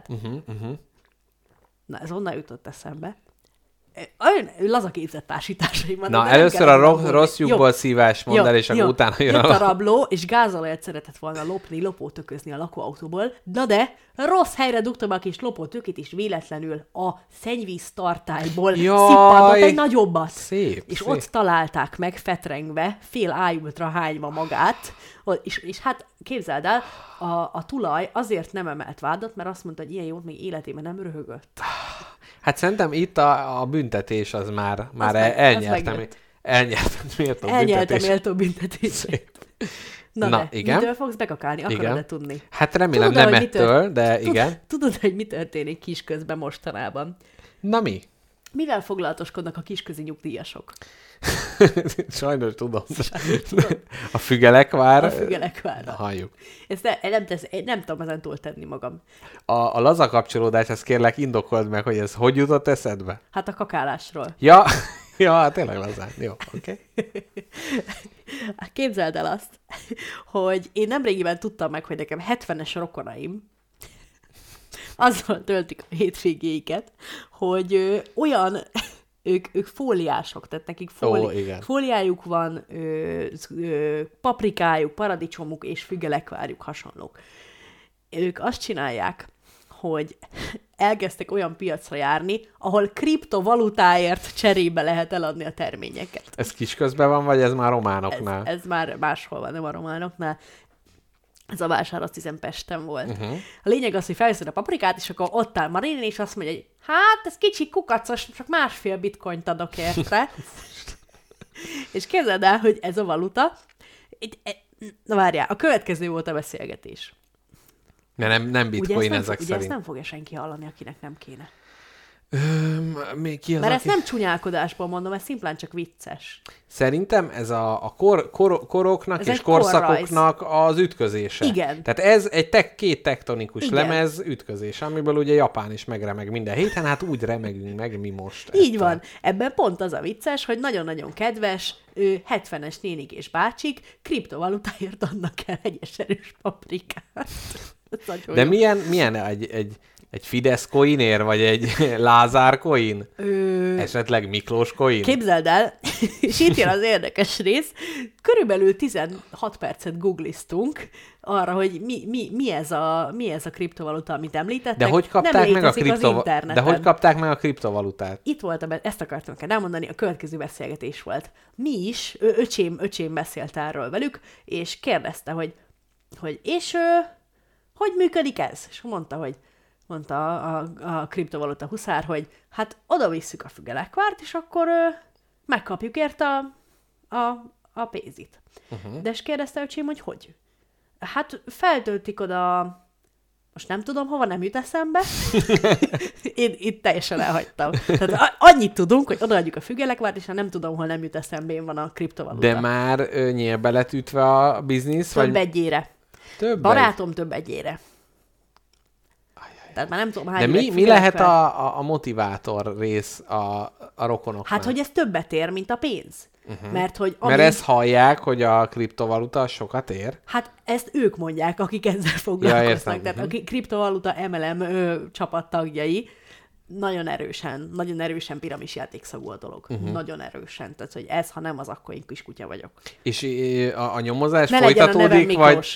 Na, ez onnan jutott eszembe. Olyan lazaképzett társításai vannak. Na, de nem először kell a aggódni. rossz lyukból Jó. szívás mondd el, és akkor utána jön Jött a rabló, és gázolajat szeretett volna lopótöközni a lakóautóból, na de rossz helyre dugta be a kis lopótökét, és véletlenül a szennyvíz tartályból szippantott egy nagyobbat. Szép, És szép. ott találták meg fetrengve, fél ájultra hányva magát, és hát képzeld el, a tulaj azért nem emelt vádat, mert azt mondta, hogy ilyen jót még életében nem röhögött. Hát szerintem itt a büntetés az már megjött. elnyertem Méltó büntetés. Na igen. mitől fogsz bekakálni? Akarod-e tudni? Hát remélem Tudod, nem hogy ettől, de igen. Tudod, hogy mi történik kisközben mostanában? Na mi? Mivel foglalatoskodnak a kisközi nyugdíjasok? Sajnos tudom. A fügelekvár. A fügelekvárra. Halljuk. Ezt nem tudom ezen túl tenni magam. A laza kapcsolódás, ezt kérlek indokold meg, hogy ez hogy jutott eszedbe? Hát a kakálásról. Ja, hát tényleg lazán. Jó, oké. Képzeld el azt, hogy én nemrégiben tudtam meg, hogy nekem 70-es rokonaim azzal töltik a hétvégéiket, hogy olyan, ők fóliások, tehát nekik fóliájuk van, paprikájuk, paradicsomuk és fügelekvárjuk hasonlók. Ők azt csinálják, hogy elkezdtek olyan piacra járni, ahol kriptovalutáért cserébe lehet eladni a terményeket. Ez kisközben van, vagy ez már románoknál? Ez már máshol van, nem a románoknál. Ez a vásár azt hiszem Pesten volt. A lényeg az, hogy felveszed a paprikát, és akkor ott áll Marin, és azt mondja, hogy hát ez kicsi kukacos, csak 1,5 bitcoint adok érte. És képzeld el, hogy ez a valuta. Na várjál, a következő volt a beszélgetés. Nem bitcoin ezek ugye szerint. ezt nem fogja senki hallani, akinek nem kéne. Ki az, Mert ezt nem csúnyálkodásból mondom, ez szimplán csak vicces. Szerintem ez a koroknak ez és korszakoknak az ütközése. Igen. Tehát ez egy két tektonikus Igen. lemez ütközése, amiből ugye Japán is megremeg minden héten, hát úgy remegünk meg mi most. Így van. Ebben pont az a vicces, hogy nagyon-nagyon kedves 70-es nénik és bácsik kriptovalutáért adnak el egyes erős paprikát. De milyen egy Egy Fidesz coinért, vagy egy Lázár coin? Esetleg Miklós coin? Képzeld el, és itt jön az érdekes rész, körülbelül 16 percet googliztunk arra, hogy mi ez a kriptovaluta, amit említettek. De hogy kapták Nem meg a létezik az interneten. De hogy kapták meg a kriptovalutát? Itt volt, ezt akartam neked elmondani, a következő beszélgetés volt. Mi is, öcsém beszélt erről velük, és kérdezte, hogy hogy működik ez? És mondta a kriptovaluta huszár, hogy hát oda visszük a fügelekvárt, és akkor megkapjuk érte a pénzit. De és kérdezte öcsém, hogy? Hát feltöltik oda, most nem tudom hova, nem jut eszembe. Én itt teljesen elhagytam. Tehát annyit tudunk, hogy odaadjuk a fügelekvárt, és nem tudom, hol nem jut eszembe, van a kriptovaluta. De már nyílbe lett ütve a biznisz? Több egyére. Barátom több egyére. Tehát már nem tudom, hány. De mi lehet a motivátor rész a rokonoknak? Hát, hogy ez többet ér, mint a pénz. Mert ezt hallják, hogy a kriptovaluta sokat ér? Hát ezt ők mondják, akik ezzel foglalkoznak. Tehát a kriptovaluta MLM csapattagjai nagyon erősen piramisjátékszagú a dolog. Nagyon erősen. Tehát, hogy ez, ha nem, az akkor én kis kutya vagyok. És a nyomozás ne folytatódik, vagy...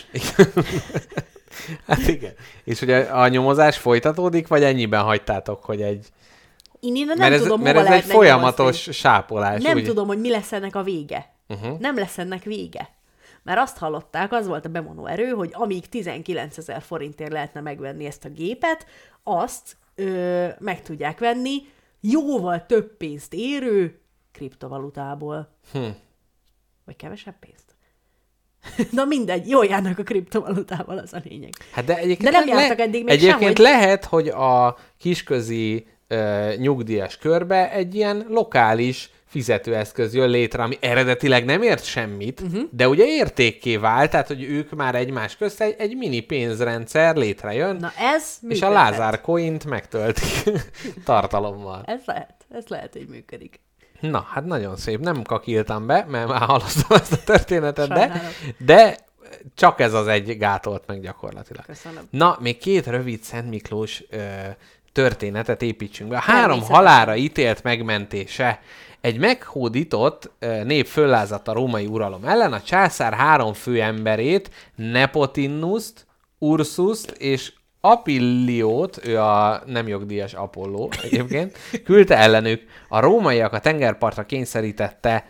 Hát igen. És hogy a nyomozás folytatódik, vagy ennyiben hagytátok, hogy egy... Én nem tudom, mert ez egy folyamatos sápolás. Nem tudom, hogy mi lesz ennek a vége. Nem lesz ennek vége. Mert azt hallották, az volt a bevonó erő, hogy amíg 19 000 forintért lehetne megvenni ezt a gépet, azt meg tudják venni jóval több pénzt érő kriptovalutából. Vagy kevesebb pénzt. Na mindegy, jól járnak a kriptovalutával, az a lényeg. Hát de nem jártak eddig még egyébként lehet, hogy a kisközi nyugdíjas körbe egy ilyen lokális fizetőeszköz jön létre, ami eredetileg nem ért semmit, de ugye értékké vált, tehát hogy ők már egymás közt egy mini pénzrendszer létrejön, na ez és a Lázár coint megtöltik tartalommal. Ez lehet, hogy működik. Na, hát nagyon szép. Nem kakiltam be, mert már hallottam ezt a történetet, de csak ez az egy gátolt meg gyakorlatilag. Köszönöm. Na, még 2 rövid Szent Miklós történetet építsünk be. A 3 halálra ítélt megmentése. Egy meghódított nép föllázadt a római uralom ellen, a császár 3 főemberét, Nepotinnust, Ursust és Apilliót, ő a nem jogdíjas Apolló egyébként, küldte ellenük. A rómaiak a tengerpartra kényszerítette,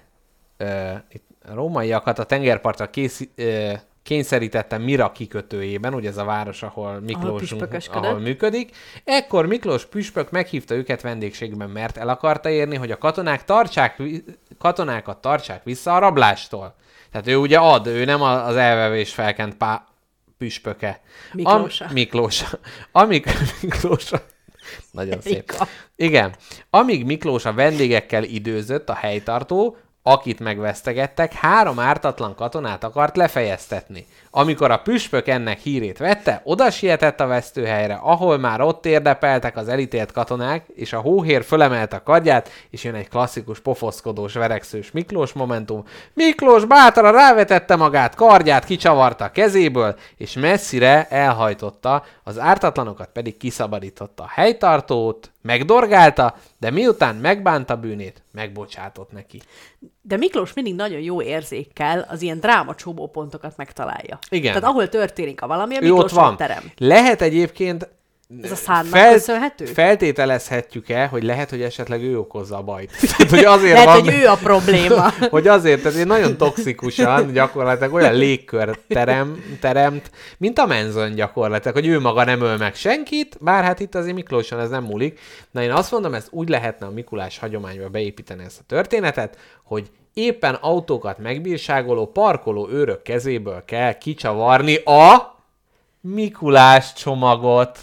kényszerítette Mira kikötőjében, ugye ez a város, ahol Miklós működik. Ekkor Miklós püspök meghívta őket vendégségben, mert el akarta érni, hogy a katonákat tartsák vissza a rablástól. Tehát ő ugye ő nem az elvevés felkent püspöke. Miklósa. Miklósa. Nagyon szép. Igen. Amíg Miklós a vendégekkel időzött, a helytartó, akit megvesztegettek, 3 ártatlan katonát akart lefejeztetni. Amikor a püspök ennek hírét vette, oda sietett a vesztőhelyre, ahol már ott érdepeltek az elítélt katonák, és a hóhér fölemelte a kardját, és jön egy klasszikus pofoszkodós, veregszős Miklós momentum. Miklós bátran rávetette magát, kardját kicsavarta a kezéből, és messzire elhajtotta, az ártatlanokat pedig kiszabadította. A helytartót megdorgálta, de miután megbánta bűnét, megbocsátott neki. De Miklós mindig nagyon jó érzékkel az ilyen dráma csomópontokat megtalálja. Igen. Tehát ahol történik a valami, a Miklós ott terem. Lehet egyébként ez a szánnak köszönhető? Feltételezhetjük-e, hogy lehet, hogy esetleg ő okozza a bajt. Tehát, hogy azért lehet, hogy ő a probléma. Hogy azért, tehát nagyon toxikusan gyakorlatilag olyan légkör teremt, mint a Manson gyakorlatilag, hogy ő maga nem öl meg senkit, bár hát itt azért Miklóson ez nem múlik. Na én azt mondom, ezt úgy lehetne a Mikulás hagyományba beépíteni ezt a történetet, hogy éppen autókat megbírságoló parkoló őrök kezéből kell kicsavarni a Mikulás csomagot.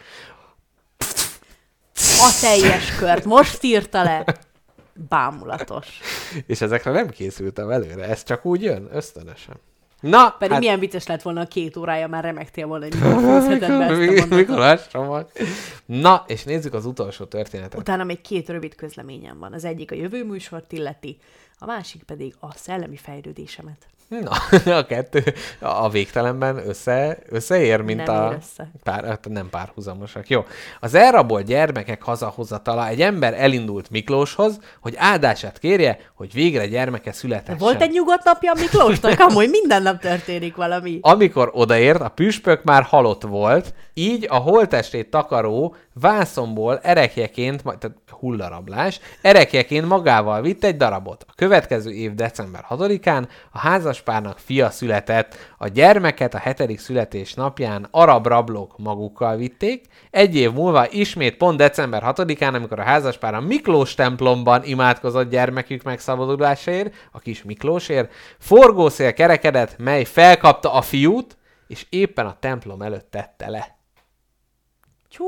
A teljes kört. Most írta le. Bámulatos. És ezekre nem készültem előre. Ez csak úgy jön, ösztönösen. Na, pedig milyen vicces lett volna a 2 órája, már remektél volna, hogy mikor főzheted be ezt a mondatot. Mikulás csomag. Na, és nézzük az utolsó történetet. Utána még 2 rövid közleményem van. Az egyik a jövő műsort illeti, a másik pedig a szellemi fejlődésemet. Na, a kettő a végtelenben összeér, mint Nem a... ér össze. Nem párhuzamosak. Jó. Az elrabolt gyermekek hazahozatala. Egy ember elindult Miklóshoz, hogy áldását kérje, hogy végre gyermeke születessen. Volt egy nyugodt napja a Miklósnak? Amúgy minden nap történik valami. Amikor odaért, a püspök már halott volt, így a holttestét takaró vászonból erekjeként, tehát hullarablás, erekjeként magával vitt egy darabot. A következő év december 6-án a házaspárnak fia született. A gyermeket a 7. születésnapján arab rablók magukkal vitték. Egy év múlva ismét pont december 6-án, amikor a házaspár a Miklós templomban imádkozott gyermekük megszabadulásáért, a kis Miklósért, forgószél kerekedett, mely felkapta a fiút, és éppen a templom előtt tette le. Csú,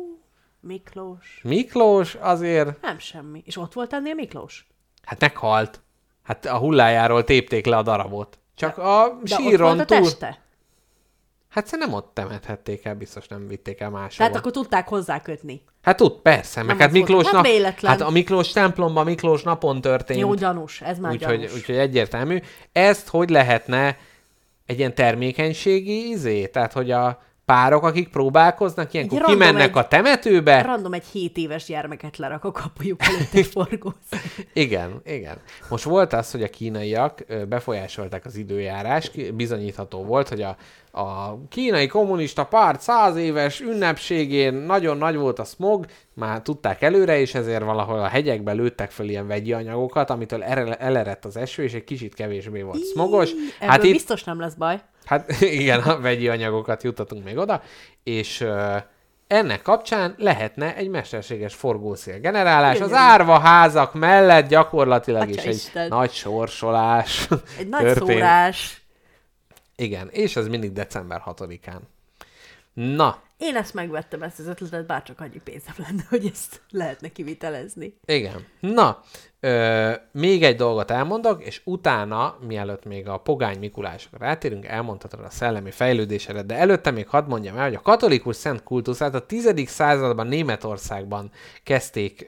Miklós. Miklós azért, Nem semmi. És ott volt ennél Miklós? hát meghalt. Hát a hullájáról tépték le a darabot. Csak a De ott síron volt a túl... teste? Hát szerintem ott temethették el, biztos nem vitték el máshova. Tehát akkor tudták hozzákötni. Hát persze, meg Nem hát az volt. Miklósnak... Nem véletlen. Hát a Miklós templomban Miklós napon történt. Jó, gyanús. Ez már gyanús. Úgyhogy egyértelmű. Ezt hogy lehetne egy ilyen termékenységi tehát hogy a párok, akik próbálkoznak, ilyenkor Egy random kimennek a temetőbe. Random egy 7 éves gyermeket lerak a kapujuk előtt egy forgószél. Igen. Most volt az, hogy a kínaiak befolyásolták az időjárás, bizonyítható volt, hogy a kínai kommunista párt 100 éves ünnepségén nagyon nagy volt a smog, már tudták előre, és ezért valahol a hegyekben lőttek fel ilyen vegyi anyagokat, amitől elerett az eső, és egy kicsit kevésbé volt smogos. Ebből itt biztos nem lesz baj. Hát igen, a vegyi anyagokat juttatunk még oda, és ennek kapcsán lehetne egy mesterséges forgószél generálás. Az árva házak mellett gyakorlatilag is egy Atyaisten. nagy sorsolás. Egy nagy történt. szórás. Igen, és ez mindig december 6-án. Na, Én ezt megvettem, ezt az ötletet, bárcsak annyi pénzem lenne, hogy ezt lehetne kivitelezni. igen. Na, még egy dolgot elmondok, és utána, mielőtt még a pogány Mikulásokra rátérünk, elmondhatod a szellemi fejlődésedet, de előtte még hadd mondjam el, hogy a katolikus szent kultuszát a 10. században Németországban kezdték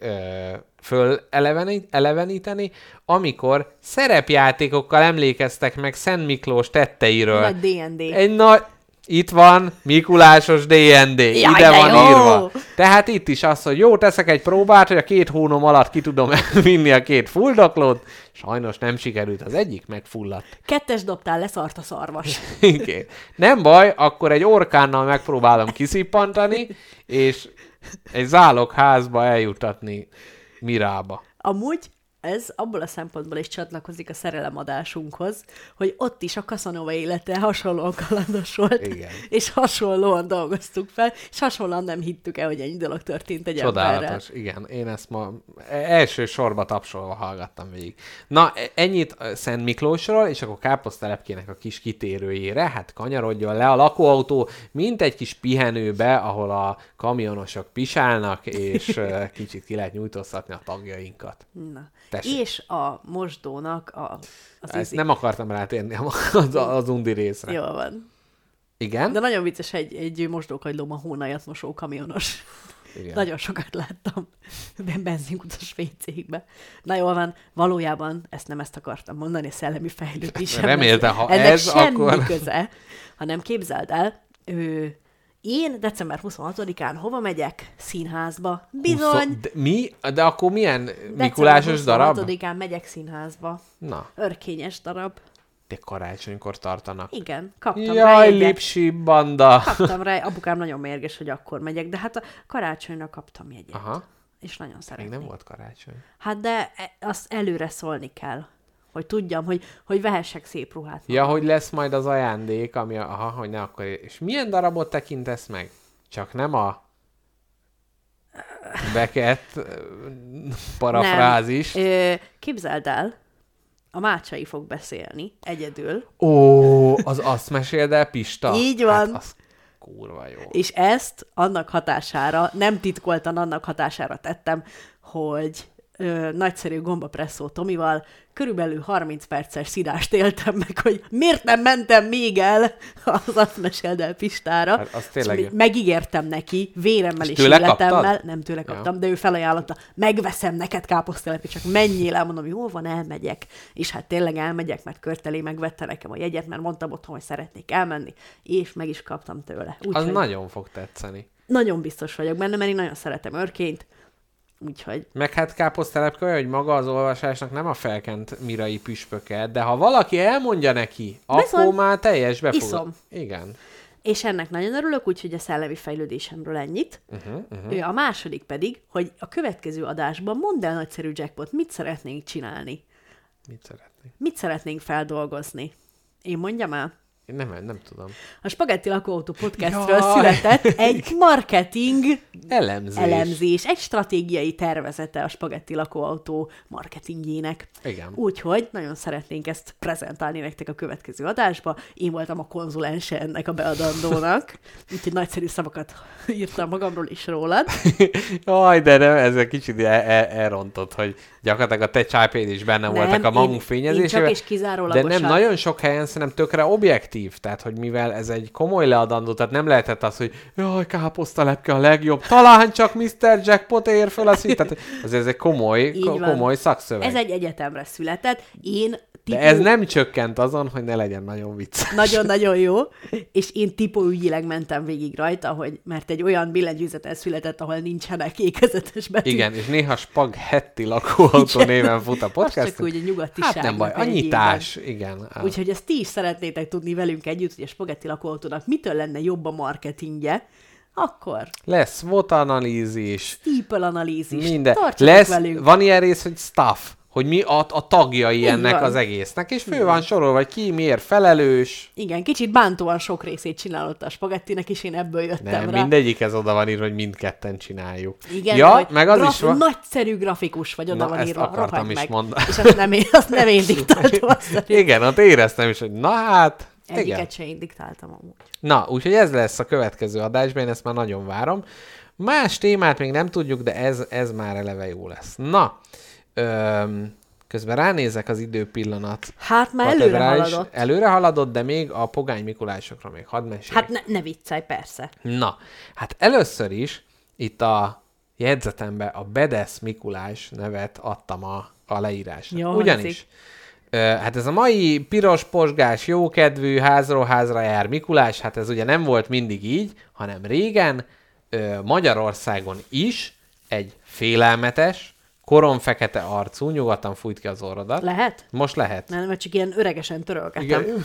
föleleveníteni, amikor szerepjátékokkal emlékeztek meg Szent Miklós tetteiről. Nagy D&D. Egy nagy... Itt van Mikulásos D&D, ide de van jó! írva. Tehát itt is az, hogy jó, teszek egy próbát, hogy a 2 hónom alatt ki tudom vinni a 2 fuldoklót. Sajnos nem sikerült, az egyik megfulladt. 2-es dobtál, leszart a szarvas. Igen. Nem baj, akkor egy orkánnal megpróbálom kiszippantani, és egy zálogházba eljutatni Mirába. Amúgy ez abból a szempontból is csatlakozik a szerelemadásunkhoz, hogy ott is a Casanova élete hasonlóan kalandos volt, Igen. és hasonlóan dolgoztuk fel, és hasonlóan nem hittük el, hogy ennyi dolog történt egy emberrel. Csodálatos, igen. Én ezt ma első sorba tapsolva hallgattam végig. Na, ennyit Szent Miklósról, és akkor káposztelepkének a kis kitérőjére, hát kanyarodjon le a lakóautó, mint egy kis pihenőbe, ahol a kamionosok pisálnak, és kicsit ki lehet nyújtóztatni a tagjainkat. Na. Tessék. És a mosdónak az Ezt nem akartam rátérni az undi részre. Jól van. Igen? De nagyon vicces egy mosdókagylóban hónajat mosó kamionos. Igen. Nagyon sokat láttam benzinkutas WC-kbe. Na jól van, valójában ezt akartam mondani, a szellemi fejlődés. Reméltem, ha ennek ez, semmi akkor... köze, hanem képzeld el, én december 26-án hova megyek? Színházba. Bizony. Mi? De akkor milyen Mikulásos darab? December 26-án megyek színházba. Na, Örkényes darab. de karácsonykor tartanak. Igen, kaptam rá Jaj, jegyet. Lipsi banda! Kaptam rá, apukám nagyon mérges, hogy akkor megyek, de hát a karácsonyra kaptam jegyet. Aha, És nagyon még szeretném. nem volt karácsony. Hát de azt előre szólni kell, hogy tudjam, hogy vehessek szép ruhát. Ja, hogy lesz majd az ajándék, ami hogy ne akkor... És milyen darabot tekintesz meg? Csak nem a Beckett parafrázis. Képzeld el, a Mácsai fog beszélni egyedül, Ó, azt meséld el, Pista? Így van. Hát az kurva jó. és ezt annak hatására, nem titkoltan annak hatására tettem, hogy nagyszerű gombapresszó Tomival körülbelül 30 perces szidást éltem meg, hogy miért nem mentem még el az Azt meséld el Pistára. Hát az tényleg jó. Megígértem neki, véremmel és tőle illetemmel. kaptad? Nem tőle kaptam, de ő felajánlotta, megveszem neked káposztelepét, csak menjél el, mondom, jól van, elmegyek. És hát tényleg elmegyek, mert Körtelé megvette nekem a jegyet, mert mondtam otthon, hogy szeretnék elmenni, és meg is kaptam tőle. Az Úgyhogy nagyon fog tetszeni. nagyon biztos vagyok benne, mert én nagyon szeretem Örkényt, úgyhogy Meg hát káposztelepke olyan, hogy maga az olvasásnak nem a felkent mirai püspöke, de ha valaki elmondja neki, Bizony. akkor már teljes befogad. Iszom. Igen. És ennek nagyon örülök, úgyhogy a szellemi fejlődésemről ennyit. A második pedig, hogy a következő adásban mondd el, nagyszerű Jackpot, mit szeretnénk csinálni? Mit szeretnék? Mit szeretnénk feldolgozni? Én mondjam el? Én nem tudom. A Spagetti Lakóautó podcastről Jaj. született egy marketing Elemzés. egy stratégiai tervezete a Spagetti Lakóautó marketingjének. Igen. Úgyhogy nagyon szeretnénk ezt prezentálni nektek a következő adásba. Én voltam a konzulense ennek a beadandónak, úgyhogy nagyszerű szavakat írtam magamról is rólad. Jaj, de nem, ez egy kicsit elrontott, hogy gyakorlatilag a te csápéd is benne voltak a magunk én fényezésével. csak és De kizárólagosan. nem, nagyon sok helyen szerintem tökre objektív, tehát hogy mivel ez egy komoly leadandó, tehát nem lehetett az, hogy jaj, káposztalepke a legjobb, talán csak Mr. Jackpot ér fel a szint. Tehát azért ez egy Így van. komoly szakszöveg. Ez egy egyetemre született. Én De ez nem csökkent azon, hogy ne legyen nagyon vicces. Nagyon-nagyon jó, és én típóügyileg mentem végig rajta, mert egy olyan billentyűzetes született, ahol nincsenek ékezetes betűk. Igen, és néha Spagetti Lakóautó néven fut a Az podcast. csak úgy a nyugatiságnak Hát nem baj, a egy nyitás, igen. évben. Úgyhogy ezt ti is szeretnétek tudni velünk együtt, hogy a Spagetti Lakóautónak mitől lenne jobb a marketingje, akkor Lesz SWOT analízis, people analízis. minden. Tartsatok velünk. Van ilyen rész, hogy staff, hogy mi a tagjai ennek van. az egésznek, és fő van sorolva, hogy ki miért felelős. Igen, kicsit bántóan sok részét csinálott a Spagettinek, és én ebből jöttem Nem, rá. mindegyik ez oda van írva, hogy mindketten csináljuk. Igen, ja, hogy meg az is van. nagyszerű grafikus vagy, oda Na, van ezt írva. akartam rohagy is meg. mondani. És azt nem én diktáltam, azt szerint. Igen, ott éreztem is, hogy na hát, igen. Egyiket se én diktáltam amúgy. Na, úgyhogy ez lesz a következő adásban, én ezt már nagyon várom. Más témát még nem tudjuk, de ez már eleve jó lesz. Na, közben ránézek az időpillanat. Hát már előre haladott. Előre haladott, de még a Pogány Mikulásokra még hadd meséljek. Hát ne viccelj, persze. Na, hát először is itt a jegyzetembe a Bedesz Mikulás nevet adtam a leírásra. Jó Ugyanis, hangzik. hát ez a mai piros, posgás, jókedvű, házról házra jár Mikulás, hát ez ugye nem volt mindig így, hanem régen Magyarországon is egy félelmetes, koronfekete arcú, nyugodtan fújt ki az orrodat. Lehet? Most lehet. Nem, mert csak ilyen öregesen törölgetem. Igen.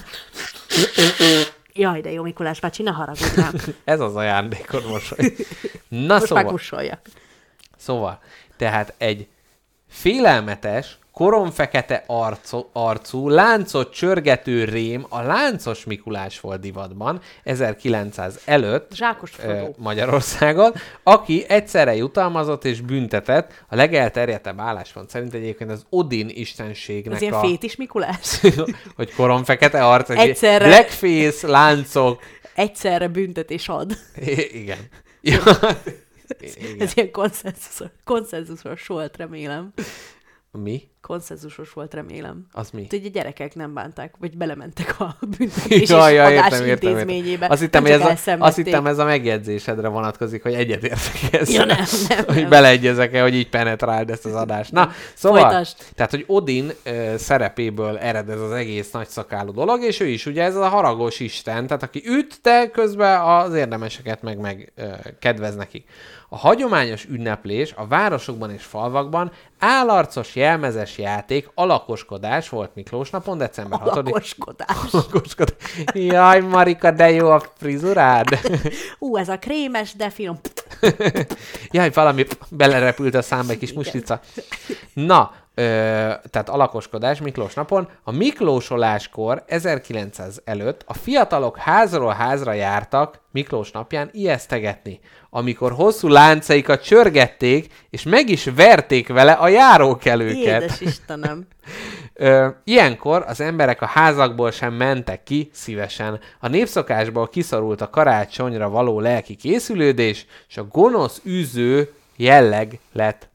Jaj, de jó, Mikulás bácsi, ne haragudj rám. Ez az ajándékod mosoly. Na Most szóval. megkussoljak. Szóval, tehát egy félelmetes, koronfekete arcú, láncot csörgető rém, a láncos Mikulás volt divatban 1900 előtt Zsákos Frodó. Magyarországon, aki egyszerre jutalmazott és büntetett. A legelterjedtebb álláspont szerint egyébként az Odin istenségnek Ez ilyen fétis Mikulás? hogy koronfekete arc, egy Egyszerre- blackface, láncok. Egyszerre büntetés ad. Igen. Ja. Igen. Ez ilyen konszenzusos volt, remélem. Mi? Konszenzusos volt, remélem. Az mi? Hogy a gyerekek nem bánták, vagy belementek a büntetés Jaj, adás értem. intézményébe. Azt hittem, Nem csak azt elszenvedték. hittem ez a megjegyzésedre vonatkozik, hogy egyetértek ezzel. Ja, nem. Hogy beleegyezek-e, hogy így penetráld ezt az adást. Na, szóval, Folytasd. tehát, hogy Odin szerepéből ered ez az egész nagyszakálú dolog, és ő is ugye ez a haragos isten, tehát aki üt, de közben az érdemeseket meg kedvez nekik. A hagyományos ünneplés a városokban és falvakban állarcos jelmezes játék, alakoskodás volt Miklós napon, december 6-án. Alakoskodás. Jaj, Marika, de jó a frizurád. Ez a krémes, de finom. Jaj, valami belerepült a számba egy kis muslica. Na, tehát alakoskodás Miklós napon. A miklósoláskor 1900 előtt a fiatalok házról házra jártak Miklós napján ijesztegetni, amikor hosszú láncaikat csörgették, és meg is verték vele a járókelőket. Édes Istenem. Ilyenkor az emberek a házakból sem mentek ki szívesen. A népszokásból kiszorult a karácsonyra való lelki készülődés, és a gonosz űző jelleg lett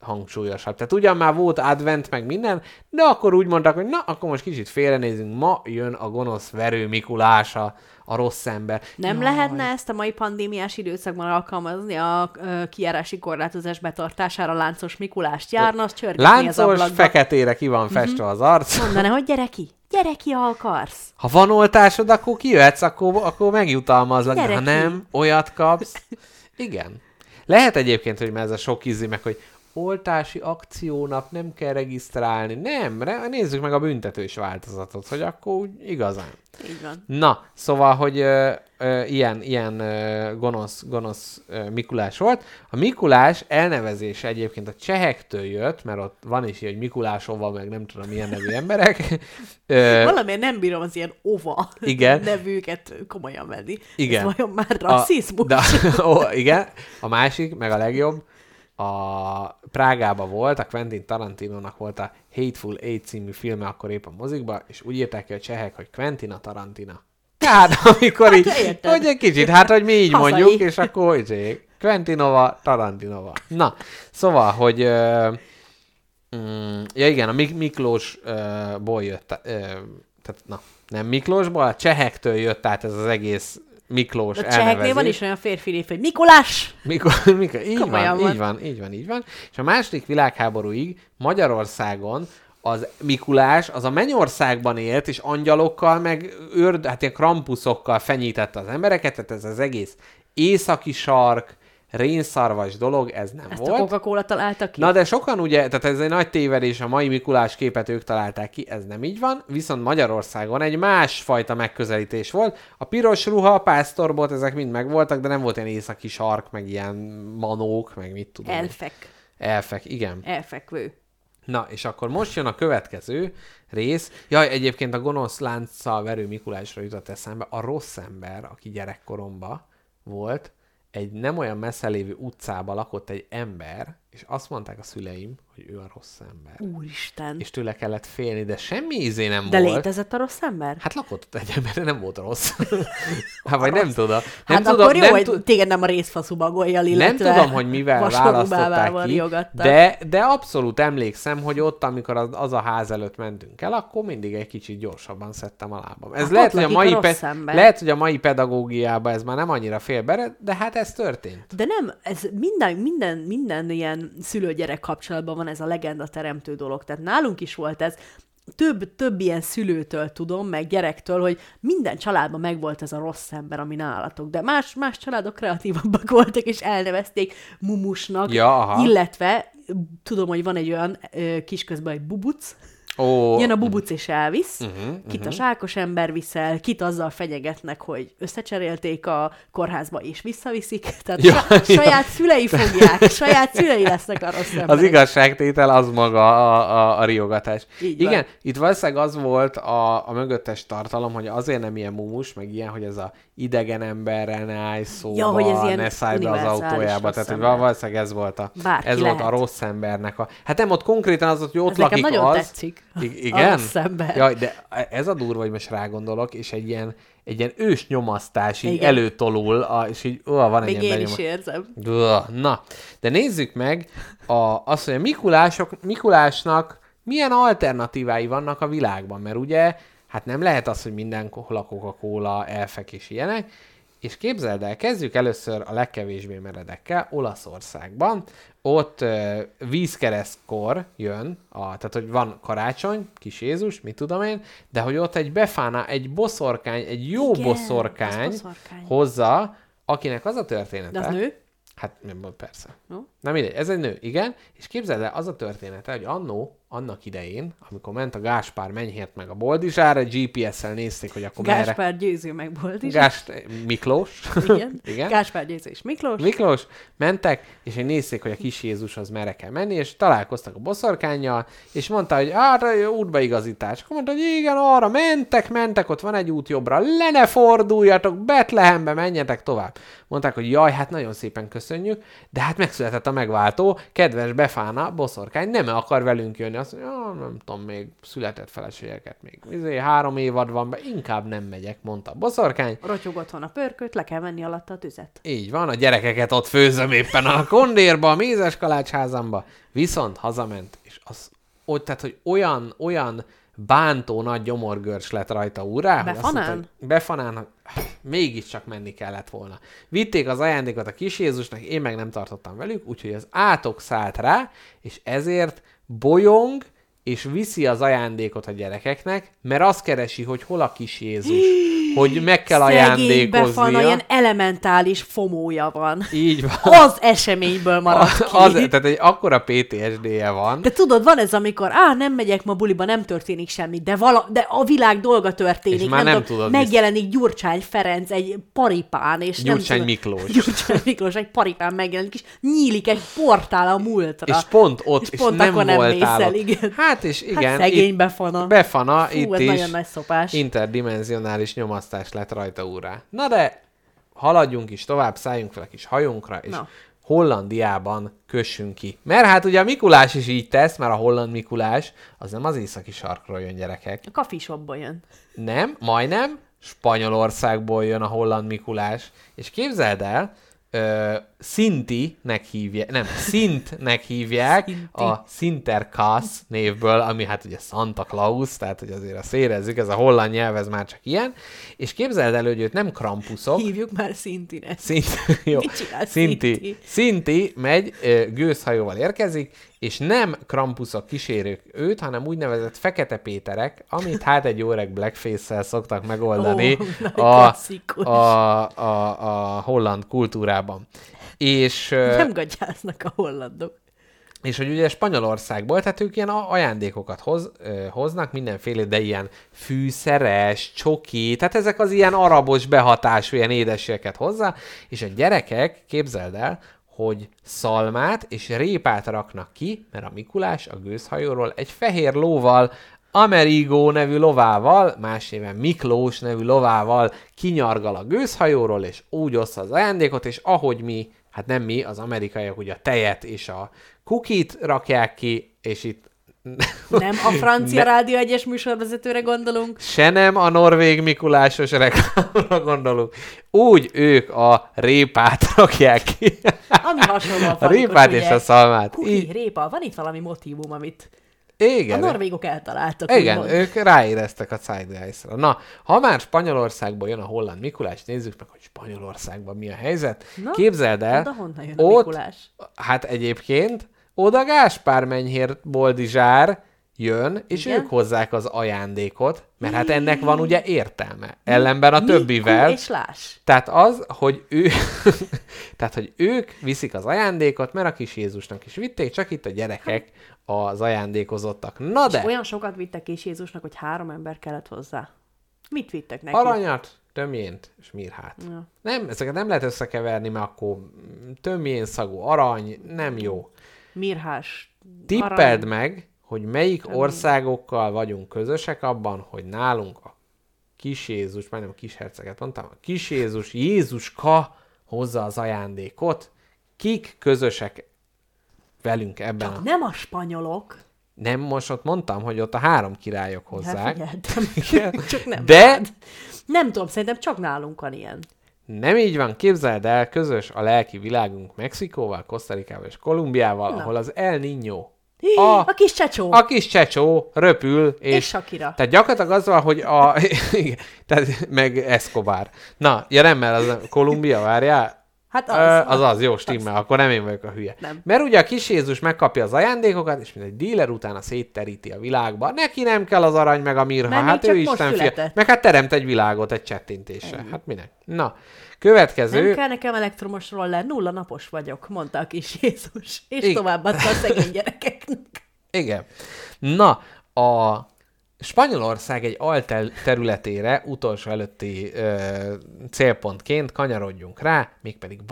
hangsúlyosabb. Tehát ugyan már volt advent, meg minden, de akkor úgy mondták, hogy na, akkor most kicsit félrenézünk, ma jön a gonosz verő Mikulás, a rossz ember. Nem lehetne ezt a mai pandémiás időszakban alkalmazni a kijárási korlátozás betartására láncos Mikulást járna, azt csörgetni az Láncos, ablakba. feketére ki van festve az arc. Mondaná, hogy gyere ki, ha akarsz. Ha van oltásod, akkor kijöhetsz, akkor megjutalmazlak, de Gyere ha ki. nem, olyat kapsz. Igen. Lehet egyébként, hogy már ez a sok ízi meg, hogy oltási akciónap, nem kell regisztrálni. Nem, nézzük meg a büntetős változatot, hogy akkor úgy igazán. Így van. Na, szóval, hogy ilyen gonosz Mikulás volt. A Mikulás elnevezése egyébként a csehektől jött, mert ott van is ilyen, hogy Mikulásova, meg nem tudom milyen nevű emberek. Valamiért nem bírom az ilyen ova Igen. nevűket komolyan venni. Igen. Ez vajon már rasszizmus? Igen. A másik, meg a legjobb, a Prágában volt, a Quentin Tarantinónak volt a Hateful Eight című filme akkor épp a mozikba, és úgy írták ki a csehek, hogy Quentin a Tarantina. Hát, amikor így, érted. hogy egy kicsit, hát, hogy mi így Hazai. mondjuk, és akkor Quentinova, Tarantinova. Na, szóval, hogy ja igen, a Miklósból jött, tehát na, nem Miklósból, a csehektől jött át ez az egész Miklós A cseheknél elnevezés. van is olyan férfi név, hogy Mikulás! Így Komolyan van. És a második világháborúig Magyarországon az Mikulás, az a Mennyországban élt, és angyalokkal, meg hát ilyen krampuszokkal fenyítette az embereket, tehát ez az egész északi sark, rénszarvas dolog, ez nem Ezt volt. a Coca-Cola találta ki? Na de sokan ugye, tehát ez egy nagy tévedés, a mai Mikulás képet ők találták ki, ez nem így van, viszont Magyarországon egy másfajta megközelítés volt. A piros ruha, a pásztorbot, ezek mind megvoltak, de nem volt ilyen északi sark, meg ilyen manók, meg mit tudom. Elfek, igen. Elfekvő. Na, és akkor most jön a következő rész. Jaj, egyébként a gonosz lánccal verő Mikulásra jutott eszembe. A rossz ember, aki gyerekkoromban volt, egy nem olyan messze lévő utcába lakott egy ember, és azt mondták a szüleim, hogy ő a rossz ember. Úristen. És tőle kellett félni, de semmi izé nem De volt. létezett a rossz ember? Hát lakott ott egy ember, de nem volt rossz. Hát vagy nem tudom. Hát Nem akkor jó, nem hogy téged nem a részfaszubagolyjal, nem illetve tudom, hogy mivel választották ki, riogattak. de abszolút emlékszem, hogy ott, amikor az a ház előtt mentünk el, akkor mindig egy kicsit gyorsabban szedtem a lábam. Ez Hát lehet, ott hogy lakik a rossz ember. lehet, hogy a mai pedagógiában ez már nem annyira félbered, de hát ez történt. De nem, ez minden ilyen szülő-gyerek kapcsolatban van ez a legenda teremtő dolog. Tehát nálunk is volt ez. Több ilyen szülőtől tudom, meg gyerektől, hogy minden családban megvolt ez a rossz ember, ami nálatok. De más családok kreatívabbak voltak, és elnevezték Mumusnak. Ja, aha. Illetve tudom, hogy van egy olyan kisközben, hogy Bubuc. Ó, Jön a Bubuc és elvisz, kit a zsákos ember viszel, kit azzal fenyegetnek, hogy összecserélték a kórházba és visszaviszik. Tehát saját szülei fogják, saját szülei lesznek a rossz emberek. az igazságtétel az maga a riogatás. Így van. Igen, itt valószínűleg az volt a mögöttes tartalom, hogy azért nem ilyen mumus, meg ilyen, hogy ez a idegen emberrel ne állj szóba, hogy ez ilyen ne szállj be az univerzális autójába. rossz Tehát hogy ember. valószínűleg ez volt Bárki ez volt a lehet. rossz embernek a... Hát nem, ott konkrétan az, hogy ott Ez nekem lakik nagyon az... tetszik. Igen? A rossz ember. Jaj, de ez a durva, hogy most rágondolok, és egy ilyen ős nyomasztás így Igen. előtolul, és így van egy Még ilyen én is benyomás. érzem. Na, de nézzük meg azt, hogy a Mikulásnak milyen alternatívái vannak a világban, mert ugye, hát nem lehet az, hogy mindenhol a Coca-Cola, elfek és ilyenek, és képzeld el, kezdjük először a legkevésbé meredekkel, Olaszországban, ott vízkeresztkor jön, tehát hogy van karácsony, kis Jézus, mit tudom én, de hogy ott egy boszorkány, egy jó Igen, boszorkány az boszorkány. hozza, akinek az a története. De az nő? Hát persze. No? Na mindegy, ez egy nő, igen, és képzeld el, az a története, hogy annak idején, amikor ment a Gáspár Menyhért meg a Boldizsára, GPS-szel nézték, hogy akkor merre... Gáspár Győző meg Boldizsár. Miklós. Igen. Igen. Gáspár Győző és Miklós mentek, és hogy nézték, hogy a kis Jézushoz merre kell menni, és találkoztak a boszorkánnyal, és mondta, hogy hát útbaigazítás. Akkor mondta, hogy igen, arra mentek, ott van egy út jobbra, le ne forduljatok, Betlehembe menjetek tovább. Mondták, hogy jaj, hát nagyon szépen köszönjük, de hát megszületett a megváltó, kedves Befána boszorkány nem akar velünk jönni. azt mondja, nem tudom, még született feleségeket, még 3 évad van be, inkább nem megyek, mondta a boszorkány. Rotyog otthon a pörköt, le kell venni alatta a tüzet. Így van, a gyerekeket ott főzöm éppen a kondérba, a mézes kalácsházamba, viszont hazament, és az, tehát, hogy olyan bántó nagy gyomorgörcs lett rajta úrrá, Befanán? Befanán, mégiscsak menni kellett volna. Vitték az ajándékot a kis Jézusnak, én meg nem tartottam velük, úgyhogy az átok szállt rá, és ezért bolyong, és viszi az ajándékot a gyerekeknek, mert azt keresi, hogy hol a kis Jézus, hogy meg kell Szegény ajándékoznia. Befana, ilyen elementális fomója van. Így van. Az eseményből maradt ki. Tehát egy akkora PTSD-je van. De tudod, van ez, amikor nem megyek ma buliba, nem történik semmi, de a világ dolga történik. És már nem tudod megjelenik Gyurcsány Ferenc egy paripán, és Gyurcsány Miklós. Gyurcsány Miklós egy paripán megjelenik, és nyílik egy portál a múltra. És pont ott, és pont nem akkor nem voltál mész el, ott. igen. Hát és igen. Hát szegény Befana. Befana, Fú, itt ez is nagyon nagy szopás. interdimenzionális nyomasztás lett rajta úrrá. Na de haladjunk is tovább, szálljunk fel a kis hajónkra, és Hollandiában kössünk ki. Mert hát ugye a Mikulás is így tesz, mert a holland Mikulás az nem az északi sarkról jön, gyerekek. A kafisokból jön. Nem, majdnem, Spanyolországból jön a holland Mikulás. És képzeld el, Szintnek hívják a Sinterklaas névből, ami hát ugye Santa Claus, tehát hogy azért azt érezzük, ez a holland nyelv, ez már csak ilyen. És képzeld el, hogy őt nem Krampuszok. Hívjuk már Szintinek. Jó. Mit csinál Szinti? Szinti megy, gőzhajóval érkezik, és nem Krampuszok kísérők őt, hanem úgynevezett Fekete Péterek, amit hát egy jó öreg blackface-szel szoktak megoldani a holland kultúrában. És, nem gagyáznak a hollandok. És hogy ugye Spanyolországból, tehát ők ilyen ajándékokat hoznak, mindenféle, de ilyen fűszeres, csoki, tehát ezek az ilyen arabos behatású ilyen édességeket hozzá, és a gyerekek, képzeld el, hogy szalmát és répát raknak ki, mert a Mikulás a gőzhajóról egy fehér lóval, Amerigo nevű lovával, más néven Miklós nevű lovával kinyargal a gőzhajóról, és úgy oszta az ajándékot, és ahogy mi, hát nem mi, az amerikaiak ugye a tejet és a kukit rakják ki, és itt nem a francia Rádió 1-es műsorvezetőre gondolunk. Se nem a norvég Mikulásos reklámra gondolunk. Úgy ők a répát rakják ki. Ami hasonló a répát ugye? És a szalmát. Kuki, répa, van itt valami motívum, amit igen. A norvégok eltaláltak. Igen, úgymond. ők ráéreztek a Zeitgeistra. Na, ha már Spanyolországból jön a holland Mikulás, nézzük meg, hogy Spanyolországban mi a helyzet. Na, képzeld el, oda honnan jön a Mikulás? Hát egyébként oda Gáspár Menyhér Boldizsár jön, és ők hozzák az ajándékot, mert hát ennek van ugye értelme. Ellenben a többivel. Tehát az, hogy tehát, hogy ők viszik az ajándékot, mert a kis Jézusnak is vitték, csak itt a gyerekek az ajándékozottak. Na de! És olyan sokat vittek kis Jézusnak, hogy 3 ember kellett hozzá. Mit vittek neki? Aranyat, tömjént és mirhát. Ja. Nem, ezeket nem lehet összekeverni, mert akkor tömjén szagú arany, nem jó. Mirhás. Tippeld meg, hogy melyik országokkal vagyunk közösek abban, hogy nálunk a kis Jézus, majdnem a kis herceget mondtam, a kis Jézus, Jézuska hozza az ajándékot. Kik közösek velünk ebben? Csak nem a spanyolok. Nem, most ott mondtam, hogy ott a 3 királyok hozzák. Csak nem. De... Nem tudom, szerintem csak nálunk van ilyen. Nem így van, képzeld el, közös a lelki világunk Mexikóval, Kosztarikával és Kolumbiával, ahol az El Niño a kis csecsó. A kis csecsó röpül. És Shakira. Tehát gyakorlatilag az van, hogy tehát meg Escobar. Na, ja nem, mert az Kolumbia, várjál. Hát az, jó, stimmel, akkor nem én vagyok a hülye. Nem. Mert ugye a kis Jézus megkapja az ajándékokat, és mint egy díler utána szétteríti a világba. Neki nem kell az arany meg a mirha, mert hát ő Isten fia. Meg hát teremt egy világot egy csettintéssel. Hát minek? Na, következő... Nem kell nekem elektromos roller, 0 napos vagyok, mondta a kis Jézus. És továbbadta a szegény gyerekeknek. Igen. Na, a Spanyolország egy területére utolsó előtti célpontként kanyarodjunk rá, mégpedig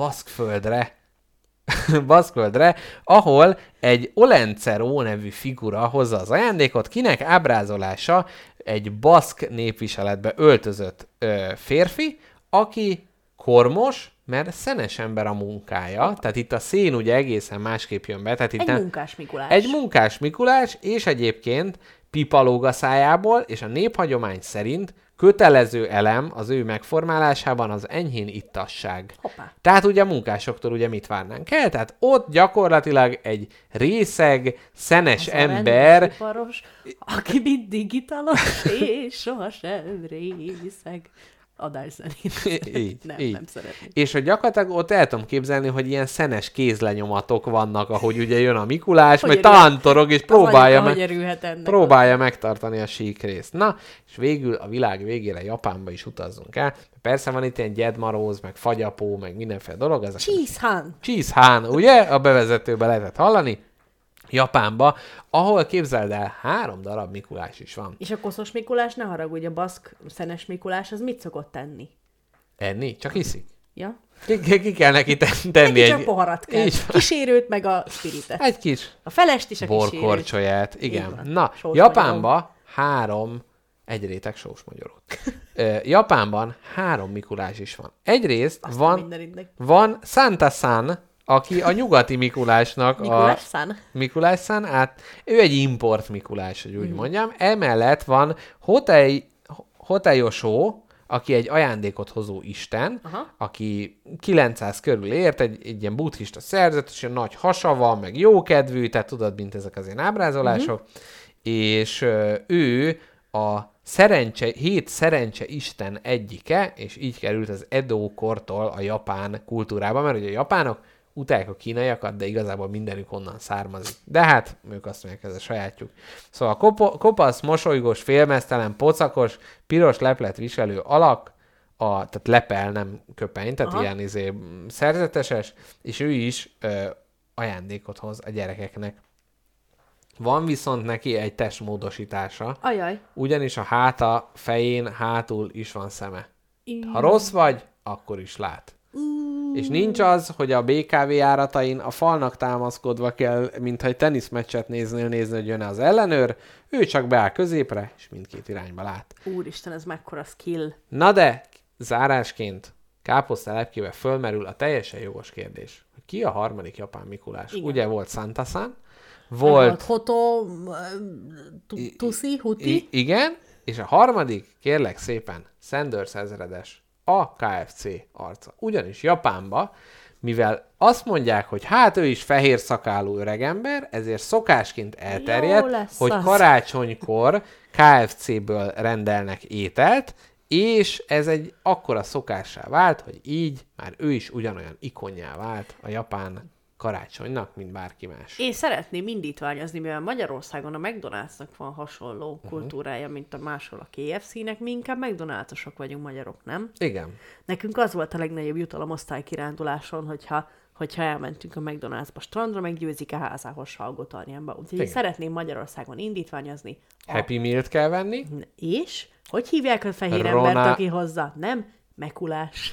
Baszkföldre, ahol egy Olencero nevű figura hozza az ajándékot, kinek ábrázolása egy baszk népviseletbe öltözött férfi, aki Kormos, mert szenes ember a munkája, tehát itt a szén ugye egészen másképp jön be. Tehát itt Egy munkás Mikulás. Egy munkás Mikulás, és egyébként pipa lóg a szájából, és a néphagyomány szerint kötelező elem az ő megformálásában az enyhén ittasság. Hoppá. Tehát ugye a munkásoktól ugye mit várnánk el? Tehát ott gyakorlatilag egy részeg, szenes Az a ember, rendes iparos, aki mindig italos, és sohasem részeg. Adás zenét. így. Nem szeretném. És hogy gyakorlatilag ott el tudom képzelni, hogy ilyen szenes kézlenyomatok vannak, ahogy ugye jön a Mikulás, Hogy majd örül- tántorog, és Hogy örülhet ennek. próbálja megtartani a síkrészt. Na, és végül a világ végére Japánba is utazzunk el. Persze van itt ilyen gyedmaróz, meg fagyapó, meg mindenféle dolog. Ezek Cheese-han. Cheese-han, ugye? A bevezetőben lehetett hallani. Japánba, ahol képzeld el, 3 darab Mikulás is van. És a koszos Mikulás, ne haragudj, a baszk szenes Mikulás, az mit szokott tenni? Enni? Csak iszik. Ja? Ki kell neki tenni Neki egy... csak poharat kell. Így van. Kísérőt, meg a spiritet. Egy kis A felest is a kísérőt. borkorcsolyát. Igen. Így van. Na, Sós Japánba 3 egy réteg sós magyarót. Japánban 3 Mikulás is van. Egyrészt Aztán mindenidnek. van Santa-san, aki a nyugati Mikulásnak Mikulás-san? Mikulás-san, ő egy import Mikulás, hogy úgy mondjam. Emellett van Hotei-Yoshō, aki egy ajándékot hozó isten, aki 900 körül ért, egy ilyen buddhista szerzetes, ilyen nagy hasa van, meg jókedvű, tehát tudod, mint ezek az ilyen ábrázolások, és ő a 7 szerencse isten egyike, és így került az Edo kortól a japán kultúrába, mert ugye a japánok utálják a kínaiakat, de igazából mindenük onnan származik. De hát, ők azt mondják, ez a sajátjuk. Szóval a kopasz, mosolygós, félmeztelen, pocakos, piros leplet viselő alak, tehát lepel, nem köpeny, tehát ilyen szerzeteses, és ő is ajándékot hoz a gyerekeknek. Van viszont neki egy testmódosítása, Ajaj. ugyanis a háta fején hátul is van szeme. Ha rossz vagy, akkor is lát. És nincs az, hogy a BKV járatain a falnak támaszkodva kell, mintha egy teniszmeccset nézni, hogy jön az ellenőr, ő csak beáll középre, és mindkét irányba lát. Úristen, ez mekkora skill. Na de, zárásként káposztalepkébe fölmerül a teljesen jogos kérdés. Ki a harmadik japán Mikulás? Igen. Ugye volt Santa-san, volt... Hoto, Tuszi, Huti. Igen, és a harmadik, kérlek szépen, Sanders ezredes, a KFC arca. Ugyanis Japánba, mivel azt mondják, hogy hát ő is fehér szakálú öregember, ezért szokásként elterjedt, hogy az. karácsonykor KFC-ből rendelnek ételt, és ez egy akkora szokássá vált, hogy így már ő is ugyanolyan ikonjá vált a japán karácsonynak, mint bárki más. Én szeretném indítványozni, mivel Magyarországon a McDonald'snak van hasonló kultúrája, mint a máshol a KFC-nek, mi inkább McDonald'osok vagyunk magyarok, nem? Igen. Nekünk az volt a legnagyobb jutalom osztálykiránduláson, hogyha elmentünk a McDonald'sba strandra, meggyőzik a házához Salgótarjánba. Úgyhogy Igen. szeretném Magyarországon indítványozni. Happy Meal-t kell venni. És? Hogy hívják a fehér Rona- embert, aki hozza? Nem? Mekulás.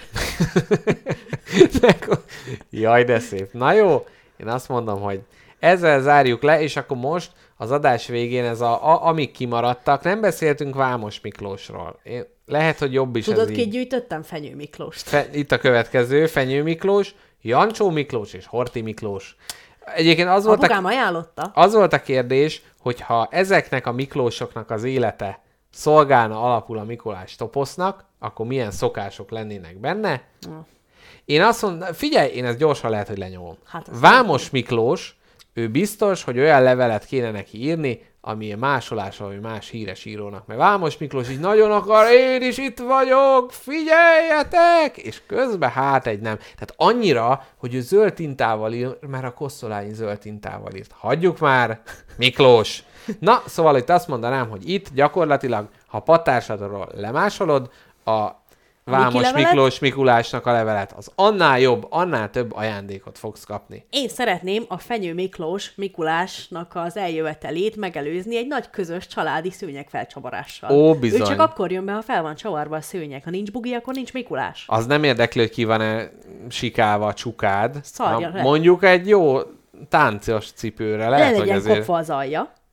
Jaj, de szép. Na jó, én azt mondom, hogy ezzel zárjuk le, és akkor most az adás végén amik kimaradtak, nem beszéltünk Vámos Miklósról. Lehet, hogy jobb is Tudod, ez így. ki gyűjtöttem? Fenyő Miklóst. Itt a következő, Fenyő Miklós, Jancsó Miklós és Horti Miklós. Egyébként Apukám ajánlotta. az volt a kérdés, hogy ha ezeknek a Miklósoknak az élete szolgálna alapul a Mikulás toposznak, akkor milyen szokások lennének benne. Én azt mondom, figyelj, én ezt gyorsan lehet, hogy lenyomom. Hát azt Vámos Miklós, ő biztos, hogy olyan levelet kéne neki írni, ami másolása, vagy más híres írónak. Mert Vámos Miklós így nagyon akar, én is itt vagyok, figyeljetek! És közben hát egy nem. Tehát annyira, hogy ő zöld tintával ír, mert a Kosztolányi zöld tintával írt. Hagyjuk már, Miklós! Na, szóval itt azt mondanám, hogy itt gyakorlatilag, ha patársadról lemásolod, a Vámos levelet? Miklós Mikulásnak a levelet, az annál jobb, annál több ajándékot fogsz kapni. Én szeretném a Fenyő Miklós Mikulásnak az eljövetelét megelőzni egy nagy közös családi szőnyeg felcsavarással. Ó, bizony. Ő csak akkor jön be, ha fel van csavarva a szőnyeg. Ha nincs bugi, akkor nincs Mikulás. Az nem érdekli, hogy ki van-e sikálva a csukád. Szarja le. Mondjuk egy jó táncos cipőre lehet, Le hogy legyen azért... kopva az alja.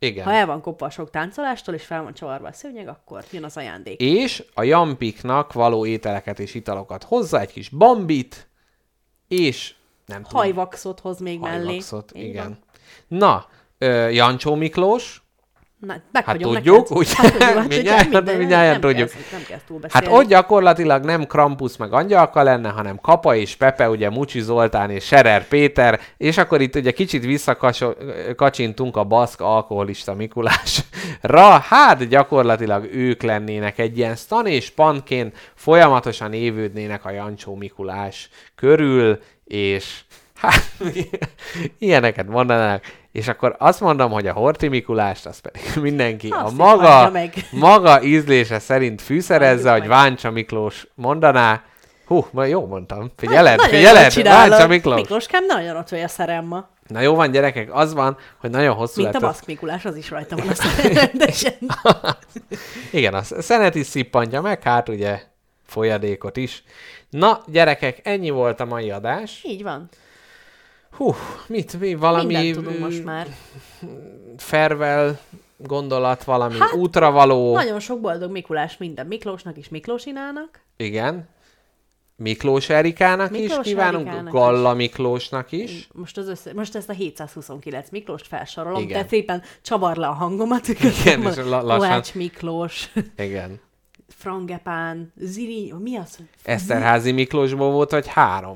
Igen. Ha el van kopva a sok táncolástól, és fel van csavarva a szőnyeg, akkor jön az ajándék. És a jampiknak való ételeket és italokat hozza, egy kis bambit, és nem tudom. Hajvaxot hoz még mellé. Hajvaxot, Így igen. van. Na, Jancsó Miklós, Na, hát meghagyom tudjuk, neked. úgy Hát tudjuk, hát mindjárt tudjuk. Nem kell túl Hát beszélni. ott gyakorlatilag nem Krampus meg Angyalka lenne, hanem Kapa és Pepe, ugye Mucsi Zoltán és Serer Péter, és akkor itt ugye kicsit visszakacsintunk a baszk alkoholista Mikulásra, hát gyakorlatilag ők lennének egy ilyen Stan és Panként, folyamatosan évődnének a Jancsó Mikulás körül, és hát ilyeneket mondanának. És akkor azt mondom, hogy a Horthy Mikulást, az pedig mindenki Azt a is mondja maga, meg. maga ízlése szerint fűszerezze, Mondjuk hogy meg. Váncsa Miklós mondaná. Hú, ma jó mondtam. Figyeled, Nagyon jól figyeled, csinálod. Váncsa Miklós. Miklóskám nagyon ott vagy a szerem ma. Na jó van, gyerekek, az van, hogy nagyon hosszú Mint a lett. Baszk Mikulás, az is rajta van aztán rendesen. Igen, a szenet is szippantja meg, hát ugye folyadékot is. Na, gyerekek, ennyi volt a mai adás. Így van. Hú, mi valami Mindent tudunk most már. farewell gondolat, valami útravaló. Nagyon sok boldog Mikulás minden Miklósnak és Miklósinának. Igen. Miklós Erikának Miklós is kívánunk, Erikának Galla Miklósnak is. Most ezt a 729 Miklóst felsorolom, Igen. de szépen csavar le a hangomat. Igen, és lassan. Kovács Miklós, Igen. Frangepán, Ziri, mi az? Eszterházi Miklósból volt, vagy 3.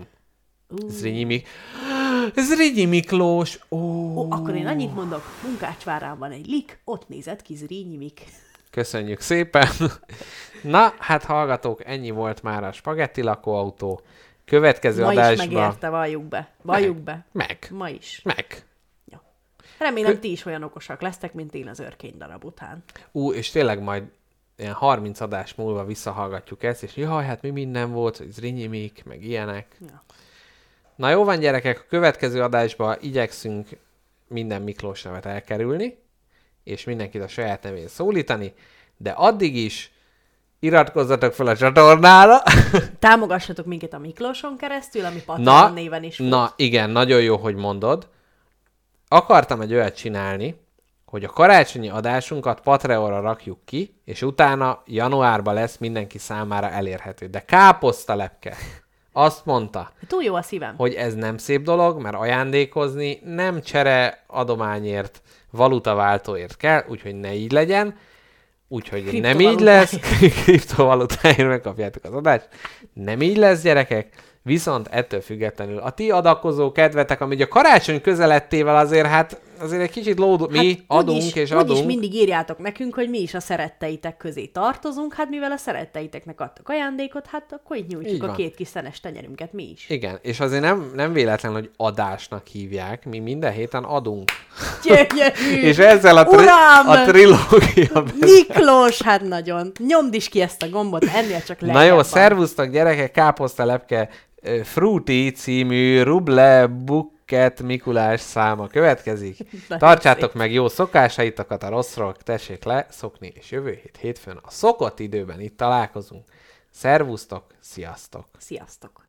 Zrínyi Miklós. Ó, akkor én annyit mondok, Munkácsvárán van egy lik, ott nézett ki Zrínyi Mik. Köszönjük szépen. Na, hát hallgatók, ennyi volt már a Spagetti lakóautó. Következő Ma is adásban... megérte, valljuk be. Valljuk be. Meg. Ma is. Meg. Remélem, ti is olyan okosak lesztek, mint én az őrkény darab után. És tényleg majd ilyen 30 adás múlva visszahallgatjuk ezt, és jaj, hát mi minden volt, hogy Zrínyi Mik, meg ilyenek. Ja. Na jó van, gyerekek, a következő adásban igyekszünk minden Miklós nevet elkerülni, és mindenkit a saját nevén szólítani, de addig is iratkozzatok fel a csatornára. Támogassatok minket a Miklóson keresztül, ami Patreon néven is fut. Na igen, nagyon jó, hogy mondod. Akartam egy olyat csinálni, hogy a karácsonyi adásunkat Patreonra rakjuk ki, és utána januárban lesz mindenki számára elérhető. De Káposztalepke azt mondta, Túl jó a szívem. hogy ez nem szép dolog, mert ajándékozni nem csere adományért, valutaváltóért kell, úgyhogy ne így legyen. Úgyhogy nem így lesz, kriptovalutáért megkapjátok az adást. Nem így lesz, gyerekek, viszont ettől függetlenül a ti adakozó kedvetek, ami a karácsony közelettével azért egy kicsit mi adunk és adunk. Úgyis mindig írjátok nekünk, hogy mi is a szeretteitek közé tartozunk, hát mivel a szeretteiteknek adtak ajándékot, hát akkor így nyújtjuk Így a van. 2 kis szenes tenyerünket mi is. Igen, és azért nem véletlen, hogy adásnak hívják, mi minden héten adunk. Gyönyörű! És ezzel Uram! a trilógia Miklós, hát nagyon. Nyomd is ki ezt a gombot, ennél csak Na lejjebb jó, van. szervusztok gyerekek, Káposztalepke Fruity című Ruble Bukket Mikulás száma következik. Tartsátok meg jó szokásaitokat, a rosszról tessék leszokni, és jövő hétfőn a szokott időben itt találkozunk. Szervusztok, sziasztok! Sziasztok!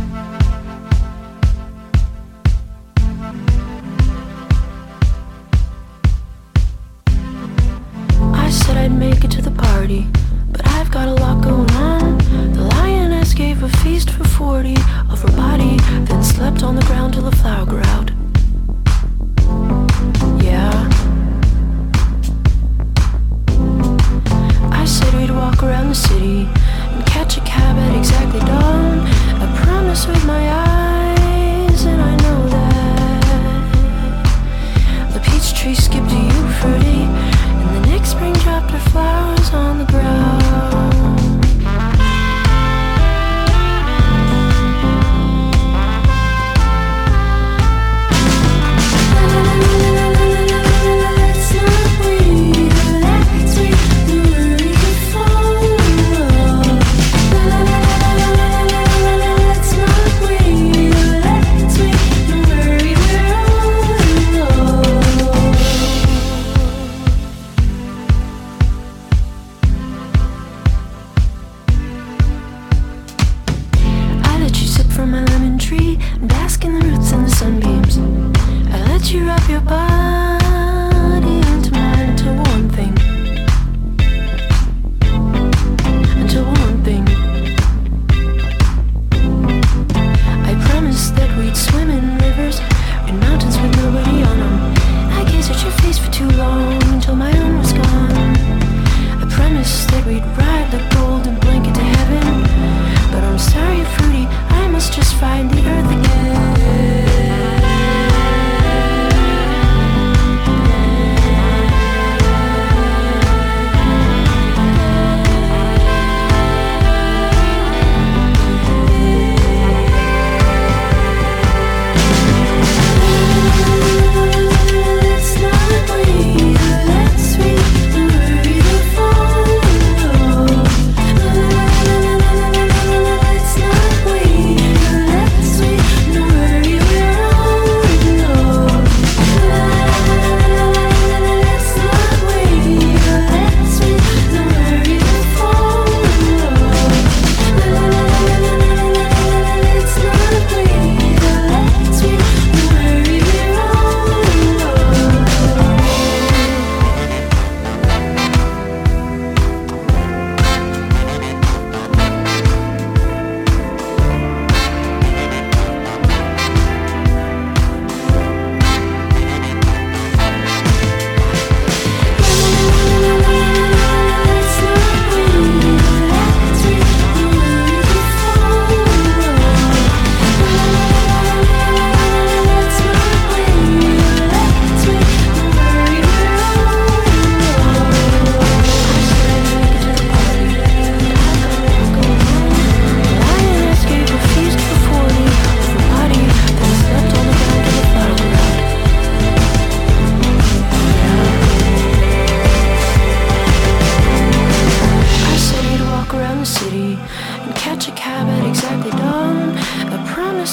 I said I'd make it to the party, but I've got a lot going on. The lioness gave a feast for 40 of her body, then slept on the ground till the flower grew out. Yeah. I said we'd walk around the city and catch a cab at exactly dawn. I promise with my eyes, and I know that the peach tree skipped to you, fruity. The next spring dropped her flowers on the ground. Let's not wait, let's wait, don't worry, we'll fall in love. Let's not wait, let's wait, don't worry, we're all in love. I let you sip from my lemon tree and bask in the roots and the sunbeams. I let you wrap your body into mine.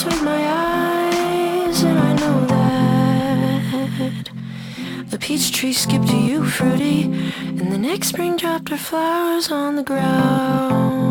promise with my eyes, and I know that. The peach tree skipped to you, fruity, and the next spring dropped her flowers on the ground.